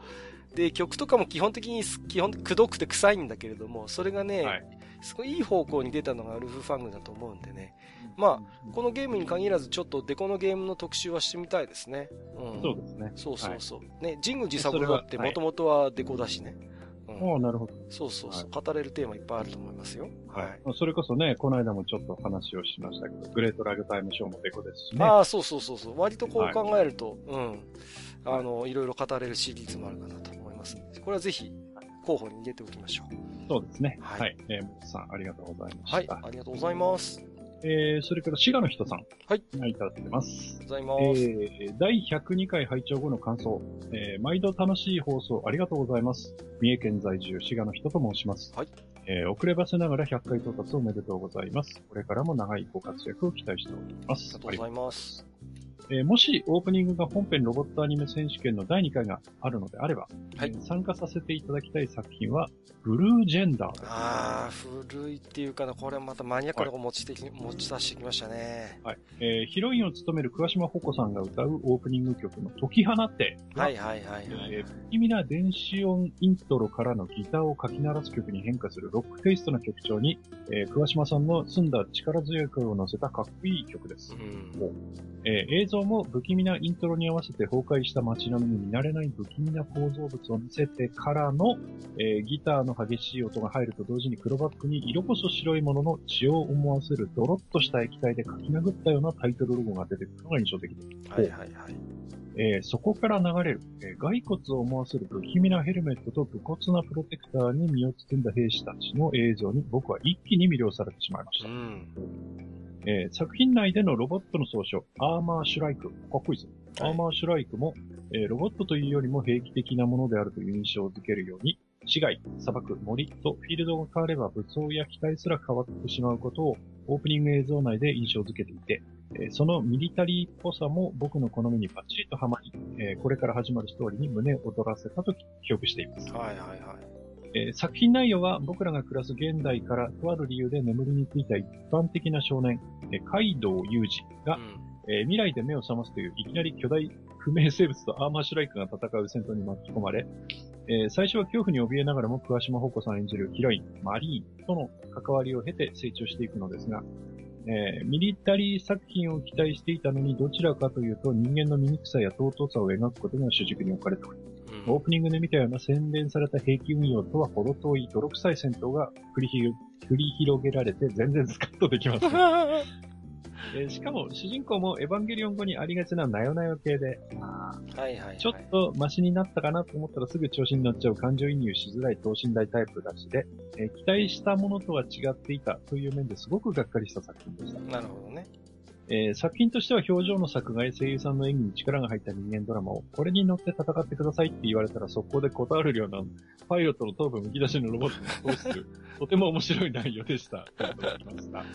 で、曲とかも基本的に、基本、くどくて臭いんだけれども、それがね、はい、すごいいい方向に出たのがウルフファングだと思うんでね。まあ、このゲームに限らず、ちょっとデコのゲームの特集はしてみたいですね。 うん。そうですね。 そうそうそう。はい、ね、神宮寺三郎ってもともとはデコだしね。 ああ、なるほど。 そうそうそう、はい、語れるテーマいっぱいあると思いますよ。 はい。それこそね、この間もちょっと話をしましたけど、グレートラグタイムショーもデコですしね。 ああ、そうそうそうそう。割とこう考えると、はい、うん。あの、はい、いろいろ語れるシリーズもあるかなと思いますので、これはぜひ、候補に入れておきましょう。 そうですね。はい。はい、えー、もつさん、ありがとうございました。 はい、ありがとうございます。 えー、それから、滋賀の人さん。はい。がいただいてます。 ありがとうございます。 えー、だいひゃくにかい拝聴後の感想。えー、毎度楽しい放送ありがとうございます。三重県在住、滋賀の人と申します。はい。えー、遅ればせながらひゃっかい到達おめでとうございます。これからも長いご活躍を期待しております。 ありがとうございます。 えー、もしオープニングが本編ロボットアニメ選手権のだいにかいがあるのであれば、はい、えー、参加させていただきたい作品は、ブルージェンダーです。 ああ、古いっていうかな、これはまたマニアックなとこ持ちてき、はい、持ち出してきましたね。 はい。えー、ヒロインを務める桑島穂子さんが歌うオープニング曲の解き放て。 はいはいはいはい、 えー、不気味な電子音イントロからのギターをかき鳴らす曲に変化するロックテイストな曲調に、えー、桑島さんの澄んだ力強い声を乗せたかっこいい曲です。うん、えー、映像も不気味なイントロに合わせて崩壊した街並みに見慣れない不気味な構造物を見せてからの、えー、ギターの激しい音が入ると同時に黒バックに色こそ白いものの血を思わせるドロッとした液体で書き殴ったようなタイトルロゴが出てくるのが印象的です。はいはいはい。えー、そこから流れる、えー、骸骨を思わせる不気味なヘルメットと武骨なプロテクターに身を包んだ兵士たちの映像に僕は一気に魅了されてしまいました。うんえー、作品内でのロボットの装飾、アーマーシュライク、かっこいいですね。はい、アーマーシュライクも、えー、ロボットというよりも兵器的なものであるという印象を付けるように、市街、砂漠、森とフィールドが変われば武装や機体すら変わってしまうことをオープニング映像内で印象付けていて、えー、そのミリタリーっぽさも僕の好みにバッチリとハマり、えー、これから始まるストーリーに胸を躍らせたと記憶しています。はいはいはい。えー、作品内容は僕らが暮らす現代からとある理由で眠りについた一般的な少年、えー、カイドウユウジが、うんえー、未来で目を覚ますといういきなり巨大不明生物とアーマーシュライクが戦う戦闘に巻き込まれ、えー、最初は恐怖に怯えながらも桑島穂子さん演じるヒロイン、マリーとの関わりを経て成長していくのですが、えー、ミリタリー作品を期待していたのにどちらかというと人間の醜さや尊さを描くことが主軸に置かれており、うん、オープニングで見たような洗練された兵器運用とは程遠い泥臭い戦闘が繰り広繰り広げられて全然スカッとできます、ねえー、しかも主人公もエヴァンゲリオン後にありがちななよなよ系で、あはいはいはい、ちょっとマシになったかなと思ったらすぐ調子に乗っちゃう感情移入しづらい等身大タイプだしで、えー、期待したものとは違っていたという面ですごくがっかりした作品でした。 なるほどね。 えー、作品としては表情の作画や声優さんの演技に力が入った人間ドラマをこれに乗って戦ってくださいって言われたら速攻で断るようなパイロットの頭部むき出しのロボットを通するとても面白い内容でした。といただきました。はい、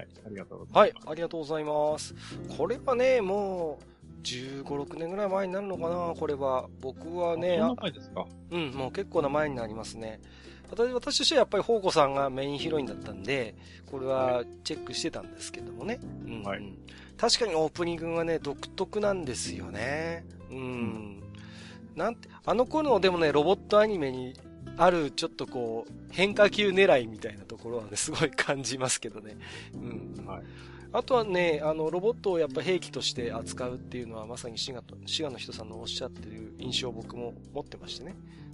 ありがとうございます。 はい、ありがとうございます。これはね、もうじゅうご、ろくねんぐらい前になるのかな、これは。僕はね、 そんな前ですか？ うん、もう結構な前になりますね。私, 私としてはやっぱり宝子さんがメインヒロインだったんで、これはチェックしてたんですけどもね。うんはい、確かにオープニングがね、独特なんですよね。うん。うん、なんて、あの頃のでもね、ロボットアニメにあるちょっとこう、変化球狙いみたいなところはね、すごい感じますけどね。うん。はい。あとはね、あの、ロボットをやっぱ兵器として扱うっていうのはまさに滋賀と、滋賀の人さんのおっしゃってる印象を僕も持ってましてね。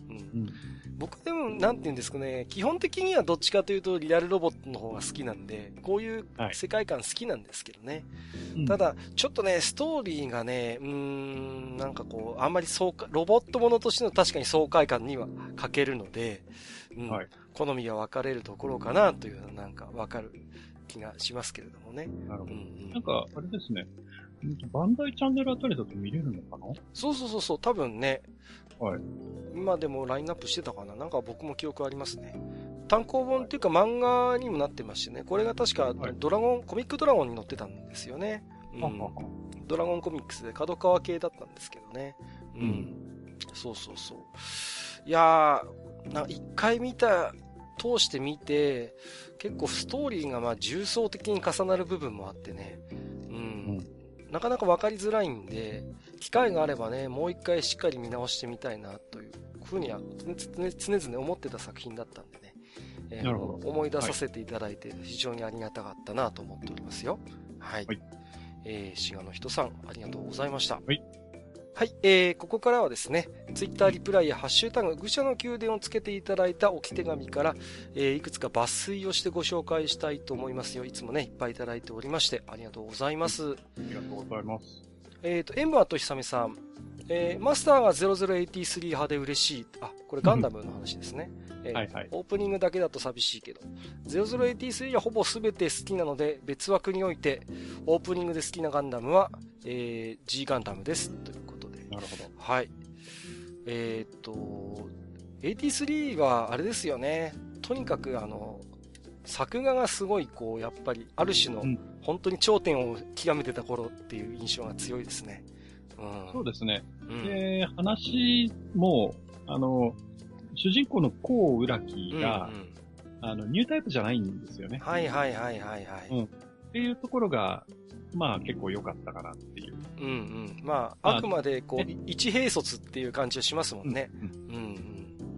うん。うん、僕でも、なんて言うんですかね、基本的にはどっちかというとリアルロボットの方が好きなんで、こういう世界観好きなんですけどね。はい、ただ、ちょっとね、ストーリーがね、うーん、なんかこう、あんまり爽快、ロボットものとしての確かに爽快感には欠けるので、うん、はい、好みが分かれるところかなというのはなんか分かる気がしますけれどもね。 なるほど。うんうん、なんか、あれですね。バンダイチャンネルあたりだと見れるのかな？ そうそうそうそう、多分ね。 はい。 今でもラインナップしてたかな？なんか僕も記憶ありますね。単行本っていうか漫画にもなってましてね。これが確かドラゴン、はい、コミックドラゴンに載ってたんですよね。うん、はははドラゴンコミックスで角川系だったんですけどね。うん。うん、そうそうそう。いやー、な一回見た、通して見て、結構ストーリーがまあ重層的に重なる部分もあってね。うん。うんなかなか分かりづらいんで、機会があればね、もう一回しっかり見直してみたいなというふうには常々思ってた作品だったんでね、えー、思い出させていただいて非常にありがたかったなと思っておりますよ。はい。はい、えー、滋賀の人さん、ありがとうございました。はい。はい、えー、ここからはですね、ツイッターリプライやハッシュタグ、愚者の宮殿をつけていただいた置き手紙から、えー、いくつか抜粋をしてご紹介したいと思いますよ。いつもね、いっぱいいただいておりまして、ありがとうございます。 ありがとうございます。 えっ、ー、と、エンバーとひさみさん、えー、マスターがゼロゼロはちさん派で嬉しい。あ、これガンダムの話ですね。えーはいはい、オープニングだけだと寂しいけど、ゼロゼロはちさんはほぼ全て好きなので、別枠において、オープニングで好きなガンダムは、えー、G ガンダムです。ということで。 なるほど。 はい。えっ、ー、と、はちさんはあれですよね。とにかくあの、作画がすごいこう、やっぱり、ある種の、本当に頂点を極めてた頃っていう印象が強いですね。 うん、そうですね。うん、で、話も、あの、主人公のコウ・ウラキが、うんうん、あの、ニュータイプじゃないんですよね。 はいはいはいはいはい。 うん。っていうところが、まあ結構良かったかなっていう。 うんうん。まあ、あくまでこう、一兵卒っていう感じはしますもんね。うん、うん、うん。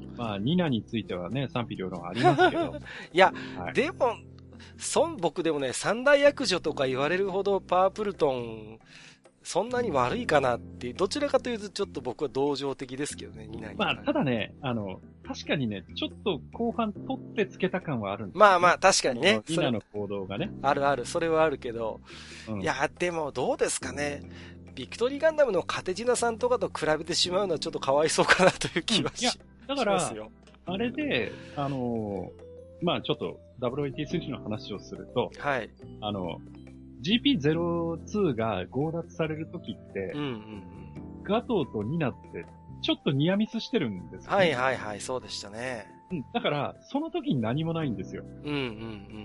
まあ、ニナについてはね、賛否両論ありますけど。 いや、はい、でも、そん、僕でもね、三大悪女とか言われるほどパワープルトン、そんなに悪いかなっていう、どちらかというとちょっと僕は同情的ですけどね、ニナに。 まあ、ただね、あの、確かにね、ちょっと後半取ってつけた感はあるんですよ、ね。まあまあ、確かにね。 ニナの行動がね。 あるある、それはあるけど。うん、いや、でもどうですかね。ビクトリーガンダムのカテジナさんとかと比べてしまうのはちょっとかわいそうかなという気はし,、うん、いやだからしますよ。あれで、あのー、まあちょっと ダブリューエイティースリー の話をすると、 はい。 あの、ジーピーゼロツー が強奪されるときって、 うんうんうん、 ガトーとニナってちょっとニアミスしてるんですよね。 はいはいはい、そうでしたね。 うん。だから、その時に何もないんですよ。 うんうんうん。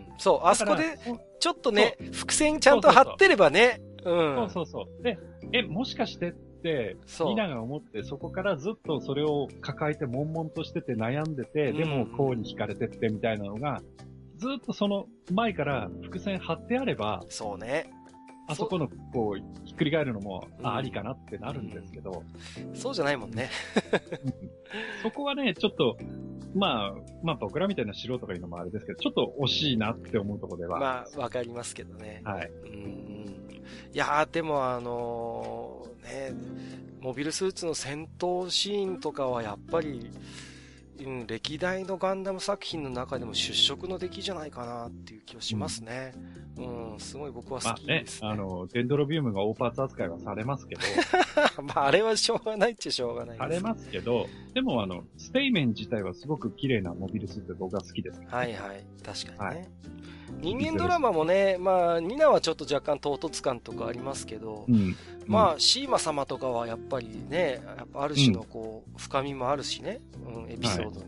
そう、あそこで、ちょっとね、伏線ちゃんと張ってればね。うん。 そうそうそう。で、え、もしかしてって、ニナが思って、そこからずっとそれを抱えて悶々としてて悩んでて、でもこうに惹かれてってみたいなのが、ずっとその前から伏線張ってあれば、 そうね。 あそこの、こう、ひっくり返るのも、うん、あ、ありかなってなるんですけど。 うん、そうじゃないもんね。 そこはね、ちょっと、まあ、まあ僕らみたいな素人が言うのもあれですけど、ちょっと惜しいなって思うところでは。 まあ、わかりますけどね。 はい。 うん、いやー、でもあのー、ね、モビルスーツの戦闘シーンとかはやっぱり、うん、歴代のガンダム作品の中でも出色の出来じゃないかなっていう気はしますね。うん、うん、すごい僕は好きですね。 まあね、あの、デンドロビウムが大パーツ扱いはされますけど。 まあ、あれはしょうがないっちゃしょうがないです。 されますけど、でもあの、スペイメン自体はすごく綺麗なモビルスーツで僕は好きです、ね。 はいはい。確かにね。はい、人間ドラマもね、まあ、ニナはちょっと若干唐突感とかありますけど、うん、まあ、シーマ様とかはやっぱりね、やっぱある種のこう、うん、深みもあるしね、うん、エピソードに。はい、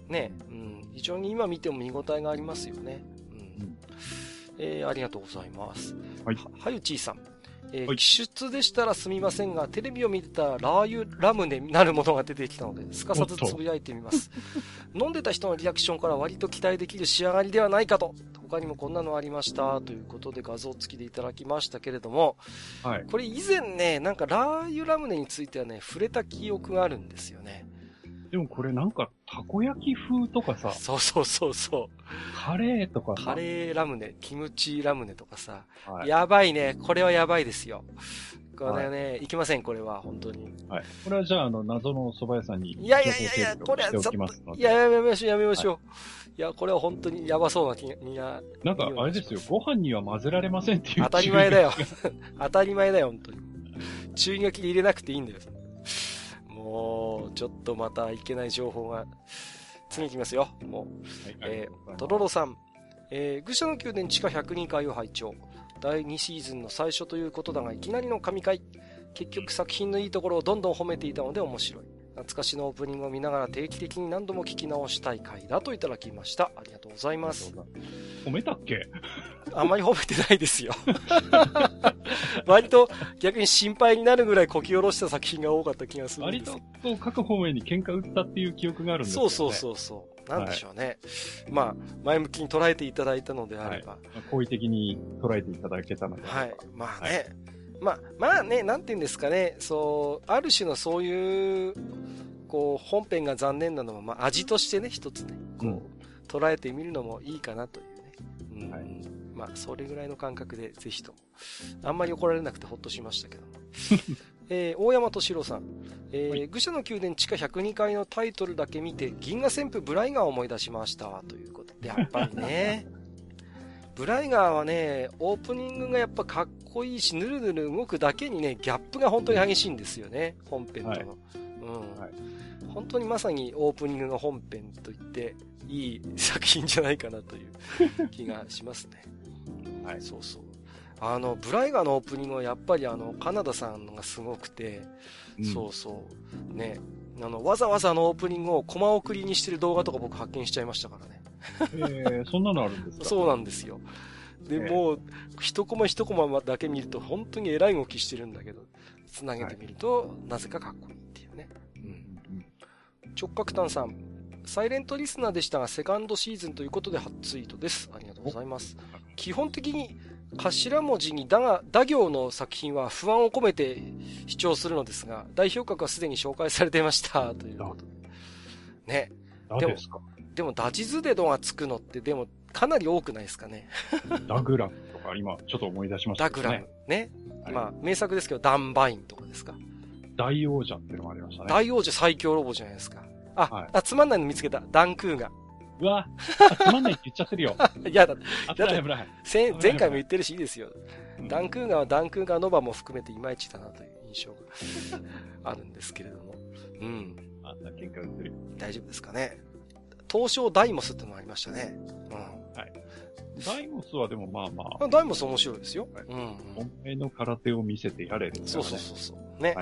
ね、うん、非常に今見ても見応えがありますよね。うん。うん、えー、ありがとうございます。はい。は、はゆちーさん。えー、はい、気出でしたらすみませんが、テレビを見てたらラー油ラムネなるものが出てきたので、すかさずつぶやいてみます。飲んでた人のリアクションから割と期待できる仕上がりではないかと。他にもこんなのありましたということで画像付きでいただきましたけれども、はい、これ以前ね、なんかラー油ラムネについてはね、触れた記憶があるんですよね。 でもこれなんか、たこ焼き風とかさ。 そうそうそうそう。 カレーとかさ。カレーラムネ、キムチラムネとかさ。はい、やばいね。これはやばいですよ。 これね、はい、いきません、これは、本当に。 はい。これはじゃあ、あの、謎の蕎麦屋さんに。 いやいやいやいや、これはちょっと、いや、やめましょう、やめましょう。はい、いや、これは本当にやばそうな気が。 なんか、あれですよ、ご飯には混ぜられませんっていう。 当たり前だよ。当たり前だよ、本当に。注意書きで入れなくていいんだよ。もう、ちょっとまたいけない情報が。次行きますよ、もう。はい、えー、とろろさん。えー、愚者の宮殿地下ひゃくにかいを拝聴。だいにシーズンの最初ということだが、いきなりの神回。結局作品のいいところをどんどん褒めていたので面白い。懐かしのオープニングを見ながら定期的に何度も聞き直したい回だといただきました。ありがとうございます。 褒めたっけ？ あんまり褒めてないですよ。割と逆に心配になるぐらいこき下ろした作品が多かった気がするんです。 割と各方面に喧嘩打ったっていう記憶があるんですよね。 そうそうそうそう。なんでしょうね。はい、まあ、前向きに捉えていただいたのであれば。はい、 好意的に捉えていただけたのであれば。 はい。まあね。はい、まあ、まあね、なんて言うんですかね。そう、ある種のそういう、こう、本編が残念なのも、まあ、味としてね、一つね、こう、うん、捉えてみるのもいいかなというね。うん、はい、まあ、それぐらいの感覚で、ぜひとも。あんまり怒られなくてほっとしましたけども。えー、大山敏郎さん。えーはい、愚者の宮殿地下ひゃくにかいのタイトルだけ見て、銀河旋風ブライガーを思い出しました。ということで、やっぱりね。ブライガーはね、オープニングがやっぱかっこいいし、ぬるぬる動くだけにね、ギャップが本当に激しいんですよね。本編との。はい、うん、はい。本当にまさにオープニングが本編と言っていい作品じゃないかなという気がしますね。はい。そうそう。あの、ブライガーのオープニングはやっぱりあの、カナダさんのがすごくて、うん、そうそう。ね。あの、わざわざのオープニングをコマ送りにしてる動画とか僕発見しちゃいましたからね。 えー、そんなのあるんですか？ そうなんですよ。で、えー、もう、一コマ一コマだけ見ると本当に偉い動きしてるんだけど、繋げてみると、はい、なぜかかっこいいっていうね。うんうん、直角炭さん。サイレントリスナーでしたが、セカンドシーズンということで初ツイートです。ありがとうございます。基本的に、頭文字にだが、だ行の作品は不安を込めて主張するのですが、代表格はすでに紹介されていました。ということで。ね。 でも、 でも、ダチズデドがつくのって、でも、かなり多くないですかね。 ダグラムとか、今、ちょっと思い出しましたね。 ダグラム。ね。はい、まあ、名作ですけど、ダンバインとかですか。 大王者っていうのがありましたね。 大王者最強ロボじゃないですか。あ、はい、あ、つまんないの見つけた。ダンクーガ。 うわ、つまんないって言っちゃってるよ。 いやだ、だって、 前回も言ってるしいいですよ。うん、ダンクーガはダンクーガノバも含めていまいちだなという印象があるんですけれども。うん。 あんな喧嘩売ってる。 大丈夫ですかね。東証ダイモスってのもありましたね。うん。はい。 ダイモスはでもまあまあ。 ダイモス面白いですよ。はい、 うん、うん。本命の空手を見せてやれる、ね。 そうそうそうそう。ね。はい、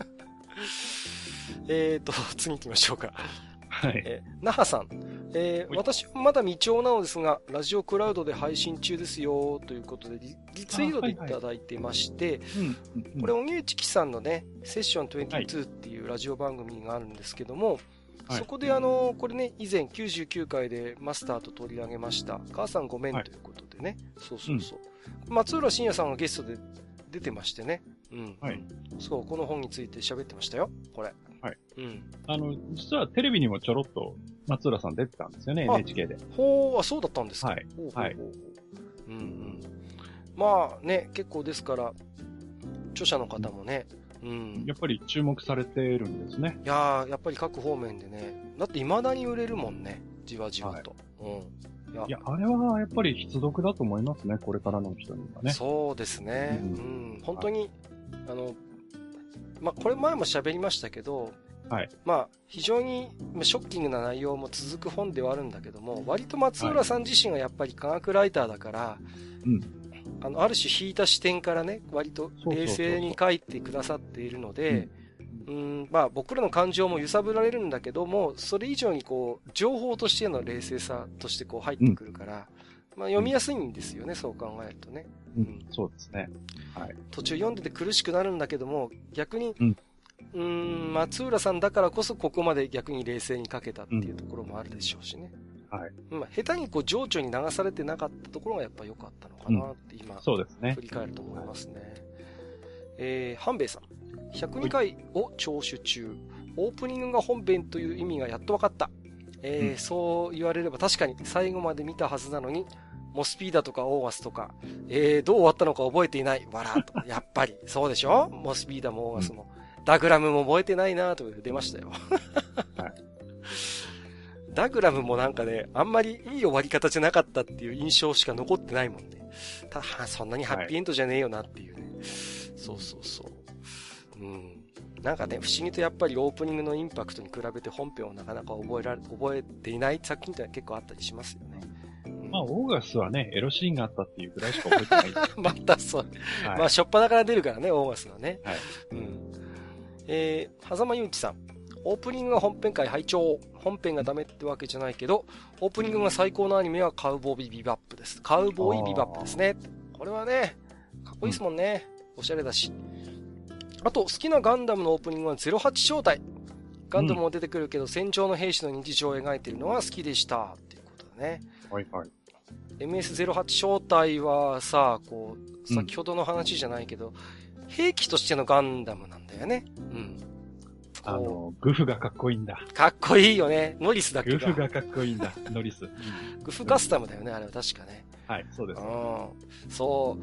えっと、次行きましょうか。はい。えー、那覇さん。えー、私はまだ未調なのですが、ラジオクラウドで配信中ですよ、ということでリ、リツイートでいただいてまして、これ、荻内貴さんのね、セッションにじゅうにっていうラジオ番組があるんですけども、はい、そこであの、これね、以前きゅうじゅうきゅうかいでマスターと取り上げました、母さんごめんということでね、はい、そうそうそう。うん、松浦慎也さんがゲストで出てましてね、うん。はい。そう、この本について喋ってましたよ、これ。 はい。うん。あの、実はテレビにもちょろっと松浦さん出てたんですよね、エヌエイチケー で。 ほう、あ、そうだったんですか。 はい。 ほうほうほう。 はい。 うんうん。まあね、結構ですから、著者の方もね、うん。 やっぱり注目されてるんですね。 いやー、やっぱり各方面でね。だって未だに売れるもんね、じわじわと。はい、うん。 いや、いや、あれはやっぱり必読だと思いますね、これからの人にはね。 そうですね。うん。うん、本当に、はい、あの、まあ、これ前も喋りましたけど、はい。まあ、非常にショッキングな内容も続く本ではあるんだけども、割と松浦さん自身がやっぱり科学ライターだから、うん。あの、ある種引いた視点からね、割と冷静に書いてくださっているので、うん、まあ僕らの感情も揺さぶられるんだけども、それ以上にこう、情報としての冷静さとしてこう入ってくるから、うん、まあ読みやすいんですよね、そう考えるとね。 うん、そうですね。はい。 途中読んでて苦しくなるんだけども、逆に、うん、うーん、松浦さんだからこそここまで逆に冷静に書けたっていうところもあるでしょうしね。はい。まあ、下手にこう情緒に流されてなかったところがやっぱ良かったのかなって今、うん、そうですね。振り返ると思いますね。はい、えー、半兵衛さん。ひゃくにかいを聴取中。オープニングが本編という意味がやっと分かった。えーうん、そう言われれば確かに最後まで見たはずなのに、 モスピーダとかオーガスとか、えー、どう終わったのか覚えていない。わらと。やっぱり、そうでしょモスピーダもオーガスも。うん、ダグラムも覚えてないなと出ましたよ。はい、ダグラムもなんかね、あんまりいい終わり方じゃなかったっていう印象しか残ってないもんね。ただ、そんなにハッピーエンドじゃねえよなっていうね。はい、そうそうそう。うん。なんかね、不思議とやっぱりオープニングのインパクトに比べて本編をなかなか覚えられ、覚えていない作品って結構あったりしますよね。 うん、まあ、オーガスはね、エロシーンがあったっていうぐらいしか覚えてない、ね。 またそう。はい、まあ、しょっぱなから出るからね、オーガスはね。はい。うん。えー、狭間祐一さん。オープニングが本編回拝聴。本編がダメってわけじゃないけど、オープニングが最高のアニメはカウボーイビバップです。カウボーイビバップですね。これはね、かっこいいですもんね。うん、おしゃれだし。あと、好きなガンダムのオープニングはゼロはち正体。ガンダムも出てくるけど、うん、戦場の兵士の日常を描いているのは好きでした。っていうことでね。 はいはい。 エムエスゼロはち 正体はさ、こう、先ほどの話じゃないけど、うん、兵器としてのガンダムなんだよね。うん。 あの、グフがかっこいいんだ。 かっこいいよね。ノリスだっけグフがかっこいいんだ。ノリス。うん、 グフカスタムだよね、あれは確かね。 はい、そうです、ね。 うん。そう。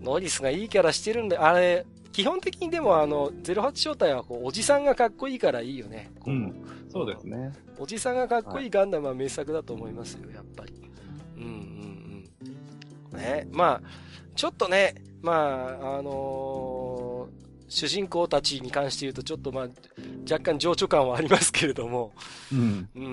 ノリスがいいキャラしてるんだよ。あれ、基本的にでもあの、ゼロはち正体はこう、おじさんがかっこいいからいいよね。 うん。そうですね。 おじさんがかっこいいガンダムは名作だと思いますよ、やっぱり。うんうんうん。ね。まあ、ちょっとね、まあ、あのー、主人公たちに関して言うとちょっとまあ、若干情緒感はありますけれども。うん。うんうん。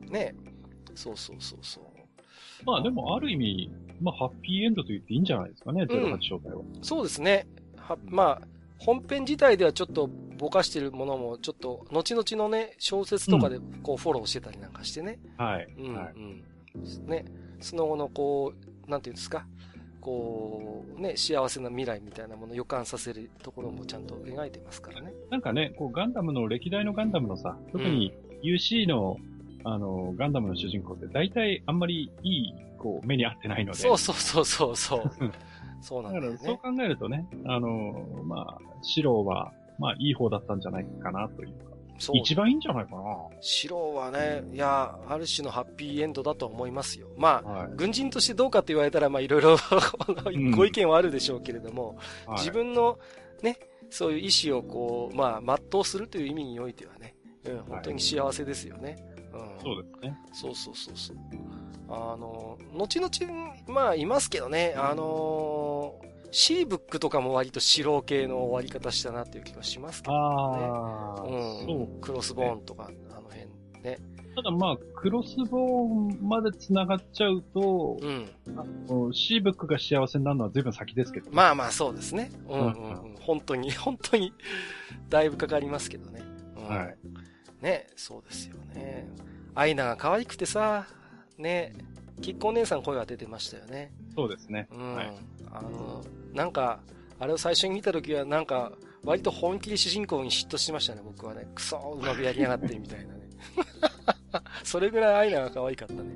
ね。そうそうそうそう。 まあでもある意味、まあハッピーエンドと言っていいんじゃないですかね、ゼロはち正体は。 そうですね。は、まあ、本編自体ではちょっとぼかしてるものも、ちょっと、後々のね、小説とかでこうフォローしてたりなんかしてね。 うん、はい。 うん、うん。ね。その後のこう、なんていうんですか。こう、ね、幸せな未来みたいなものを予感させるところもちゃんと描いてますからね。 なんかね、こうガンダムの、歴代のガンダムのさ、特に ユーシー の、うん、あの、ガンダムの主人公って大体あんまりいい、こう、目に合ってないので。 そうそうそうそうそう。そうなんだよね。 だからそう考えるとね、あの、まあ、シローは、まあ、いい方だったんじゃないかなというか。そう。一番いいんじゃないかな。 シローはね、いや、ある種のハッピーエンドだと思いますよ。まあ、はい、軍人としてどうかって言われたら、まあ、いろいろご意見はあるでしょうけれども、うん、自分のね、そういう意思をこう、まあ、全うするという意味においてはね、うん、本当に幸せですよね。はい、うん。 そうですね。 そうそうそうそう。あの、後々、まあ、いますけどね、あのー、シーブックとかも割と白系の終わり方したなっていう気がしますけどね。ああ、うん。そう、ね。クロスボーンとか、あの辺ね。 ただまあ、クロスボーンまで繋がっちゃうと、うん。あのシーブックが幸せになるのは随分先ですけど、ね。 まあまあそうですね。うんうんうん。本当に、本当に、だいぶかかりますけどね。うん、はい。ね、そうですよね。アイナが可愛くてさ、ね、きっこお姉さん声が出てましたよね。 そうですね。 うん。はい、あの、なんか、あれを最初に見たときは、なんか、割と本気で主人公に嫉妬してましたね、僕はね。クソーうまくやりやがってみたいなね。それぐらいアイナが可愛かったね。うんうん。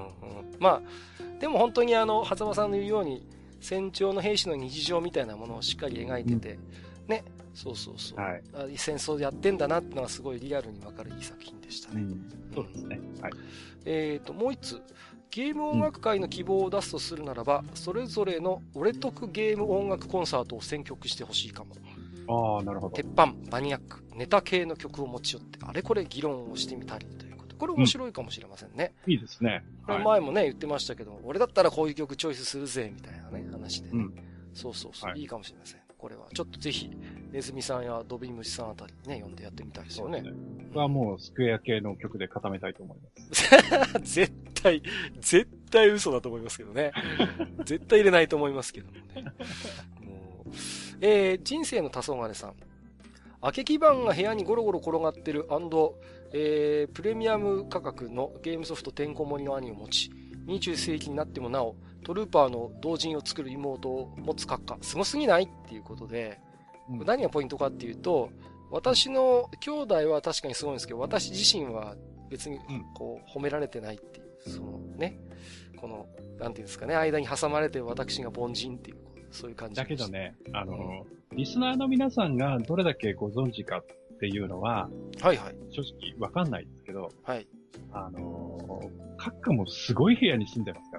まあ、でも本当にあの、狭間さんの言うように、戦場の兵士の日常みたいなものをしっかり描いてて、うん、ね。そうそうそう。はい、戦争でやってんだなってのはすごいリアルにわかるいい作品でしたね。うん、 そうですね。はい。 えっと、もう一つ。ゲーム音楽界の希望を出すとするならば、うん、それぞれの俺得ゲーム音楽コンサートを選曲してほしいかも。 ああ、なるほど。 鉄板、マニアック、ネタ系の曲を持ち寄って、あれこれ議論をしてみたりということ。これ面白いかもしれませんね。 うん、いいですね。 これ前もね、言ってましたけど、俺だったらこういう曲チョイスするぜ、みたいなね、話で、ね。うん、そうそうそう、はい、いいかもしれません。これは。ちょっとぜひ、ネズミさんやドビムシさんあたりね、読んでやってみたいですよね。そうですね。 僕はもうスクエア系の曲で固めたいと思います。 絶対、絶対嘘だと思いますけどね。絶対入れないと思いますけどもね。もうえー、人生の黄昏さん。明け基板が部屋にゴロゴロ転がってる&、えー、プレミアム価格のゲームソフトてんこ盛りの兄を持ち、にじゅう世紀になってもなお、トルーパーの同人を作る妹を持つ閣下、すごすぎないっていうことで、うん、何がポイントかっていうと、私の兄弟は確かにすごいんですけど、私自身は別にこう褒められてないっていう、そのね、この、なんていうんですかね、間に挟まれて私が凡人っていう、そういう感じだけどね、あの、うん、リスナーの皆さんがどれだけご存知かっていうのは、 はいはい。 正直わかんないですけど、 はい。 あの、閣下もすごい部屋に住んでますから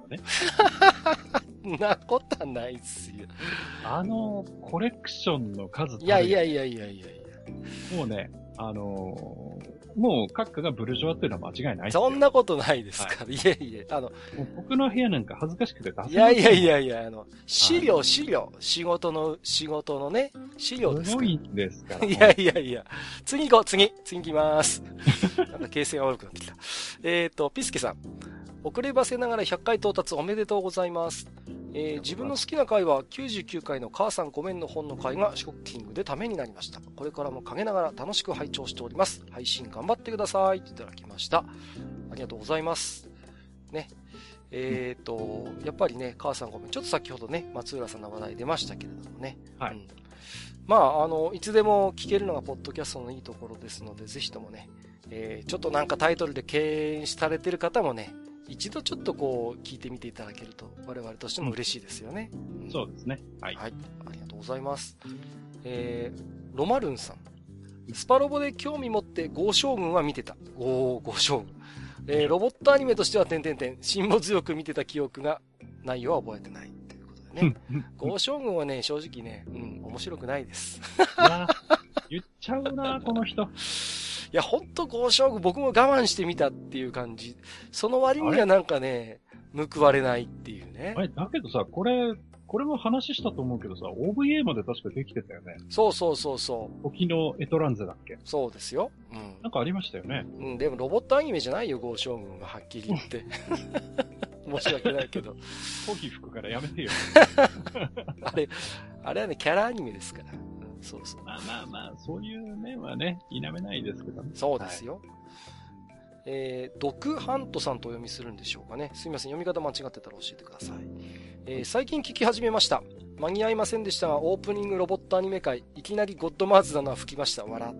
ね。 なことはないっすよ。 あの、コレクションの数いやいやいやいやいやいや。もうね、あのー、もう閣下がブルジョワっていうのは間違いないですよ。 そんなことないですから。はい、いえいえ、あの、 僕の部屋なんか恥ずかしくて出せない。 いやいやいやいや、あの、資料、資料、仕事の、仕事のね、資料ですから。 すごいんですから。 いやいやいや、次行こう、次、次行きまーす。なんか形勢が悪くなってきた。えっと、ピスケさん。遅ればせながらひゃっかい到達おめでとうございます。えー、自分の好きな回はきゅうじゅうきゅうかいの母さんごめんの本の回がショッキングでためになりました。これからも陰ながら楽しく拝聴しております。配信頑張ってください。といただきました。ありがとうございます。ね。えっ、ー、と、やっぱりね、母さんごめん。ちょっと先ほどね、松浦さんの話題出ましたけれどもね。 はい。 うん、まあ、あの、いつでも聞けるのがポッドキャストのいいところですので、ぜひともね、えー、ちょっとなんかタイトルで敬遠されてる方もね、一度ちょっとこう聞いてみていただけると我々としても嬉しいですよね。 うんうん、そうですね。はい。 はい。ありがとうございます。えー、ロマルンさん。スパロボで興味持って豪将軍は見てた。おー、豪将軍。えー、ロボットアニメとしては点々点。辛抱強く見てた記憶が、内容は覚えてない。ということでね。豪将軍はね、正直ね、うん、面白くないです。 いや言っちゃうな、この人。 いや、ほんと豪将軍僕も我慢してみたっていう感じ。その割にはなんかね、報われないっていうね。 あれ、だけどさ、これ、これも話したと思うけどさ、オーブイエー まで確かできてたよね。 そうそうそうそう。 沖のエトランゼだっけ？ そうですよ。うん。 なんかありましたよね。 うん、でもロボットアニメじゃないよ、豪将軍ははっきり言って。申し訳ないけど。 コギ吹くからやめてよ。 あれ、あれはね、キャラアニメですから。そうそう。 まあまあまあ、そういう面はね、否めないですけどね。 そうですよ。はい、えー、ドクハントさんとお読みするんでしょうかね。すみません、読み方間違ってたら教えてください。えー、最近聞き始めました。間に合いませんでしたが、オープニングロボットアニメ界、いきなりゴッドマーズだな、吹きました。笑って。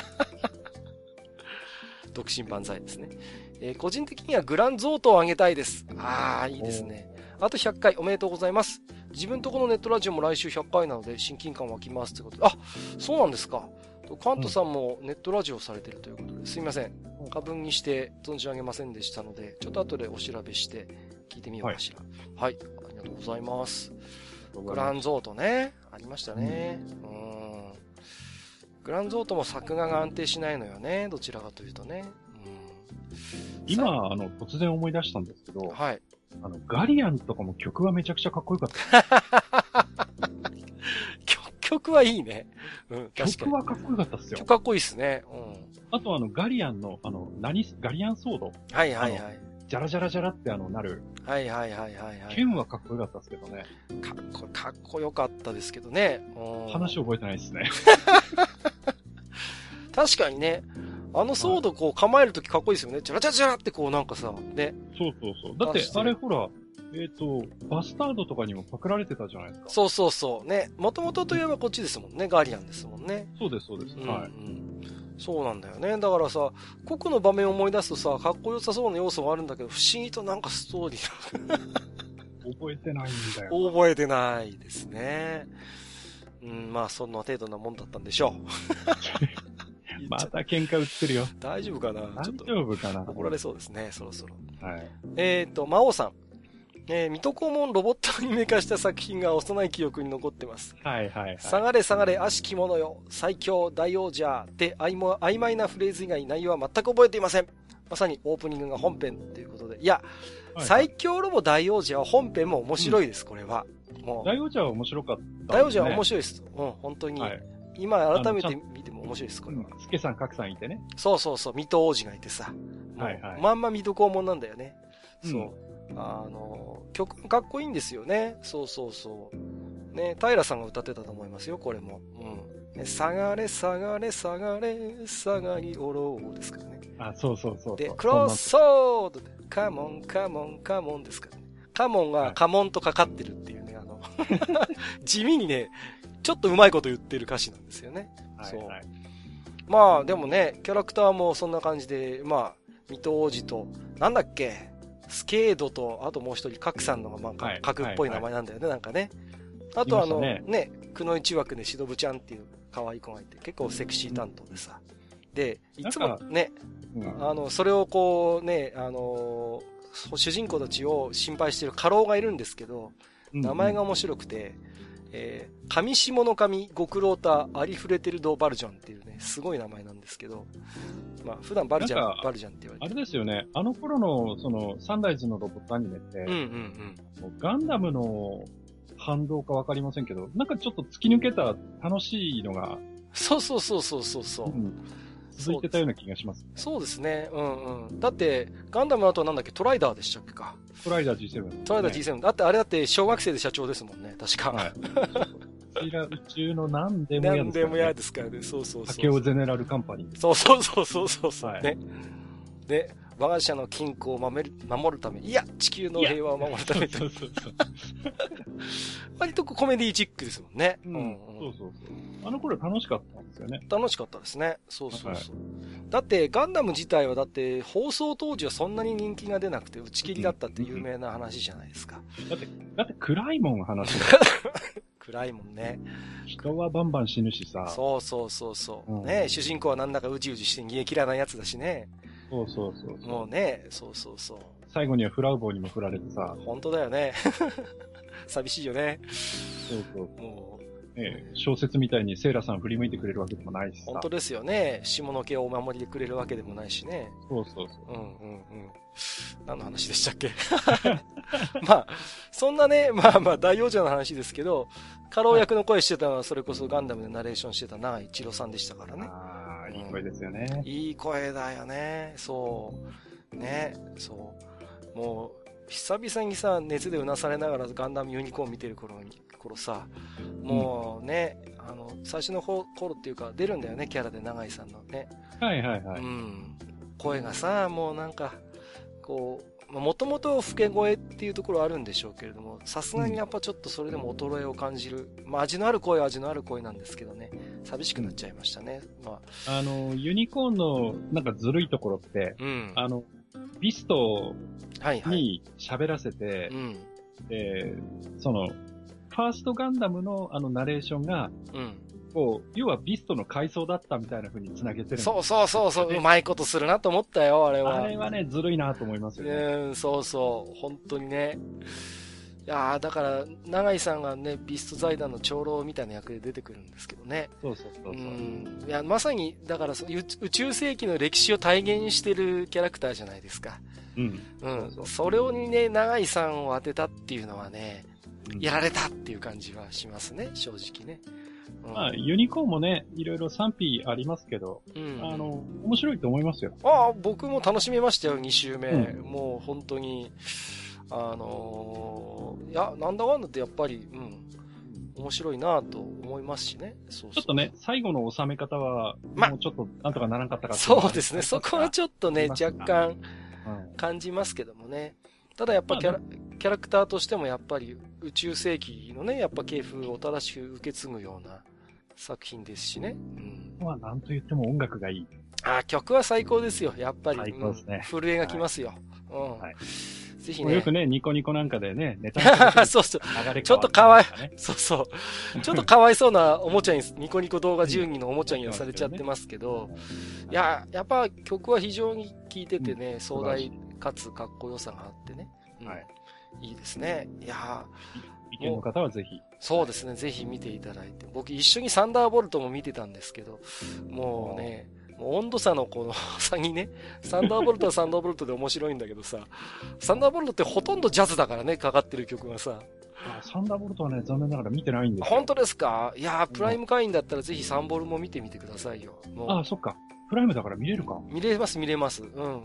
独身万歳ですね。えー、個人的にはグランゾートをあげたいです。ああ、いいですね。あとひゃっかいおめでとうございます。自分とこのネットラジオも来週ひゃっかいなので親近感湧きますということで。あ、そうなんですか。カントさんもネットラジオされているということで、すいません。過分にして存じ上げませんでしたので、ちょっと後でお調べして聞いてみようかしら。はい。はい、ありがとうございます。グランゾートね。ありましたね。うん。グランゾートも作画が安定しないのよね。どちらかというとね。 うん、今、あの、突然思い出したんですけど、 はい。 あの、ガリアンとかも曲はめちゃくちゃかっこよかった。 曲はいいね。うん、確かに。 曲はかっこよかったっすよ。 曲かっこいいっすね。うん。 あとあの、ガリアンの、あの、何、ガリアンソード。 はいはいはい。 ジャラジャラジャラってあの、なる。 はいはいはいはいはい。 剣はかっこよかったっすけどね。 かっこ、かっこよかったですけどね。 うん、話覚えてないですね。 確かにね。あのソードこう構えるときかっこいいですよね。ジャラジャラジャラってこうなんかさ、ね。 そうそうそう。だってあれほら、えっと、バスタードとかにもパクられてたじゃないですか。 そうそうそう。ね。もともとといえばこっちですもんね。ガーディアンですもんね。 そうですそうです。うん、はい。 そうなんだよね。だからさ、個々の場面を思い出すとさ、かっこよさそうな要素もあるんだけど、不思議となんかストーリー覚えてないんだよ。 覚えてないですね。うん、まあそんな程度なもんだったんでしょう。 また喧嘩売ってるよ。 大丈夫かな大丈夫かな怒られそうですね、そろそろ。 はい。 えっと、魔王さん。えー、水戸黄門ロボットアニメ化した作品が幼い記憶に残ってます。 はいはいはい。 下がれ下がれ悪しき者よ、最強大王者って曖昧なフレーズ以外内容は全く覚えていません。まさにオープニングが本編ということで。いや、はいはい、最強ロボ大王者は本編も面白いです、うん、これは。もう。 大王者は面白かった、ね。 大王者は面白いです。うん、本当に。はい、今改めて見ても面白いです、これは。 スケさん、カクさんいてね。 そうそうそう、水戸王子がいてさ。はいはい。まんま水戸黄門なんだよね。うん、そう。あの、曲かっこいいんですよね。そうそうそう。ね、平さんが歌ってたと思いますよ、これも。うん。ね、下がれ、下がれ、下がれ、下がりおろうですからね。 あ、そうそうそう。 で、クロスソードで、カモン、カモン、カモンですからね。カモンがカモンとかかってるっていうね、あの、地味にね、ちょっとうまいこと言ってる歌詞なんですよね。はい、そう。まあ、でもね、キャラクターもそんな感じで、まあ、水戸王子と、なんだっけ、スケードと、あともう一人、カクさんのが、まあ、カクっぽい名前なんだよね、なんかね。あとあの、ね、ね、くのいち枠でしのぶちゃんっていう可愛い子がいて、結構セクシー担当でさ。で、いつもね、あの、それをこうね、あの、 主人公たちを心配している家老がいるんですけど、名前が面白くて、うんうん、えー、上下の神極老太アリフレテルド・バルジャンっていうね、すごい名前なんですけど、まあ普段バルジャン、バルジャンって言われてあれですよね、あの頃のそのサンライズのロボットアニメって、うんうんうん、ガンダムの反動かわかりませんけど、なんかちょっと突き抜けた楽しいのが、 そうそうそうそうそうそう、うん、 続いてたような気がしますね。 そうですね。うんうん。だって、ガンダムの後はなんだっけ、トライダーでしたっけか。 トライダー ジーセブン、ね。 トライダー ジーセブン。だってあれだって小学生で社長ですもんね、確か。はい。 こちら宇宙の何でも嫌ですからね。 何でも嫌ですからね。そうそうそう。 タケオゼネラルカンパニー。 そうそうそうそうそうそう、はい。ね。で、我が社の金庫を守る、守るため、いや、地球の平和を守るためと。そうそうそう。割とコメディチックですもんね。 うん。うん、そうそうそう。あの頃楽しかったんですよね。 楽しかったですね。そうそうそう。はい、だって、ガンダム自体はだって、放送当時はそんなに人気が出なくて、打ち切りだったって有名な話じゃないですか。 うんうん、だって、だって暗いもん話暗いもんね。 人はバンバン死ぬしさ。 そうそうそうそう。うん、ね、主人公はなんだかうじうじして逃げ切らないやつだしね。 そうそうそうそう。 もうね、そうそうそう。 最後にはフラウボーにも振られてさ。 本当だよね。寂しいよね。 そうそう。もう、ね、小説みたいにセイラさん振り向いてくれるわけでもないしさ。 本当ですよね。下の毛をお守りでくれるわけでもないしね。 そうそうそう。 うんうんうん。何の話でしたっけまあ、そんなね、まあまあ大王者の話ですけど、家老役の声してたのはそれこそガンダムでナレーションしてた長井一郎さんでしたからね。 ああ、いい声ですよね、 うん。いい声だよね。そう。ね。そう。もう、久々にさ、熱でうなされながらガンダムユニコーン見てる頃に、頃さ、もうね、うん、あの、最初の頃っていうか出るんだよね、キャラで長井さんのね。 はいはいはい。 うん。声がさ、もうなんか、こう、もともと老け声っていうところあるんでしょうけれども、さすがにやっぱちょっとそれでも衰えを感じる。まあ味のある声は味のある声なんですけどね、寂しくなっちゃいましたね。うん、まあ、あの、ユニコーンのなんかずるいところって、うん、あの、ビストに喋らせて、はいはい、うん、えー、その、ファーストガンダムのあのナレーションが、うん、こう、要はビストの階層だったみたいな風に繋げてるんです。 そうそうそうそう、うまいことするなと思ったよ、あれは。 あれはね、ずるいなと思いますよね。 うん、そうそう、本当にね。いやー、だから、永井さんがね、ビスト財団の長老みたいな役で出てくるんですけどね。 そうそうそうそう。うん。 いや、まさに、だから、宇宙世紀の歴史を体現してるキャラクターじゃないですか。うん。うん。そうそう、それをにね、永井さんを当てたっていうのはね、うん、やられたっていう感じはしますね、正直ね。 うん、まあ、ユニコーンもね、いろいろ賛否ありますけど、うん、あの、面白いと思いますよ。 ああ、僕も楽しめましたよ、に週目。うん、もう本当に、あのー、いや、なんだかんだってやっぱり、うん、面白いなと思いますしね。そうそうそう、 ちょっとね、最後の収め方は、ま、もうちょっとなんとかならんかったかそうですね、そこはちょっとね、若干感じますけどもね。ただやっぱキャラ、まあ、キャラクターとしてもやっぱり宇宙世紀のね、やっぱ系譜を正しく受け継ぐような作品ですしね。 うん。まあ、なんと言っても音楽がいい。 ああ、曲は最高ですよ、やっぱり。 最高ですね。 うん、震えがきますよ。はい、うん。はい、ぜひね。 よくね、ニコニコなんかでね、ネタにそうそう。ちょっとかわい、そうそう。ちょっとかわいそうなおもちゃに、ニコニコ動画じゅうにのおもちゃにはされちゃってますけど、いや、やっぱ曲は非常に聴いててね、壮大かつかっこよさがあってね。うん、はい。いいですね。いやー。意見の方はぜひ。 そうですね、ぜひ見ていただいて。僕一緒にサンダーボルトも見てたんですけど、もうね、もう温度差のこの差にね、サンダーボルトはサンダーボルトで面白いんだけどさ、サンダーボルトってほとんどジャズだからね、かかってる曲がさ。 サンダーボルトはね、残念ながら見てないんですよ。 本当ですか？いやー、プライム会員だったらぜひサンボルも見てみてくださいよ。 もうああ、そっか。プライムだから見れるか。 見れます、見れます。うんうんうん。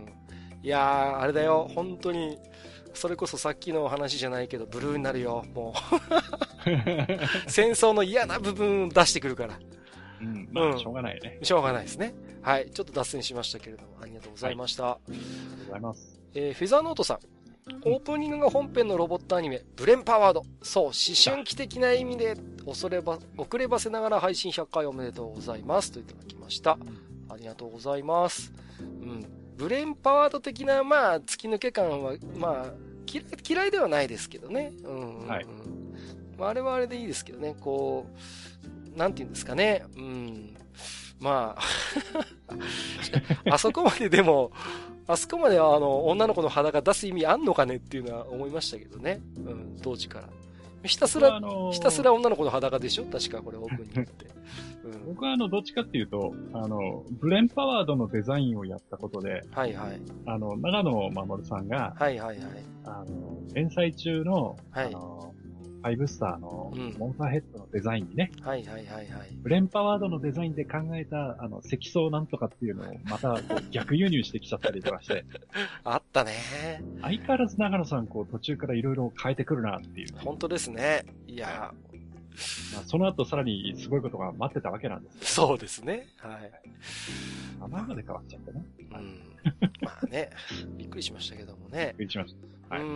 いやー、あれだよ、本当に、それこそさっきの話じゃないけど、ブルーになるよ、もう。戦争の嫌な部分を出してくるから。 うん、まあ、しょうがないね。 しょうがないですね。はい。ちょっと脱線しましたけれども、ありがとうございました。はい、 ありがとうございます。 えー、フェザーノートさん。オープニングが本編のロボットアニメ、ブレンパワード。そう、思春期的な意味で、恐れば、遅ればせながら配信ひゃっかいおめでとうございます。といただきました。ありがとうございます。うん。ブレンパワード的な、まあ、突き抜け感は、まあ、嫌い、嫌いではないですけどね。うん、うん。はい。まあ、あれはあれでいいですけどね。こう、なんて言うんですかね。うん。まあ、あそこまででも、 あそこまであの、女の子の裸出す意味あんのかねっていうのは思いましたけどね。うん、当時から。ひたすら、あのー、ひたすら女の子の裸でしょ確かこれオープニングって。 うん、僕はあの、どっちかっていうと、あの、ブレンパワードのデザインをやったことで、 はいはい。 あの、長野守さんが、 はいはいはい。 あの、連載中の、 はい、 あの、ファイブスターのモンスターヘッドのデザインにね、 うん、はいはいはいはい。 ブレンパワードのデザインで考えた、あの、積層なんとかっていうのをまたこう逆輸入してきちゃったりとかして。 あったね。 相変わらず長野さん、こう途中からいろいろ変えてくるなっていう。 本当ですね。いやまあ、その後さらにすごいことが待ってたわけなんです。 そうですね。はい。 名前まで変わっちゃってね。 うん。まあね、びっくりしましたけどもね。 びっくりしました。はい。 うん。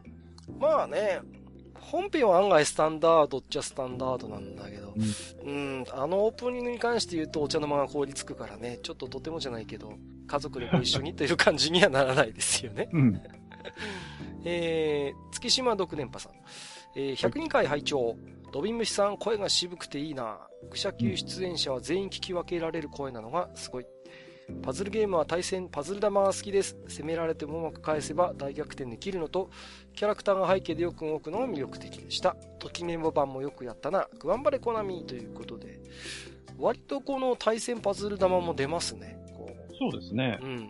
まあね、本編は案外スタンダードっちゃスタンダードなんだけど、うん、うん、あのオープニングに関して言うとお茶の間が凍りつくからね、ちょっととてもじゃないけど、家族でご一緒にという感じにはならないですよね。 うん、 えー、月島独電波さん。えー、ひゃくにかい拝聴、はい、ドビンムシさん声が渋くていいな。愚者級出演者は全員聞き分けられる声なのがすごい。パズルゲームは対戦パズル玉が好きです。攻められてもうまく返せば大逆転できるのと、キャラクターが背景でよく動くのが魅力的でした。ときメモ版もよくやったな。グワンバレコナミということで、割とこの対戦パズル玉も出ますね。こうそうですね。 うんうんうん。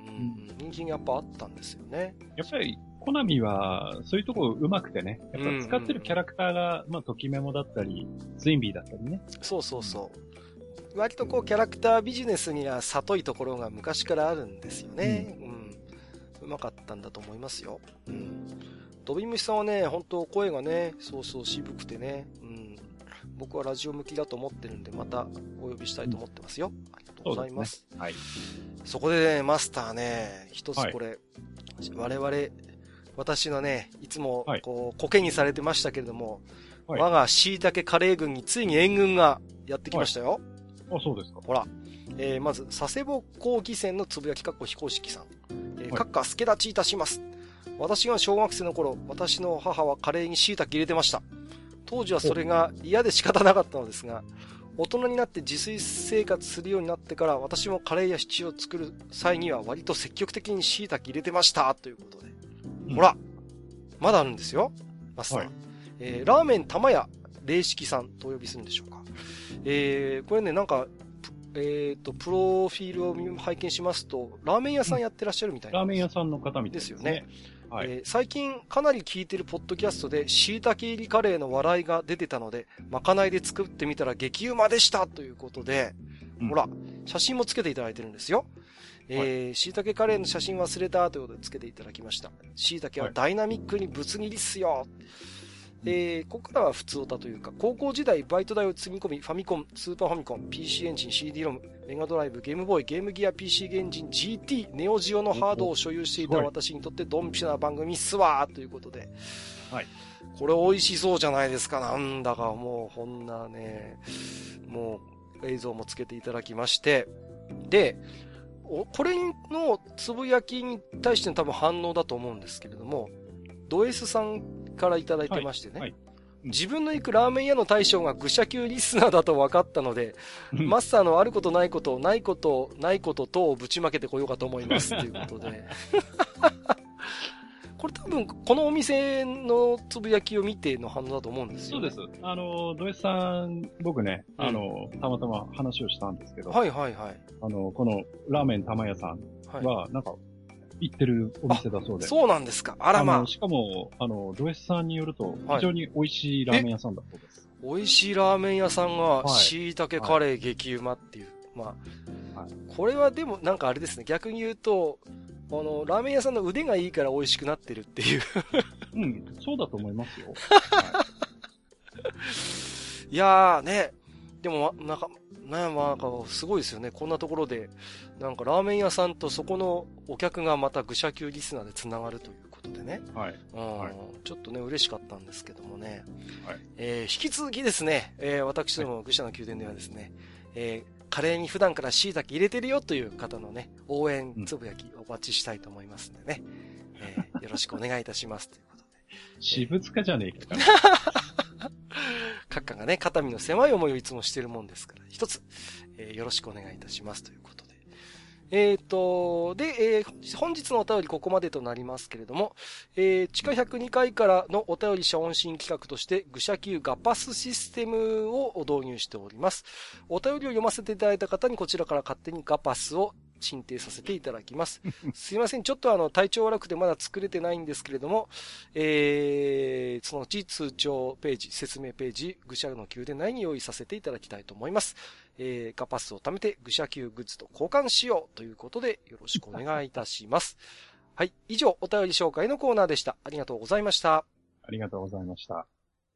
人気がやっぱあったんですよね。 やっぱりコナミはそういうところ上手くてね。やっぱ使ってるキャラクターが、まあときメモだったり、ツインビーだったりね。 そうそうそう。割とこうキャラクタービジネスには里いところが昔からあるんですよね。うん。うん、うまかったんだと思いますよ。うん。ドビムシさんはね、本当声がね、そうそう渋くてね。うん。僕はラジオ向きだと思ってるんで、またお呼びしたいと思ってますよ。うん、ありがとうございます。 そうですね。はい。 そこでね、マスターね、一つこれ、はい、我々、私のね、いつもこう、コケにされてましたけれども、はい、我が椎茸カレー軍についに援軍がやってきましたよ。はい、 あ、そうですか。 ほら。えー、まず、佐世保講義船のつぶやきかっこ非公式さん。えー、閣下、助立ちいたします。私が小学生の頃、私の母はカレーに椎茸入れてました。当時はそれが嫌で仕方なかったのですが、大人になって自炊生活するようになってから、私もカレーやシチューを作る際には割と積極的に椎茸入れてました。ということで。うん、ほら。まだあるんですよ。マスター。はい、えー、ラーメン玉屋霊式さんとお呼びするんでしょうか。えー、これね、なんか、えっと、プロフィールを拝見しますと、ラーメン屋さんやってらっしゃるみたいな、 うん。ラーメン屋さんの方みたいですよね。 はい、 えー、最近かなり聞いてるポッドキャストで、椎茸入りカレーの笑いが出てたので、まかないで作ってみたら激うまでしたということで、うん、ほら、写真もつけていただいてるんですよ。えー、椎茸カレーの写真忘れたということでつけていただきました。椎茸はダイナミックにぶつ切りっすよ。はい、えー、ここからは普通歌というか、高校時代バイト代を積み込み、ファミコン、スーパーファミコン、ピーシー エンジン、シーディー ロム、メガドライブ、ゲームボーイ、ゲームギア、ピーシー エンジン、ジーティー、ネオジオのハードを所有していた私にとってドンピシャな番組っすわーということで。はい。これ美味しそうじゃないですか。なんだかもう、こんなね、もう映像もつけていただきまして。で、これのつぶやきに対しての多分反応だと思うんですけれども、ド S さんからいただいてましてね、はいはい、自分の行くラーメン屋の大将が愚者級リスナーだと分かったので、マスターのあることないこと、ないこと、ないこと等をぶちまけてこようかと思いますということで。これ多分、このお店のつぶやきを見ての反応だと思うんですよ、ね。 そうです。あの、ド S さん、僕ね、うん、あの、たまたま話をしたんですけど、 はいはいはい。 あの、このラーメン玉屋さんは、はい、なんか、行ってるお店だそうで。 そうなんですか。あらまあ。 あしかも、あの、ド S さんによると、非常に美味しいラーメン屋さんだそうです。 美味しいラーメン屋さんが、椎茸カレー激うまっていう。はい、まあ、はい、これはでもなんかあれですね。逆に言うと、あの、ラーメン屋さんの腕がいいから美味しくなってるっていう。 うん、そうだと思いますよ。 はい、いやーね、でも、なんか、ね、まあ、なんか、すごいですよね。こんなところで、なんか、ラーメン屋さんとそこのお客がまた愚者級リスナーで繋がるということでね。はい。うん、はい、ちょっとね、嬉しかったんですけどもね。はい。えー、引き続きですね、えー、私ども愚者の宮殿ではですね、はい、えー、カレーに普段から椎茸入れてるよという方のね、応援つぶやきお待ちしたいと思いますんでね。うん、えー、よろしくお願いいたしますということで。 私物化じゃねえか。 閣下がね、肩身の狭い思いをいつもしているもんですから、一つ、えー、よろしくお願いいたしますということで。 えっと、で、えー、本日のお便りここまでとなりますけれども、えー、地下ひゃくにかいからのお便り写音新企画として、愚者級ガパスシステムを導入しております。お便りを読ませていただいた方にこちらから勝手にガパスを申請させていただきます。すいません、ちょっとあの、体調悪くてまだ作れてないんですけれども、えー、そのうち通帳ページ、説明ページ、愚者の宮殿内に用意させていただきたいと思います。えー、ガパスを貯めて愚者級グッズと交換しようということでよろしくお願いいたします。はい、以上、お便り紹介のコーナーでした。ありがとうございました。 ありがとうございました。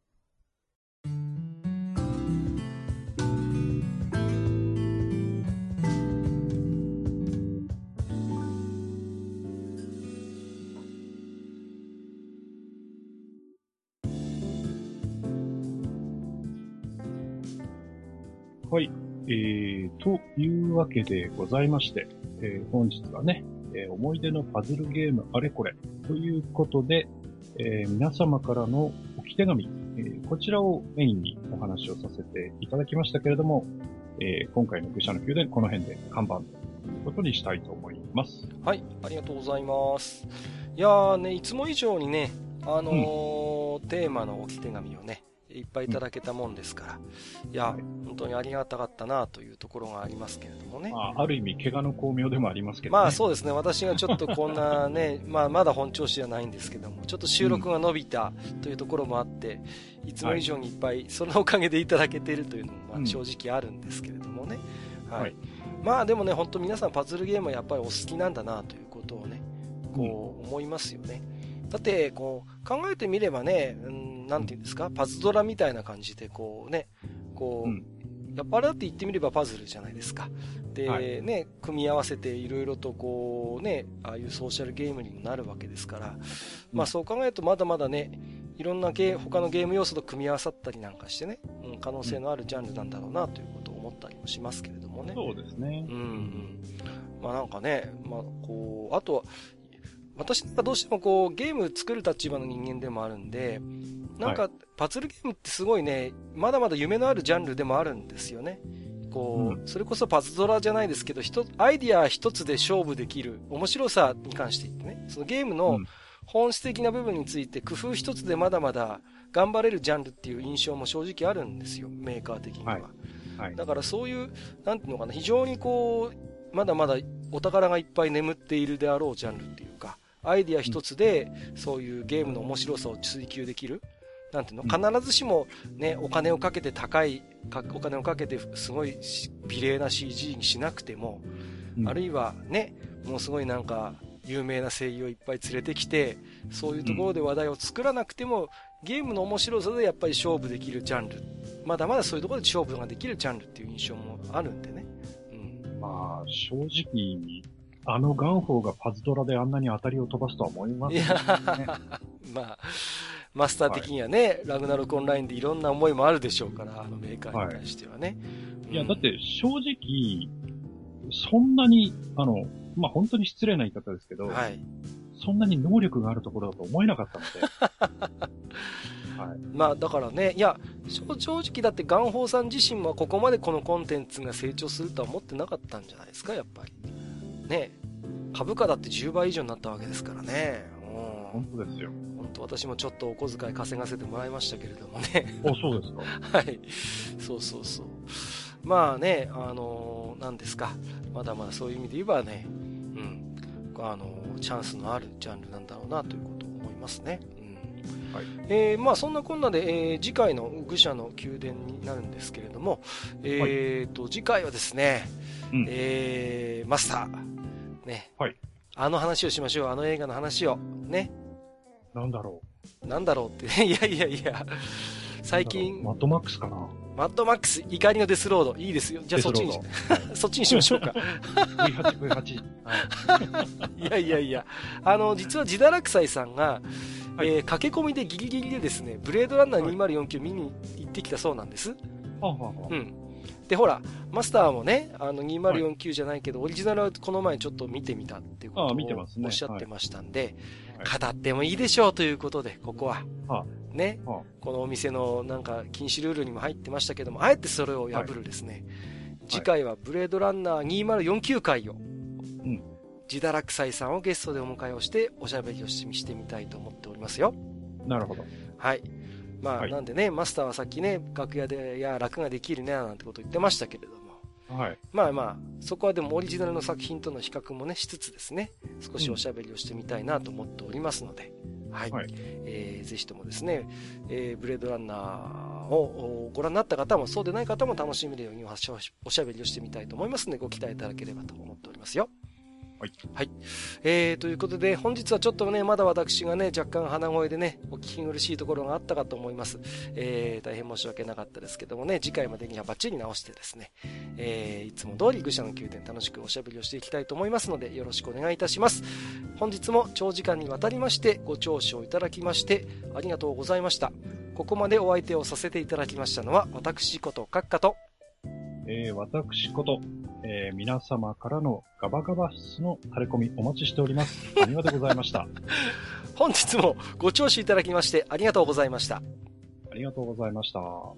はい。えー、というわけでございまして、えー、本日はね、えー、思い出のパズルゲームあれこれということで、えー、皆様からの置き手紙、えー、こちらをメインにお話をさせていただきましたけれども、えー、今回の愚者の宮殿この辺で看板ということにしたいと思います。 はい、ありがとうございます。いやーね、いつも以上にね、あのーうん、テーマの置き手紙をね、いっぱいいただけたもんですから、うん、いや、はい、本当にありがたかったなというところがありますけれどもね。 まあ、ある意味、怪我の巧妙でもありますけどね。 まあそうですね、私がちょっとこんなね、まあまだ本調子じゃないんですけども、ちょっと収録が伸びたというところもあって、うん、いつも以上にいっぱい、そのおかげでいただけているというのもまあ正直あるんですけれどもね。うん、はい。はい、まあでもね、本当皆さんパズルゲームはやっぱりお好きなんだなということをね、こう思いますよね。うん、だって、こう考えてみればね、うんなんていうんですか、パズドラみたいな感じでこうね、こう、うん、やっぱりって言ってみればパズルじゃないですか。で、はい、ね、組み合わせていろいろとこうね、ああいうソーシャルゲームにもなるわけですから、うん、まあそう考えるとまだまだね、いろんなゲー他のゲーム要素と組み合わさったりなんかしてね、うん、可能性のあるジャンルなんだろうなということを思ったりもしますけれどもね。 そうですね。 うん、うん。まあなんかね、まあこう、あとは、私なんかどうしてもこうゲーム作る立場の人間でもあるんで、なんかパズルゲームってすごいね、まだまだ夢のあるジャンルでもあるんですよね。こう、それこそパズドラじゃないですけど、アイディア一つで勝負できる面白さに関して言ってね、そのゲームの本質的な部分について工夫一つでまだまだ頑張れるジャンルっていう印象も正直あるんですよ、メーカー的には。はいはい、だからそういう、なんていうのかな、非常にこう、まだまだお宝がいっぱい眠っているであろうジャンルっていうか、アイディア一つでそういうゲームの面白さを追求できる、なんていうの、必ずしもね、お金をかけて高いお金をかけてすごい美麗な シージー にしなくても、うん、あるいはね、もうすごいなんか有名な声優をいっぱい連れてきて、そういうところで話題を作らなくても、ゲームの面白さでやっぱり勝負できるジャンル、まだまだそういうところで勝負ができるジャンルっていう印象もあるんでね。 うん、まあ正直あのガンフォーがパズドラであんなに当たりを飛ばすとは思いますね。いやまあマスター的にはね、はい、ラグナロクオンラインでいろんな思いもあるでしょうから、あのメーカーに対してはね。 はい、いや、だって正直、そんなに、あの、まあ、本当に失礼な言い方ですけど、はい、そんなに能力があるところだと思えなかったので。はい、 まあだからね、いや、正直だってガンホーさん自身はここまでこのコンテンツが成長するとは思ってなかったんじゃないですか、やっぱり。ね、株価だってじゅうばい以上になったわけですからね。 うん、本当ですよ。 本当私もちょっとお小遣い稼がせてもらいましたけれどもね。 あ、そうですか。はい。そうそうそう。まあね、あのー、何ですか。まだまだそういう意味で言えばね、うん。あのー、チャンスのあるジャンルなんだろうなということを思いますね。はい、えー、まあそんなこんなで、えー、次回の愚者の宮殿になるんですけれども、えーと、はい、次回はですね、うん、えー、マスター、ね、はい、あの話をしましょう、あの映画の話を、ね。 なんだろう。なんだろうって、いやいやいや、最近。 マッドマックスかな。 マッドマックス、怒りのデスロード、いいですよ。じゃあそっちに、はい、そっちにしましょうか。 ブイはち、ブイはち。 はい、いやいやいや、あの、実は自堕落斎さんが、はい、えー、駆け込みでギリギリでですね、ブレードランナーにせんよんきゅう見に行ってきたそうなんです。はい、うん。で、ほら、マスターもね、あのにせんよんきゅうじゃないけど、はい、オリジナルはこの前ちょっと見てみたっていうことをおっしゃってましたんで、はい、語ってもいいでしょうということで、ここは。はい、ね、はい、このお店のなんか禁止ルールにも入ってましたけども、あえてそれを破るですね、はい、次回はブレードランナーにせんよんきゅう回をうん、自堕落斎さんをゲストでお迎えをしておしゃべりをしてみたいと思っておりますよ。 なるほど。 はい。まあ、はい、なんでね、マスターはさっきね、楽屋で、いや、楽ができるね、なんてこと言ってましたけれども。 はい。 まあまあ、そこはでもオリジナルの作品との比較もね、しつつですね、少しおしゃべりをしてみたいなと思っておりますので、うん、はい。はい、えー、ぜひともですね、えー、ブレードランナーをご覧になった方も、そうでない方も楽しめるようにおしゃべりをしてみたいと思いますので、ご期待いただければと思っておりますよ。はい。はい。えー、ということで、本日はちょっとね、まだ私がね、若干鼻声でね、お聞き苦しいところがあったかと思います。えー、大変申し訳なかったですけどもね、次回までにはバッチリ直してですね、えー、いつも通り愚者の宮殿楽しくおしゃべりをしていきたいと思いますので、よろしくお願いいたします。本日も長時間にわたりましてご聴取いただきまして、ありがとうございました。ここまでお相手をさせていただきましたのは、私こと閣下と、 えー、私こと、えー、皆様からのガバガバ質のタレコミお待ちしております。アニワでございました。 本日もご聴取いただきましてありがとうございました。 ありがとうございました。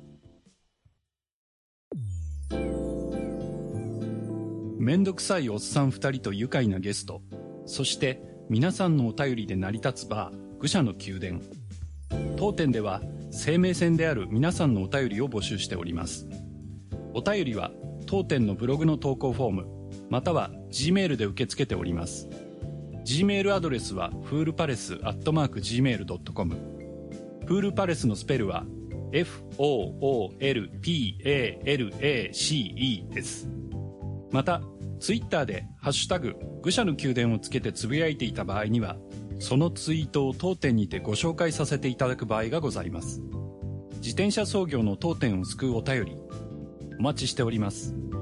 めんどくさいおっさん二人と愉快なゲスト、そして皆さんのお便りで成り立つバー、愚者の宮殿。当店では生命線である皆さんのお便りを募集しております。お便りは当店のブログの投稿フォームまたは G メールで受け付けております。 G メールアドレスはフールパレスアットマーク ジーメールドットコム。 フールパレスのスペルは エフオーオーエルピーエーエルエーシーイー です。またツイッターでハッシュタグ愚者の宮殿をつけてつぶやいていた場合には、そのツイートを当店にてご紹介させていただく場合がございます。自転車操業の当店を救うお便りお待ちしております。